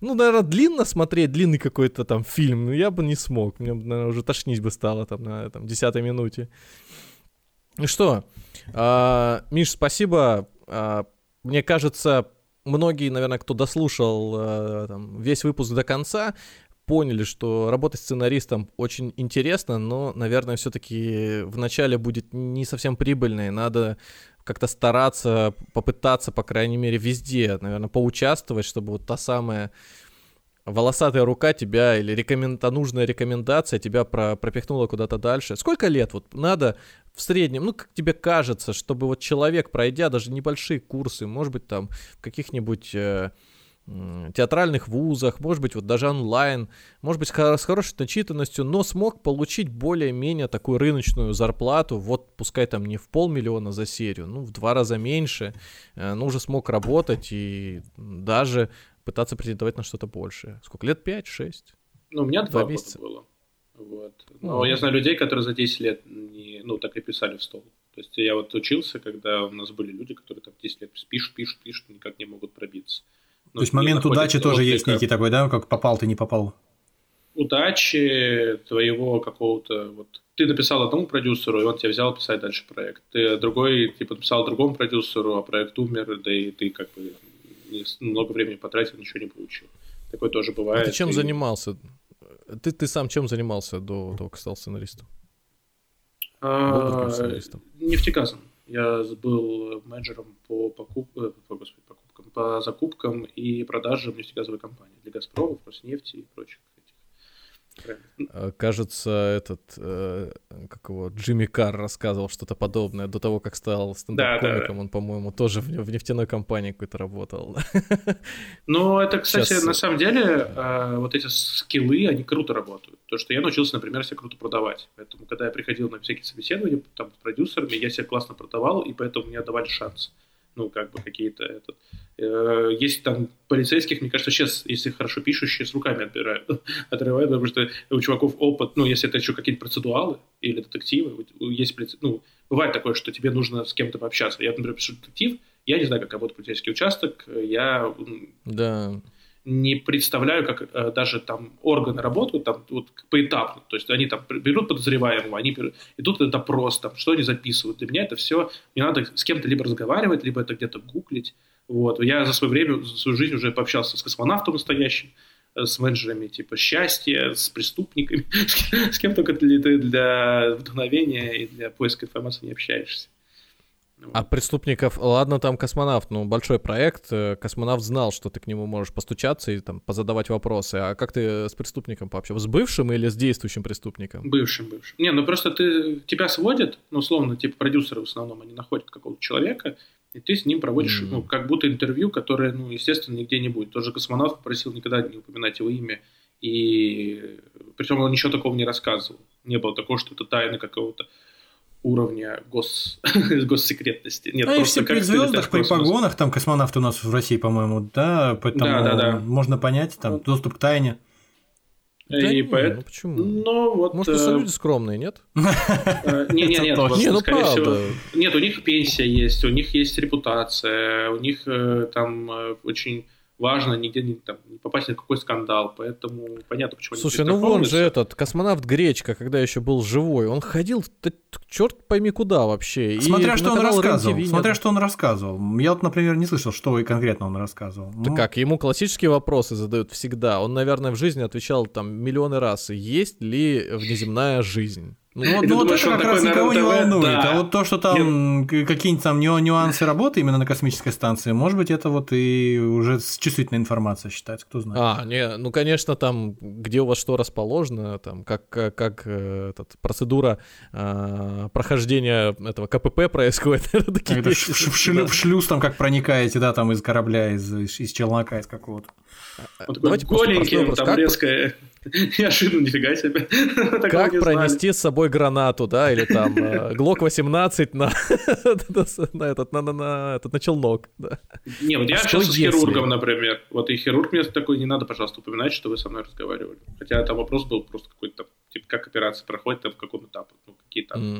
Ну, наверное, длинно смотреть, длинный какой-то там фильм, но я бы не смог. Мне, наверное, уже тошнить бы стало там на там, десятой минуте. Ну что, а, Миш, спасибо. А, мне кажется, многие, наверное, кто дослушал а, там, весь выпуск до конца, поняли, что работать сценаристом очень интересно, но, наверное, все-таки вначале будет не совсем прибыльно, и надо как-то стараться, попытаться, по крайней мере, везде, наверное, поучаствовать, чтобы вот та самая волосатая рука тебя или рекомен... нужная рекомендация тебя про... пропихнула куда-то дальше. Сколько лет вот надо в среднем, ну, как тебе кажется, чтобы вот человек, пройдя даже небольшие курсы, может быть, там, в каких-нибудь... Э... театральных вузах, может быть, вот даже онлайн, может быть, с хорошей начитанностью, но смог получить более-менее такую рыночную зарплату, вот пускай там не в полмиллиона за серию, ну, в два раза меньше, но уже смог работать и даже пытаться претендовать на что-то большее. Сколько лет? пять-шесть? Ну, у меня два, два месяца года было. Вот. Но mm-hmm. я знаю людей, которые за десять лет не, ну, так и писали в стол. То есть я вот учился, когда у нас были люди, которые там десять лет пишут, пишут, пишут, никак не могут пробиться. То есть момент удачи тоже есть некий такой, да, как попал ты, не попал? Удачи твоего какого-то, вот, ты написал одному продюсеру, и он тебя взял писать дальше проект. Ты другой, типа, написал другому продюсеру, а проект умер, да и ты как бы много времени потратил, ничего не получил. Такое тоже бывает. А ты чем и... занимался? Ты, ты сам чем занимался до того, как стал сценаристом? А, сценаристом? Нефтегазом. Я был менеджером по покупкам, по, господи, покупкам, по закупкам и продажам нефтегазовой компании для Газпрома, Роснефти и прочих этих. Кажется, этот, э, как его, Джимми Карр рассказывал что-то подобное до того, как стал стендап-комиком. Да, да, да. Он, по-моему, тоже в, в нефтяной компании какой-то работал. Ну, это, кстати, Сейчас... на самом деле, э, вот эти скиллы, они круто работают. То, что я научился, например, себя круто продавать. Поэтому, когда я приходил на всякие собеседования там, с продюсерами, я себя классно продавал, и поэтому мне давали шанс. Ну, как бы какие-то... Этот, э, есть там полицейских, мне кажется, сейчас, если хорошо пишущие, с руками отбирают, отрывают, потому что у чуваков опыт, ну, если это еще какие-то процедуалы или детективы, есть, ну, бывает такое, что тебе нужно с кем-то пообщаться. Я, например, пишу детектив, я не знаю, как работает полицейский участок, я... Да... не представляю, как э, даже там органы работают там вот поэтапно. То есть они там берут подозреваемого, они берут, идут на допрос, там, что они записывают. Для меня это все, мне надо с кем-то либо разговаривать, либо это где-то гуглить. Вот. Я за свое время, за свою жизнь уже пообщался с космонавтом настоящим, с менеджерами типа счастья, с преступниками, с кем только ты для вдохновения и для поиска информации не общаешься. А преступников, ладно, там космонавт, ну, большой проект, космонавт знал, что ты к нему можешь постучаться и там позадавать вопросы. А как ты с преступником пообщался? С бывшим или с действующим преступником? Бывшим, бывшим. Не, ну просто ты, тебя сводят, ну, условно, типа продюсеры в основном, они находят какого-то человека, и ты с ним проводишь, mm-hmm. ну, как будто интервью, которое, ну, естественно, нигде не будет. Тот же космонавт попросил никогда не упоминать его имя, и причем он ничего такого не рассказывал. Не было такого, что это тайна какого-то уровня гос... госсекретности. Нет, а и все при звездах, при погонах, там космонавты у нас в России, по-моему, да, поэтому да, да, да. можно понять, там, вот. Доступ к тайне. Да и не, поэт... ну почему? Ну, вот, Может, просто люди скромные, нет? Не, не, нет, не, ну правда. Нет, у них пенсия есть, у них есть репутация, у них там очень важно нигде не, там, не попасть на какой скандал, поэтому понятно, почему они... Слушай, ну вон же этот космонавт Гречка, когда еще был живой, он ходил, черт пойми куда вообще. Смотря и что он рассказывал, РЕН-ТВ смотря что он рассказывал. Я вот, например, не слышал, что конкретно он рассказывал. Да ну... как, ему классические вопросы задают всегда. Он, наверное, в жизни отвечал там миллионы раз, есть ли внеземная жизнь. Ну, вот, ну, вот это как раз никого не волнует. Да. А вот то, что там Нет. какие-нибудь там нюансы работы именно на космической станции, может быть, это вот и уже чувствительная информация считается, кто знает. А, не, ну, конечно, там, где у вас что расположено, там, как, как, как этот, процедура э, прохождения этого КПП происходит. Это в, в, шлю, в шлюз там как проникаете, да, там из корабля, из, из челнока, из какого-то. Вот давайте голеньким, там как... резкое... Неожиданно, нифига себе. Как пронести с собой гранату, да, или там Глок восемнадцать на этот на челнок, да. Не, вот я общался с хирургом, например. Вот и хирург мне такой, не надо, пожалуйста, упоминать, что вы со мной разговаривали. Хотя там вопрос был просто какой-то, типа, как операция проходит, там в каком этапе, ну, какие там.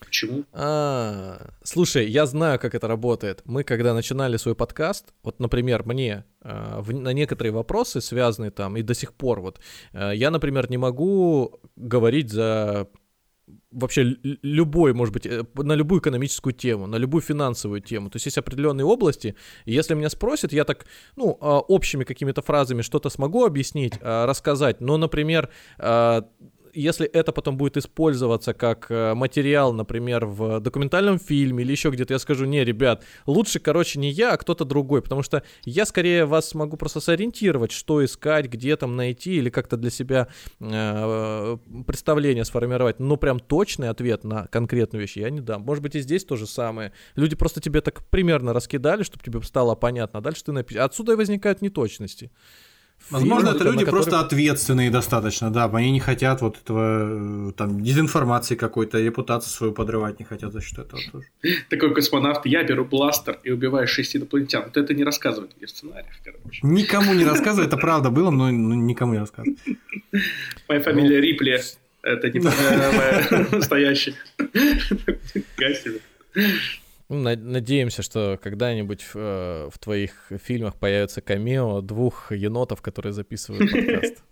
Почему? А, слушай, я знаю, как это работает. Мы, когда начинали свой подкаст, вот, например, мне э, в, на некоторые вопросы, связанные там, и до сих пор, вот, э, я, например, не могу говорить за вообще л- любой, может быть, э, на любую экономическую тему, на любую финансовую тему. То есть есть определенные области, и если меня спросят, я так, ну, э, общими какими-то фразами что-то смогу объяснить, э, рассказать, но, например, э, если это потом будет использоваться как материал, например, в документальном фильме или еще где-то, я скажу: не, ребят, лучше, короче, не я, а кто-то другой, потому что я скорее вас могу просто сориентировать, что искать, где там найти, или как-то для себя э, представление сформировать, но прям точный ответ на конкретную вещь я не дам. Может быть, и здесь то же самое. Люди просто тебе так примерно раскидали, чтобы тебе стало понятно, а дальше ты напишешь. Отсюда и возникают неточности. Возможно, Фильмы, это люди которые... просто ответственные достаточно, да, они не хотят вот этого, там, дезинформации какой-то, репутацию свою подрывать не хотят за счет этого тоже. Такой космонавт: я беру бластер и убиваю шесть инопланетян. Вот это не рассказывают в сценариях, короче. Никому не рассказывай, это правда было, но никому не рассказывай. Моя фамилия Рипли, это не настоящий. Гасили. Надеемся, что когда-нибудь в, э, в твоих фильмах появится камео двух енотов, которые записывают подкаст.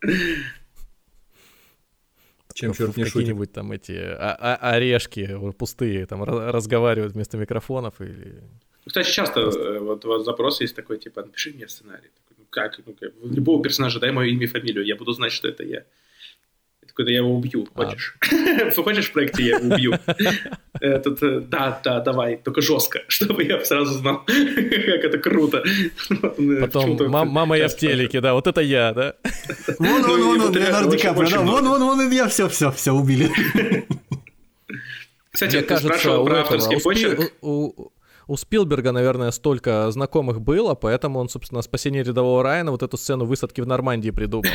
Чем черт не шутит. Какие-нибудь там эти орешки пустые там разговаривают вместо микрофонов. Или... Кстати, часто вот у вас запрос есть такой, типа: напиши мне сценарий. Такой: ну как? Ну, как? Любого персонажа дай мое имя и фамилию, я буду знать, что это я. Когда я его убью, хочешь? А. Хочешь в проекте, я его убью? Этот, да, да, давай, только жестко, чтобы я сразу знал, как это круто. Потом, мама, я в телеке, да, вот это я, да? Вон, вон, вон, вон, Леонардо Ди Каприо, да, вон, вон, вон, я все, все, все убили. Кстати, ты спрашивал про авторский почерк. У Спилберга, наверное, столько знакомых было, поэтому он, собственно, «Спасение рядового Райана», вот эту сцену высадки в Нормандии придумал.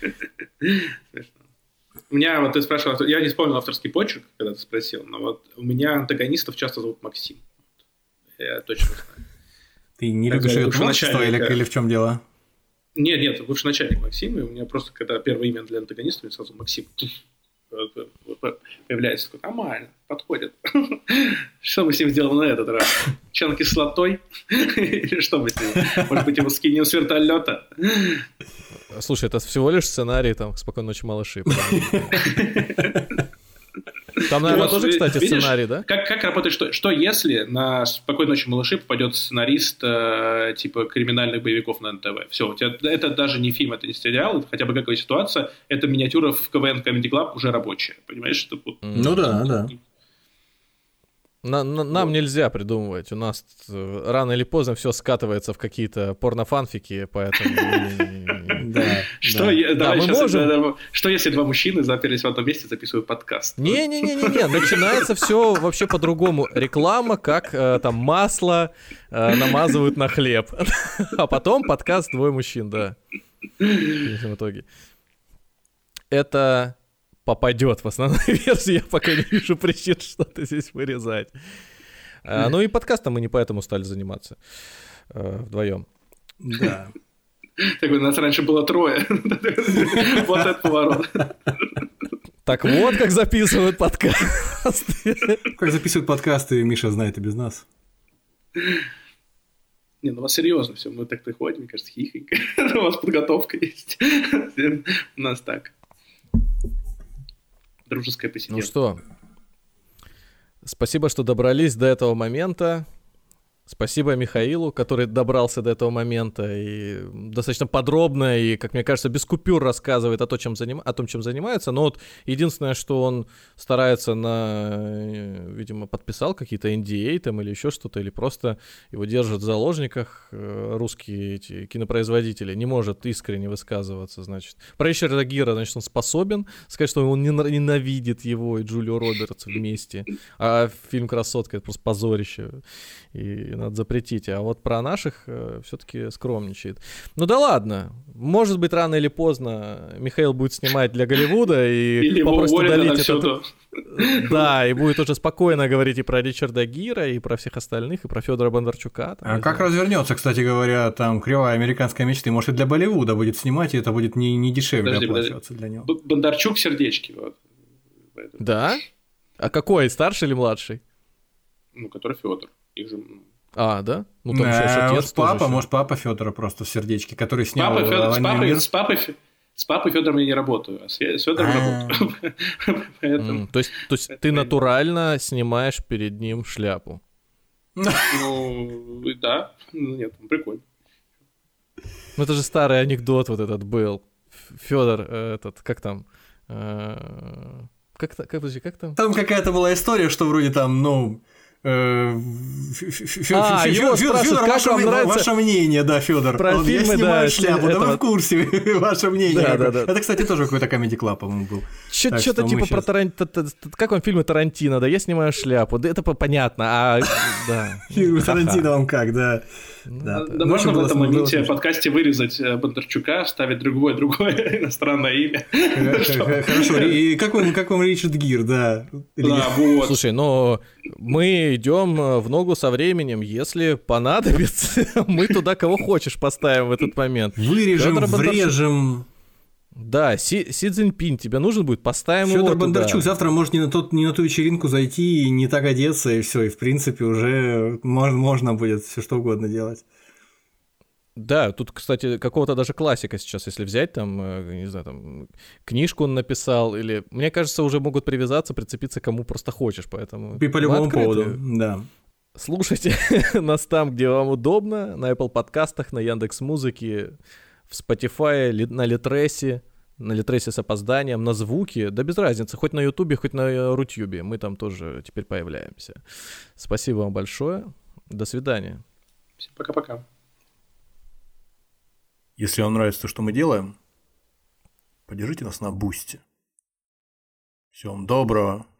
У меня, вот ты спрашивал, я не вспомнил авторский почерк, когда ты спросил, но вот у меня антагонистов часто зовут Максим. Я точно знаю. Ты не любишь ее творчество или, или в чем дело? Нет, нет, бывший начальник Максим, и у меня просто, когда первое имя для антагониста, у меня сразу Максим появляется, такой: нормально, подходит. Что мы с ним сделаем на этот раз? Чан кислотой? Или что мы с ним? Может быть, его скинем с вертолета? Слушай, это всего лишь сценарий там «Спокойной ночи, малыши». Там, наверное, тоже, кстати, сценарий, да? Как, как работает, что, что если на «Спокойной ночи, малыши» попадет сценарист э, типа криминальных боевиков на эн тэ вэ? Все, у тебя, это даже не фильм, это не сериал, это хотя бы какая ситуация, это миниатюра в ка вэ эн Comedy Club уже рабочая, понимаешь? Что, ну да, да. На, на, нам вот. Нельзя придумывать, у нас рано или поздно все скатывается в какие-то порнофанфики, поэтому... Что если два мужчины заперлись в одном месте, записывают подкаст? Не-не-не, начинается все вообще по-другому. Реклама, как там масло намазывают на хлеб, а потом подкаст «Двое мужчин», да, в итоге. Это... попадет в основную версию, я пока не вижу причин что-то здесь вырезать. А, ну и подкастом мы не поэтому стали заниматься а, вдвоем. Да. Так у нас раньше было трое. Вот этот поворот. Так вот, как записывают подкасты. Как записывают подкасты, Миша знает и без нас. Не, ну у вас серьезно все. Мы так приходим, мне кажется, хихонько. У вас подготовка есть. У нас так. Дружеское посидение. Ну что, спасибо, что добрались до этого момента. Спасибо Михаилу, который добрался до этого момента и достаточно подробно и, как мне кажется, без купюр рассказывает о том, чем, заним... о том, чем занимается. Но вот единственное, что он старается на... Видимо, подписал какие-то эн ди эй там или еще что-то, или просто его держат в заложниках русские эти кинопроизводители. Не может искренне высказываться, значит. Про Ричарда Гира, значит, он способен сказать, что он ненавидит его и Джулию Робертс вместе. А фильм «Красотка» — это просто позорище. И надо запретить, а вот про наших э, все-таки скромничает. Ну да ладно, может быть, рано или поздно Михаил будет снимать для Голливуда и или попросту удалить это. Да, и будет уже спокойно говорить и про Ричарда Гира, и про всех остальных, и про Федора Бондарчука. Там, а как развернется, кстати говоря, там кривая американская мечта, может, и для Болливуда будет снимать, и это будет не, не дешевле подожди, оплачиваться подожди. Для него. Бондарчук сердечки. Вот. Да? А какой, старший или младший? Ну, который Федор. Их же... А, да? Ну, там еще А, отец может, папа, тоже может, папа Федора просто в сердечке, который снял Папа Фёдор- с, «Войну и папой, мир». с, папой, Фе- с папой Федором я не работаю, а с, Фе- с Федором А. работаю. Поэтому, М, То есть, то есть ты натурально снимаешь перед ним шляпу. ну, да, ну, нет, ну, прикольно. Ну, это же старый анекдот вот этот был. Федор, этот, как там? Э, Как, та- как, подожди, как там? Там какая-то была история, что вроде там, ну... э, Ф- Ф- Ф- А, Ф- его Фёдор, спрашивают, Фёдор, как ваше вам м- нравится- Ваше мнение, да, Федор. Про Он, я фильмы, снимаю да, шляпу, да этого- вы в курсе, ваше мнение. Да, да, какое. да. Это, кстати, тоже какой-то Comedy Club, по-моему, был. Так Что-то что мы типа про щас- Тарантино. Как вам фильмы Тарантино? Да я снимаю шляпу. Да это по- понятно. А, да. Фильмы Ха-ха. Тарантино вам как, да. Да, Да, ну, можно было в этом смешно, было моменте смешно. подкасте вырезать э, Бондарчука, вставить другое, другое иностранное имя. Х- Хорошо, и как вам, как вам Ричард Гир, да? Или Да, нет? вот. Слушай, ну мы идем в ногу со временем. Если понадобится, мы туда кого хочешь поставим в этот момент. Вырежем, Фёдор Бондарчук. врежем. Да, Си, Си Цзиньпинь, тебе нужен будет, поставим его Федор туда. Бондарчук завтра может не на, тот, не на ту вечеринку зайти и не так одеться, и все, и в принципе уже можно, можно будет все что угодно делать. Да, тут, кстати, какого-то даже классика сейчас, если взять, там, э, не знаю, там, книжку он написал, или, мне кажется, уже могут привязаться, прицепиться кому просто хочешь, поэтому... И по мы любому открыты. поводу, да. Слушайте нас там, где вам удобно, на Apple подкастах, на Яндекс.Музыке, в Spotify, ли- на Литресе, на Литресе с опозданием, на Звуке, да без разницы, хоть на Ютубе, хоть на Рутюбе, мы там тоже теперь появляемся. Спасибо вам большое, до свидания. Всем пока-пока. Если вам нравится то, что мы делаем, поддержите нас на Бусти. Всем доброго.